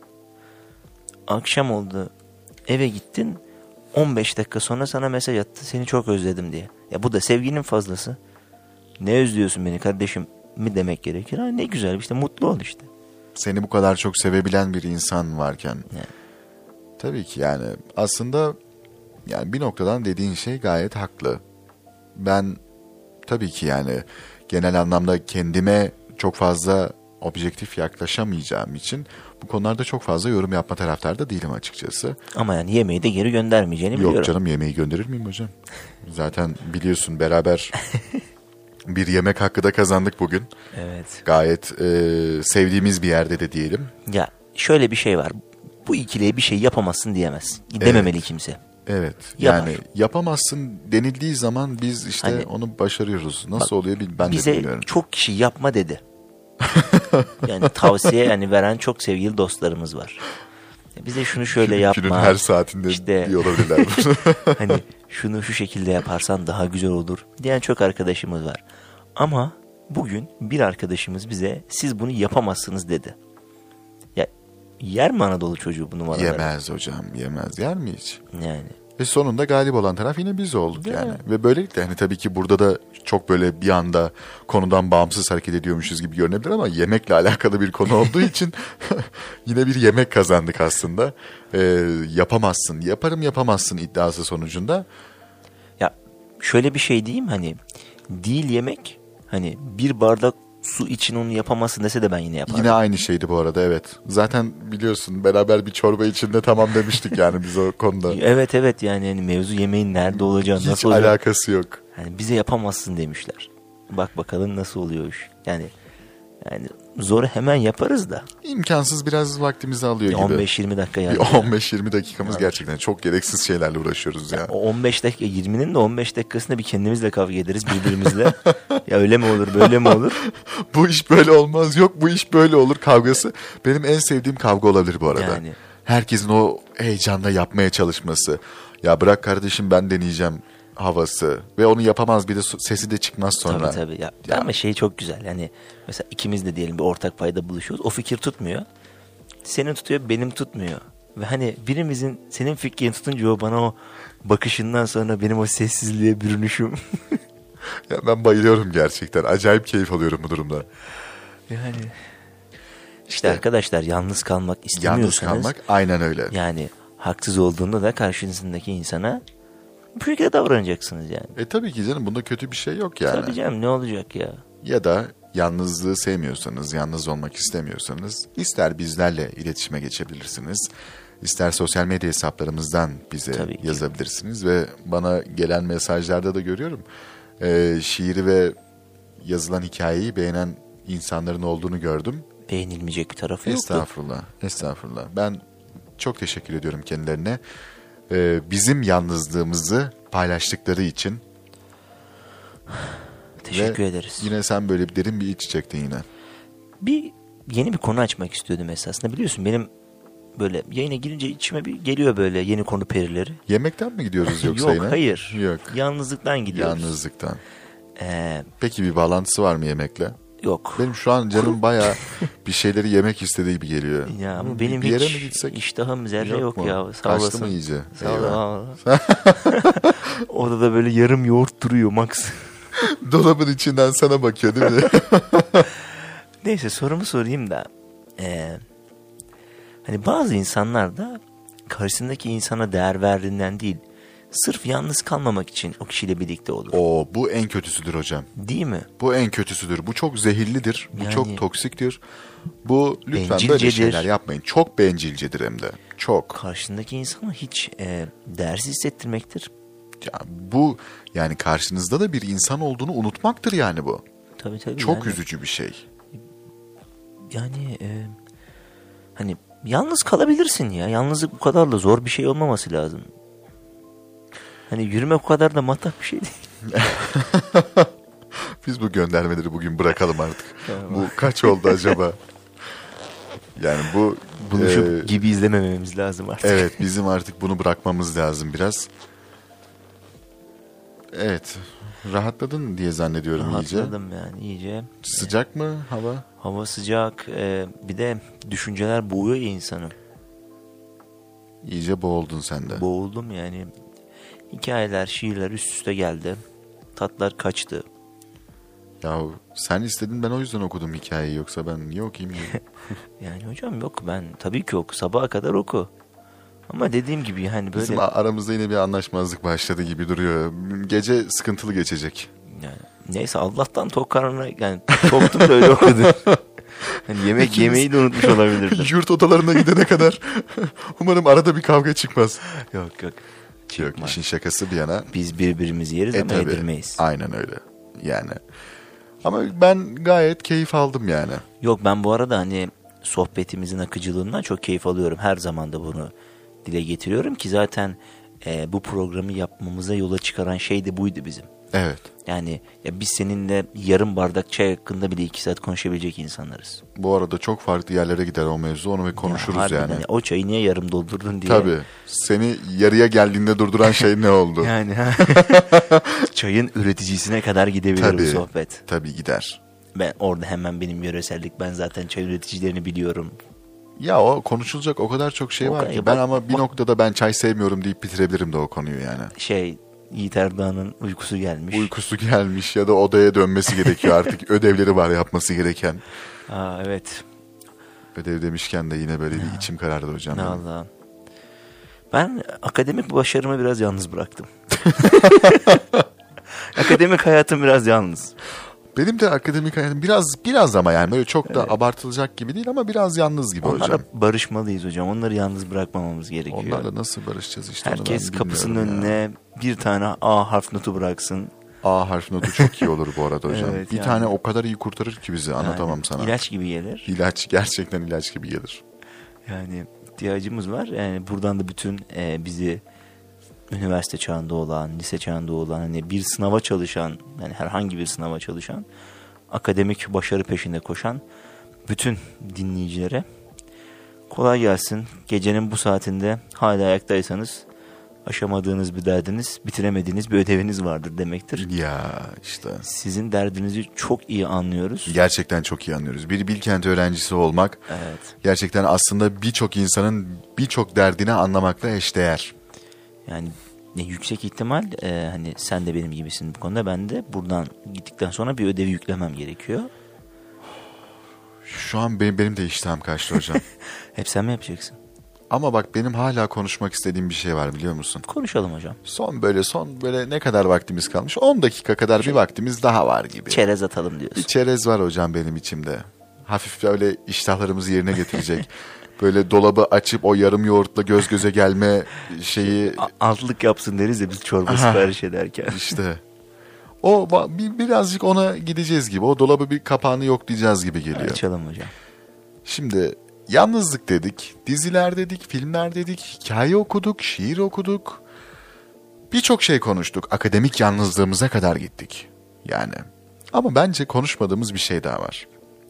Akşam oldu, eve gittin, 15 dakika sonra sana mesaj attı, seni çok özledim diye. Ya bu da sevginin fazlası. Ne özlüyorsun beni kardeşim mi demek gerekir. Ha, ne güzel işte, mutlu ol işte. Seni bu kadar çok sevebilen bir insan varken. Yani. Tabii ki yani aslında yani bir noktadan dediğin şey gayet haklı. Ben tabii ki yani genel anlamda kendime çok fazla objektif yaklaşamayacağım için bu konularda çok fazla yorum yapma taraftarda değilim açıkçası. Ama yani yemeği de geri göndermeyeceğini biliyorum. Yok canım, yemeği gönderir miyim hocam? Zaten biliyorsun beraber bir yemek hakkı da kazandık bugün. Evet. Gayet sevdiğimiz bir yerde de diyelim. Ya şöyle bir şey var. Bu ikiliye bir şey yapamazsın diyemez. Dememeli kimse. Evet. Yapar. Yani yapamazsın denildiği zaman biz işte Hani, onu başarıyoruz. Nasıl oluyor ben de bize bilmiyorum. çok kişi yapma dedi. Yani tavsiye yani veren çok sevgili dostlarımız var. Bize şunu şöyle yapma. Günün her saatinde işte, diyor olabilirler bunu. hani şunu şu şekilde yaparsan daha güzel olur diyen çok arkadaşımız var. Ama bugün bir arkadaşımız bize siz bunu yapamazsınız dedi. Ya yer mi Anadolu çocuğu bu numaraları? Yemez hocam, yemez. Yer mi hiç? Yani. Ve sonunda galip olan taraf yine biz olduk Değil yani. mi? Ve böylelikle hani tabii ki burada da çok böyle bir anda konudan bağımsız hareket ediyormuşuz gibi görünebilir ama yemekle alakalı bir konu olduğu için yine bir yemek kazandık aslında. Yapamazsın, yaparım yapamazsın iddiası sonucunda. Ya şöyle bir şey diyeyim, hani değil yemek, hani bir bardak su için onu yapamazsın dese de ben yine yaparım. Yine aynı şeydi bu arada, evet. Zaten biliyorsun beraber bir çorba içinde tamam demiştik yani biz o konuda. Evet yani hani mevzu yemeğin nerede olacağı, Hiç nasıl olacağı. alakası yok. Hani bize yapamazsın demişler. Bak bakalım nasıl oluyor iş. Yani zoru hemen yaparız da. İmkansız, biraz vaktimizi alıyor gibi. 15-20 dakika Bir yani. 15-20 dakikamız gerçekten çok gereksiz şeylerle uğraşıyoruz ya. O 15 dakika, 20'nin de 15 dakikasında bir kendimizle kavga ederiz birbirimizle. Ya öyle mi olur, böyle mi olur? Bu iş böyle olmaz, yok bu iş böyle olur kavgası. Benim en sevdiğim kavga olabilir bu arada. Yani. Herkesin o heyecanla yapmaya çalışması. Ya bırak kardeşim ben deneyeceğim havası. Ve onu yapamaz, bir de sesi de çıkmaz sonra. Tabii. Ya. Ya. Ama şey çok güzel. Yani mesela ikimiz de diyelim bir ortak payda buluşuyoruz. O fikir tutmuyor. Senin tutuyor, benim tutmuyor. Ve hani birimizin senin fikrini tutunca o bana o bakışından sonra benim o sessizliğe bürünüşüm. Ya ben bayılıyorum gerçekten. Acayip keyif alıyorum bu durumda. Yani işte arkadaşlar, yalnız kalmak Yalnız istemiyorsanız. kalmak aynen öyle. Yani haksız olduğunda da karşınızdaki insana bu şekilde davranacaksınız yani. Tabii ki canım, bunda kötü bir şey yok yani. Tabii canım, ne olacak ya? Ya da yalnızlığı sevmiyorsanız, yalnız olmak istemiyorsanız ister bizlerle iletişime geçebilirsiniz. İster sosyal medya hesaplarımızdan bize Tabii ki. yazabilirsiniz ve bana gelen mesajlarda da görüyorum. Şiiri ve yazılan hikayeyi beğenen insanların olduğunu gördüm. Beğenilmeyecek bir tarafı yoktu. Estağfurullah. Ben çok teşekkür ediyorum kendilerine. Bizim yalnızlığımızı paylaştıkları için. Teşekkür Ve ederiz. Yine sen böyle bir derin bir iç çektin yine. Yeni bir konu açmak istiyordum esasında. Biliyorsun benim böyle yayına girince içime bir geliyor böyle yeni konu perileri. Yemekten mi gidiyoruz yoksa Yok, yine? hayır. Yok. Yalnızlıktan gidiyoruz. Yalnızlıktan. Ee, Peki bir bağlantısı var mı yemekle? yok. Benim şu an canım bayağı bir şeyleri yemek istediği gibi geliyor. Ya ama benim bir yere hiç mi gitsek? iştahım zerre yok mu? ya. Sağ Kaçtı olasın. mı iyice? Sağ ol. Eyvah. Vallahi. Orada da böyle yarım yoğurt duruyor Max. Dolabın içinden sana bakıyor değil mi? Neyse, sorumu sorayım da. Hani bazı insanlar da karşısındaki insana değer verdiğinden değil, sırf yalnız kalmamak için o kişiyle birlikte olur. Bu en kötüsüdür hocam. Değil mi? Bu en kötüsüdür. Bu çok zehirlidir. Bu Yani- çok toksiktir. Bu lütfen böyle Bencilcedir. şeyler yapmayın. Çok bencilcedir hem de. Çok. Karşındaki insana hiç değersiz hissettirmektir. Ya bu yani karşınızda da bir insan olduğunu unutmaktır yani bu. Tabii Çok yani, üzücü bir şey. Yani hani yalnız kalabilirsin ya. Yalnızlık bu kadar da zor bir şey olmaması lazım. Hani yürümek o kadar da matah bir şey değil. Biz bu göndermeleri bugün bırakalım artık. Bu kaç oldu acaba? Yani bu Buluşup gibi izlemememiz lazım artık. evet, bizim artık bunu bırakmamız lazım biraz. Evet. Rahatladın diye zannediyorum iyice. Rahatladım yani iyice. Sıcak mı hava? Hava sıcak. Bir de düşünceler boğuyor ya insanı. İyice boğuldun sen de. Boğuldum yani. Hikayeler, şiirler üst üste geldi. Tatlar kaçtı. Yahu sen istedin, ben o yüzden okudum hikayeyi, yoksa ben niye okuyayım diye. Yani hocam yok, ben tabii ki oku. Sabaha kadar oku. Ama dediğim gibi hani böyle... Bizim aramızda yine bir anlaşmazlık başladı gibi duruyor. Gece sıkıntılı geçecek. Yani, neyse Allah'tan tok karnına yani toktum da öyle okudum. Hani yemeği de unutmuş olabilirdim. Yurt odalarına gidene kadar umarım arada bir kavga çıkmaz. Yok. Yok, işin şakası bir yana. Biz birbirimizi yeriz ama Tabii, yedirmeyiz. aynen öyle yani. Ama ben gayet keyif aldım yani. Yok, ben bu arada hani sohbetimizin akıcılığından çok keyif alıyorum. Her zaman da bunu dile getiriyorum ki zaten bu programı yapmamıza yola çıkaran şey de buydu bizim. Evet. Yani ya biz seninle yarım bardak çay hakkında bile 2 saat konuşabilecek insanlarız. Bu arada çok farklı yerlere gider o mevzu, onu ve konuşuruz ya, yani. O çayı niye yarım doldurdun diye. Tabii. Seni yarıya geldiğinde durduran şey ne oldu? Yani çayın üreticisine kadar gidebilir Tabii, bu sohbet. tabii gider. Ben orada hemen benim yöresellik, ben zaten çay üreticilerini biliyorum. Ya o konuşulacak o kadar çok şey var ki. Ben ama bir noktada ben çay sevmiyorum deyip bitirebilirim de o konuyu yani. Yiğit Erdoğan'ın uykusu gelmiş. Uykusu gelmiş ya da odaya dönmesi gerekiyor artık. Ödevleri var yapması gereken. Evet. Ödev demişken de yine böyle bir içim karardı hocam. Allah. Ben akademik başarımı biraz yalnız bıraktım. Akademik hayatım biraz yalnız. Benim de akademik hayatım biraz ama yani böyle çok da abartılacak gibi değil ama biraz yalnız gibi Onlarla hocam. barışmalıyız hocam. Onları yalnız bırakmamamız gerekiyor. Onlarla nasıl barışacağız işte. Herkes kapısının önüne bir tane A harf notu bıraksın. A harf notu çok iyi olur bu arada hocam. Evet, bir tane o kadar iyi kurtarır ki bizi, anlatamam sana. İlaç gibi gelir. İlaç, gerçekten ilaç gibi gelir. Yani ihtiyacımız var. Yani buradan da bütün bizi üniversite çağında olan, lise çağında olan, hani bir sınava çalışan, yani herhangi bir sınava çalışan, akademik başarı peşinde koşan bütün dinleyicilere kolay gelsin. Gecenin bu saatinde hala ayaktaysanız aşamadığınız bir derdiniz, bitiremediğiniz bir ödeviniz vardır demektir. Ya işte. Sizin derdinizi çok iyi anlıyoruz. Gerçekten çok iyi anlıyoruz. Bir Bilkent öğrencisi olmak gerçekten aslında birçok insanın birçok derdini anlamakla eşdeğer. Yani yüksek ihtimal hani sen de benim gibisin bu konuda, ben de buradan gittikten sonra bir ödevi yüklemem gerekiyor. Şu an benim de iştahım kaçtı hocam. Hep sen mi yapacaksın? Ama bak benim hala konuşmak istediğim bir şey var, biliyor musun? Konuşalım hocam. Son böyle ne kadar vaktimiz kalmış? 10 dakika kadar bir vaktimiz daha var gibi. Çerez atalım diyorsun. Bir çerez var hocam benim içimde. Hafif böyle iştahlarımızı yerine getirecek. Böyle dolabı açıp o yarım yoğurtla göz göze gelme şeyi... Altlık yapsın deriz ya biz çorba sipariş ederken. İşte. O birazcık ona gideceğiz gibi. O dolabı bir kapağını yoklayacağız gibi geliyor. Açalım hocam. Şimdi yalnızlık dedik, diziler dedik, filmler dedik, hikaye okuduk, şiir okuduk. Birçok şey konuştuk. Akademik yalnızlığımıza kadar gittik. Yani. Ama bence konuşmadığımız bir şey daha var.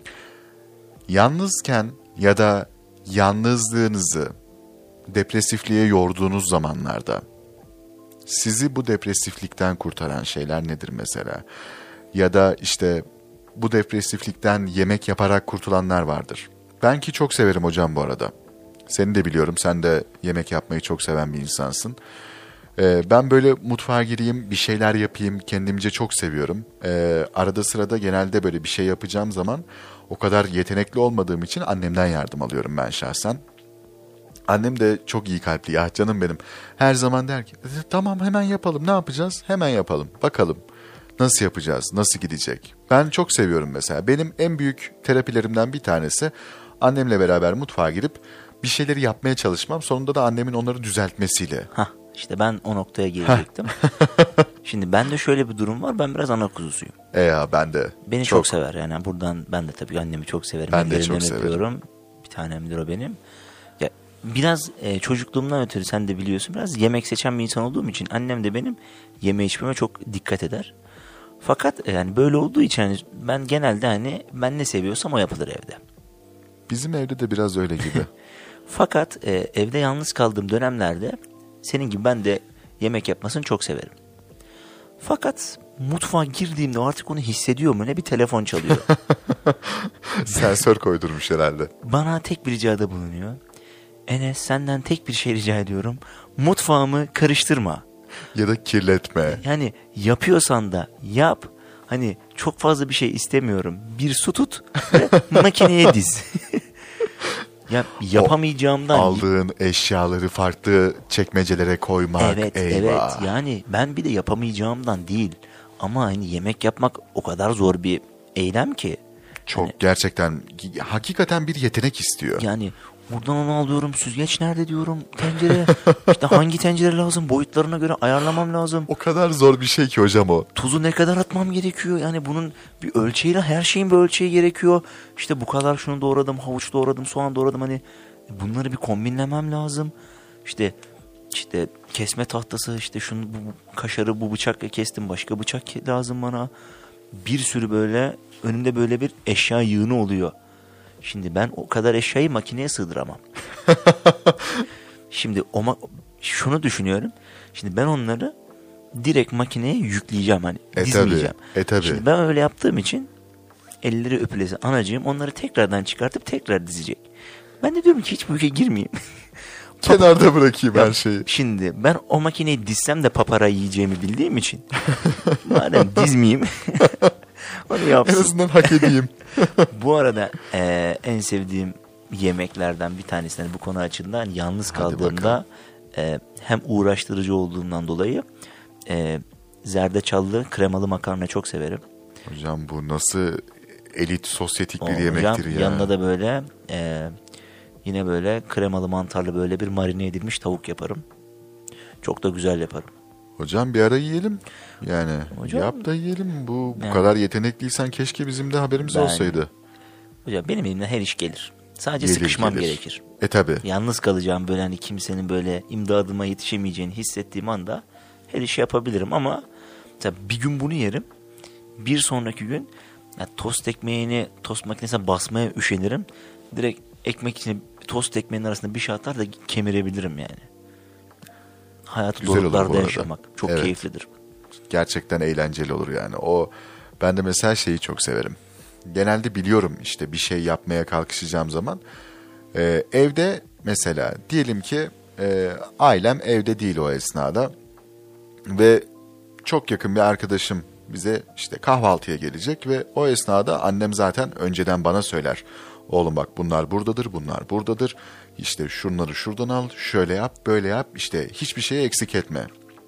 Yalnızken ya da yalnızlığınızı depresifliğe yorduğunuz zamanlarda sizi bu depresiflikten kurtaran şeyler nedir mesela? Ya da işte bu depresiflikten yemek yaparak kurtulanlar vardır. Ben ki çok severim hocam bu arada. Seni de biliyorum, sen de yemek yapmayı çok seven bir insansın. Ben böyle mutfağa gireyim, bir şeyler yapayım, kendimce çok seviyorum. Arada sırada genelde böyle bir şey yapacağım zaman o kadar yetenekli olmadığım için annemden yardım alıyorum ben şahsen. Annem de çok iyi kalpli, ya canım benim. Her zaman der ki tamam hemen yapalım, ne yapacağız? Hemen yapalım, bakalım. Nasıl yapacağız, nasıl gidecek? Ben çok seviyorum mesela. Benim en büyük terapilerimden bir tanesi annemle beraber mutfağa girip bir şeyleri yapmaya çalışmam. Sonunda da annemin onları düzeltmesiyle. İşte ben o noktaya gelecektim. Şimdi bende şöyle bir durum var. Ben biraz ana kuzusuyum. Ya ben de. Beni çok sever yani. Buradan ben de tabii annemi çok severim. Ben de çok severim. Bir tanemdir o benim. Ya biraz çocukluğumdan ötürü sen de biliyorsun, biraz yemek seçen bir insan olduğum için annem de benim yeme içmeme çok dikkat eder. Fakat yani böyle olduğu için hani ben genelde hani ben ne seviyorsam o yapılır evde. Bizim evde de biraz öyle gibi. Fakat evde yalnız kaldığım dönemlerde senin gibi ben de yemek yapmasını çok severim. Fakat mutfağa girdiğimde artık onu hissediyorum. Öyle bir telefon çalıyor. Sensör koydurmuş herhalde. Bana tek bir ricada bulunuyor. Enes, senden tek bir şey rica ediyorum. Mutfağımı karıştırma. Ya da kirletme. Yani yapıyorsan da yap. Hani çok fazla bir şey istemiyorum. Bir su tut ve makineye diz. Ya yapamayacağımdan. Aldığın eşyaları farklı çekmecelere koymak. Evet, eyvah. evet. Yani ben bir de yapamayacağımdan değil. Ama hani yemek yapmak o kadar zor bir eylem ki. Çok Hani, gerçekten hakikaten bir yetenek istiyor. yani buradan onu alıyorum. Süzgeç nerede diyorum. Tencere. İşte hangi tencere lazım? Boyutlarına göre ayarlamam lazım. O kadar zor bir şey ki hocam o. Tuzu ne kadar atmam gerekiyor? Yani bunun bir ölçeğiyle, her şeyin bir ölçeği gerekiyor. İşte bu kadar şunu doğradım, havuç doğradım, soğan doğradım. Hani bunları bir kombinlemem lazım. İşte kesme tahtası, işte şunu, bu kaşarı bu bıçakla kestim, başka bıçak lazım bana. Bir sürü böyle önümde böyle bir eşya yığını oluyor. Şimdi ben o kadar eşyayı makineye sığdıramam. Şimdi şunu düşünüyorum. Şimdi ben onları direkt makineye yükleyeceğim, hani dizmeyeceğim. Tabii. Şimdi ben öyle yaptığım için elleri öpülesi anacığım onları tekrardan çıkartıp tekrar dizecek. Ben de diyorum ki hiç bu işe girmeyeyim. Kenarda bırakayım her şeyi. Şimdi ben o makineyi dizsem de papara yiyeceğimi bildiğim için madem dizmeyeyim onu yapsın. En azından hak edeyim. Bu arada en sevdiğim yemeklerden bir tanesi, yani bu konu açısından yalnız kaldığımda hem uğraştırıcı olduğundan dolayı zerdeçallı kremalı makarna çok severim. Hocam bu nasıl elit sosyetik bir Hocam, yemektir ya. yanına da böyle yine böyle kremalı mantarlı böyle bir marine edilmiş tavuk yaparım. Çok da güzel yaparım. Hocam bir ara yiyelim. Yani Hocam, yap da yiyelim. Bu yani, kadar yetenekliysen keşke bizim de haberimiz olsaydı. Hocam benim elimden her iş gelir. Sadece Gelir, sıkışmam gelir. gerekir. Tabi. Yalnız kalacağım, böyle hani kimsenin böyle imdadıma yetişemeyeceğini hissettiğim anda her işi yapabilirim ama mesela bir gün bunu yerim. Bir sonraki gün ya tost ekmeğini tost makinesine basmaya üşenirim. Direkt ekmek içine tost ekmeğinin arasında bir şey atar da kemirebilirim yani. Hayatı Güzel olur bu doruklarda arada. yaşamak çok Evet. keyiflidir. Gerçekten eğlenceli olur yani. Ben de mesela şeyi çok severim. Genelde biliyorum işte bir şey yapmaya kalkışacağım zaman. Evde mesela diyelim ki ailem evde değil o esnada. Ve çok yakın bir arkadaşım bize işte kahvaltıya gelecek ve o esnada annem zaten önceden bana söyler. Oğlum bak bunlar buradadır, bunlar buradadır. İşte şunları şuradan al, şöyle yap, böyle yap. İşte hiçbir şeyi eksik etme.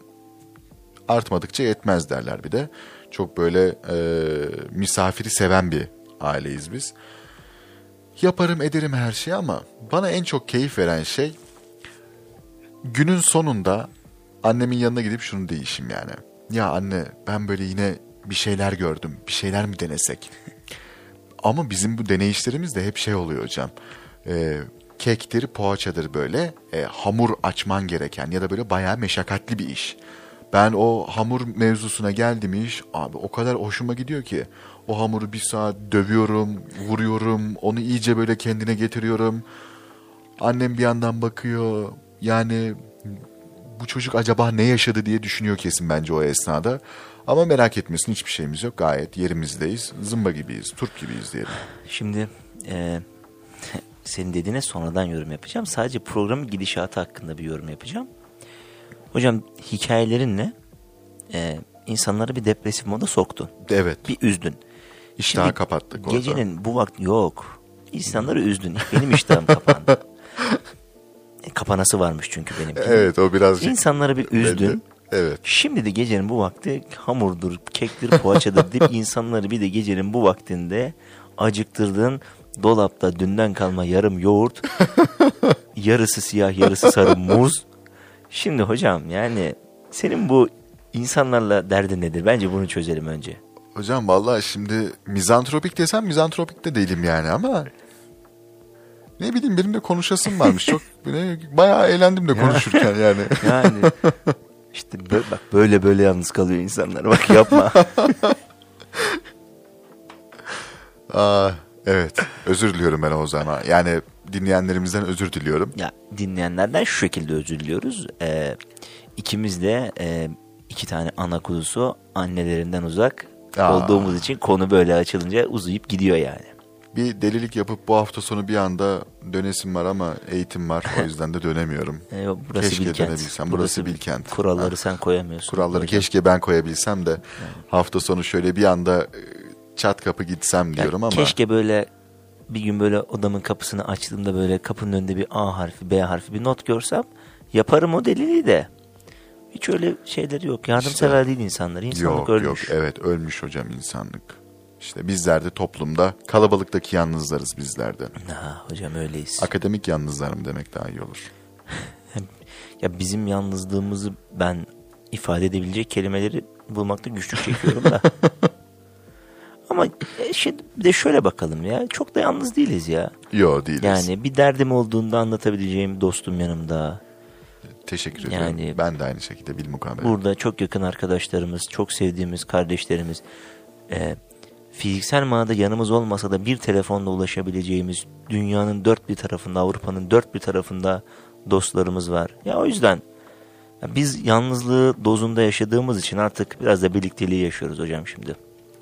Artmadıkça yetmez derler bir de. Çok böyle misafiri seven bir aileyiz biz. Yaparım ederim her şeyi ama bana en çok keyif veren şey günün sonunda annemin yanına gidip şunu değişim yani. Ya anne ben böyle yine bir şeyler gördüm. Bir şeyler mi denesek? Ama bizim bu deneyişlerimiz de hep şey oluyor hocam. Kektir, poğaçadır böyle. Hamur açman gereken ya da böyle bayağı meşakkatli bir iş. Ben o hamur mevzusuna geldim iş. Abi o kadar hoşuma gidiyor ki. O hamuru bir saat dövüyorum, vuruyorum. Onu iyice böyle kendine getiriyorum. Annem bir yandan bakıyor. Yani bu çocuk acaba ne yaşadı diye düşünüyor kesin bence o esnada. Ama merak etmesin, hiçbir şeyimiz yok. Gayet yerimizdeyiz. Zımba gibiyiz, turp gibiyiz diyelim. Şimdi senin dediğine sonradan yorum yapacağım. Sadece programın gidişatı hakkında bir yorum yapacağım. Hocam hikayelerinle insanları bir depresif moda soktun. Evet. Bir üzdün. İştahı Şimdi kapattık orada. gecenin bu vakti yok. İnsanları üzdün. Benim iştahım kapandı. Kapanası varmış çünkü benimki. Evet, o birazcık. İnsanları bir üzdün. Evet. Şimdi de gecenin bu vakti hamurdur, kektir, poğaçadır deyip insanları bir de gecenin bu vaktinde acıktırdın. Dolapta dünden kalma yarım yoğurt, yarısı siyah yarısı sarı muz. Şimdi hocam yani senin bu insanlarla derdin nedir? Bence bunu çözelim önce. Hocam vallahi şimdi mizantropik desem mizantropik de değilim yani ama ne bileyim benim de konuşasım varmış. Çok bayağı eğlendim de konuşurken yani. Yani işte bak böyle yalnız kalıyor insanlar. Bak yapma. Evet, özür diliyorum ben o zaman. Yani dinleyenlerimizden özür diliyorum. Ya dinleyenlerden şu şekilde özür diliyoruz. İkimiz de iki tane ana kuzusu annelerinden uzak Aa. olduğumuz için konu böyle açılınca uzayıp gidiyor yani. Bir delilik yapıp bu hafta sonu bir anda dönesim var ama eğitim var. O yüzden de dönemiyorum. Burası Keşke Bilkent. dönebilsem. Burası Bilkent. Kuralları sen koyamıyorsun. Kuralları hocam. keşke ben koyabilsem de hafta sonu şöyle bir anda çat kapı gitsem diyorum Yani ama. keşke böyle bir gün böyle odamın kapısını açtığımda böyle kapının önünde bir A harfi, B harfi bir not görsem yaparım o deliliği de. Hiç öyle şeyleri yok. Yardımsever değil insanlar. İnsanlık Yok ölmüş. yok, evet, ölmüş hocam insanlık. İşte bizler de toplumda kalabalıktaki yalnızlarız bizler de. Hocam öyleyiz. Akademik yalnızlar mı demek daha iyi olur. Ya bizim yalnızlığımızı ben ifade edebilecek kelimeleri bulmakta güçlük çekiyorum da. Ama bir de şöyle bakalım ya. Çok da yalnız değiliz ya. Yok, değiliz. Yani bir derdim olduğunda anlatabileceğim dostum yanımda. Teşekkür ediyorum. Yani ben de aynı şekilde bilmukabele. Burada çok yakın arkadaşlarımız, çok sevdiğimiz kardeşlerimiz, fiziksel manada yanımız olmasa da bir telefonla ulaşabileceğimiz dünyanın dört bir tarafında, Avrupa'nın dört bir tarafında dostlarımız var. Ya o yüzden biz yalnızlığı dozunda yaşadığımız için artık biraz da birlikteliği yaşıyoruz hocam şimdi.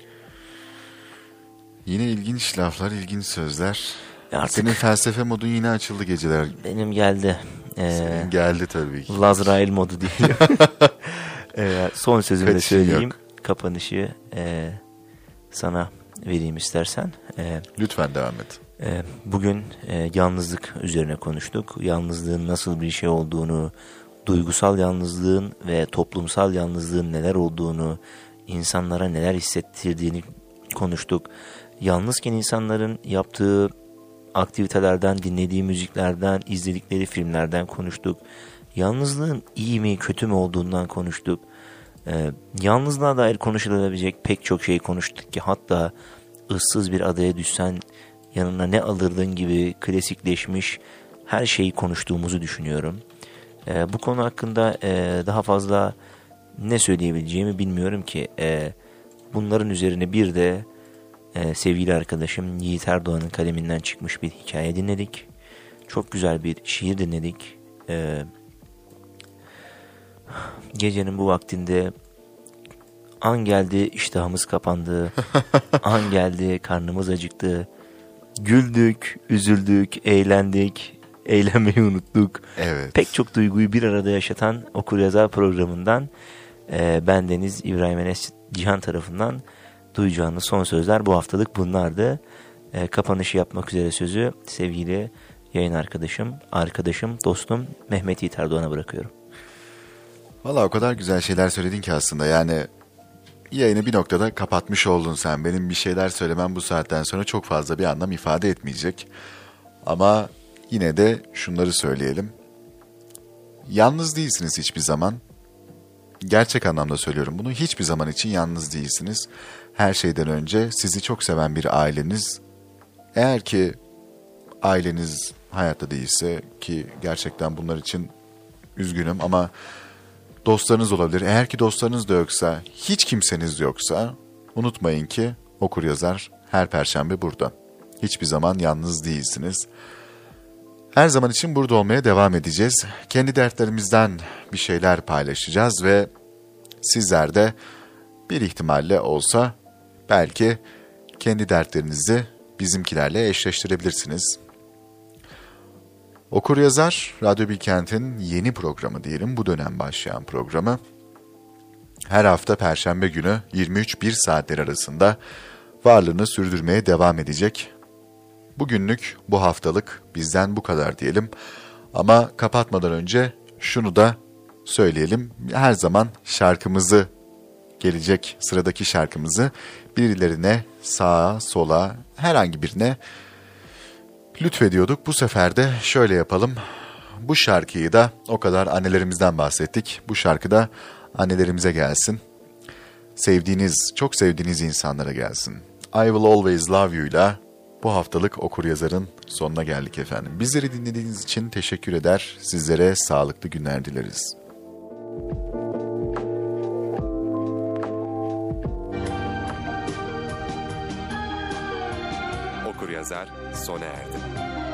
Yine ilginç laflar, ilginç sözler. Artık Senin felsefe modun yine açıldı geceler. benim geldi. Senin geldi tabii ki. Lazrail modu diyelim. Son sözümü de Kaçışın söyleyeyim. yok. Kapanışı sana vereyim istersen. Lütfen devam et. Bugün yalnızlık üzerine konuştuk. Yalnızlığın nasıl bir şey olduğunu, duygusal yalnızlığın ve toplumsal yalnızlığın neler olduğunu, insanlara neler hissettirdiğini konuştuk. Yalnızken insanların yaptığı aktivitelerden, dinlediği müziklerden, izledikleri filmlerden konuştuk. Yalnızlığın iyi mi, kötü mü olduğundan konuştuk. Yalnızlığa dair konuşulabilecek pek çok şey konuştuk ki hatta ıssız bir adaya düşsen yanına ne alırdın gibi klasikleşmiş her şeyi konuştuğumuzu düşünüyorum. Bu konu hakkında daha fazla ne söyleyebileceğimi bilmiyorum ki. Bunların üzerine bir de sevgili arkadaşım Yiğit Erdoğan'ın kaleminden çıkmış bir hikaye dinledik. Çok güzel bir şiir dinledik. Gecenin bu vaktinde an geldi iştahımız kapandı. An geldi karnımız acıktı. Güldük, üzüldük, eğlendik. Eğlenmeyi unuttuk. Evet. Pek çok duyguyu bir arada yaşatan Okuryazar programından bendeniz İbrahim Enes Cihan tarafından duyacağınız son sözler bu haftalık bunlardı. Kapanışı yapmak üzere sözü sevgili yayın arkadaşım, dostum Mehmet Yiğit Erdoğan'a bırakıyorum. Valla o kadar güzel şeyler söyledin ki aslında, yani yayını bir noktada kapatmış oldun sen. Benim bir şeyler söylemem bu saatten sonra çok fazla bir anlam ifade etmeyecek. Ama yine de şunları söyleyelim. Yalnız değilsiniz hiçbir zaman. Gerçek anlamda söylüyorum bunu. Hiçbir zaman için yalnız değilsiniz. Her şeyden önce sizi çok seven bir aileniz. Eğer ki aileniz hayatta değilse, ki gerçekten bunlar için üzgünüm ama dostlarınız olabilir. Eğer ki dostlarınız da yoksa, hiç kimseniz yoksa unutmayın ki Okuryazar her perşembe burada. Hiçbir zaman yalnız değilsiniz. Her zaman için burada olmaya devam edeceğiz. Kendi dertlerimizden bir şeyler paylaşacağız ve sizler de bir ihtimalle olsa belki kendi dertlerinizi bizimkilerle eşleştirebilirsiniz. Okuryazar, Radyo Bilkent'in yeni programı diyelim, bu dönem başlayan programı. Her hafta Perşembe günü 23-1 saatler arasında varlığını sürdürmeye devam edecek. Bugünlük, bu haftalık bizden bu kadar diyelim. Ama kapatmadan önce şunu da söyleyelim. Her zaman şarkımızı, gelecek sıradaki şarkımızı birilerine, sağa, sola, herhangi birine lütfediyorduk. Bu sefer de şöyle yapalım. Bu şarkıyı da, o kadar annelerimizden bahsettik. Bu şarkı da annelerimize gelsin. Sevdiğiniz, çok sevdiğiniz insanlara gelsin. I Will Always Love You'la bu haftalık Okuryazar'ın sonuna geldik efendim. Bizleri dinlediğiniz için teşekkür eder. Sizlere sağlıklı günler dileriz. Okuryazar sona erdi.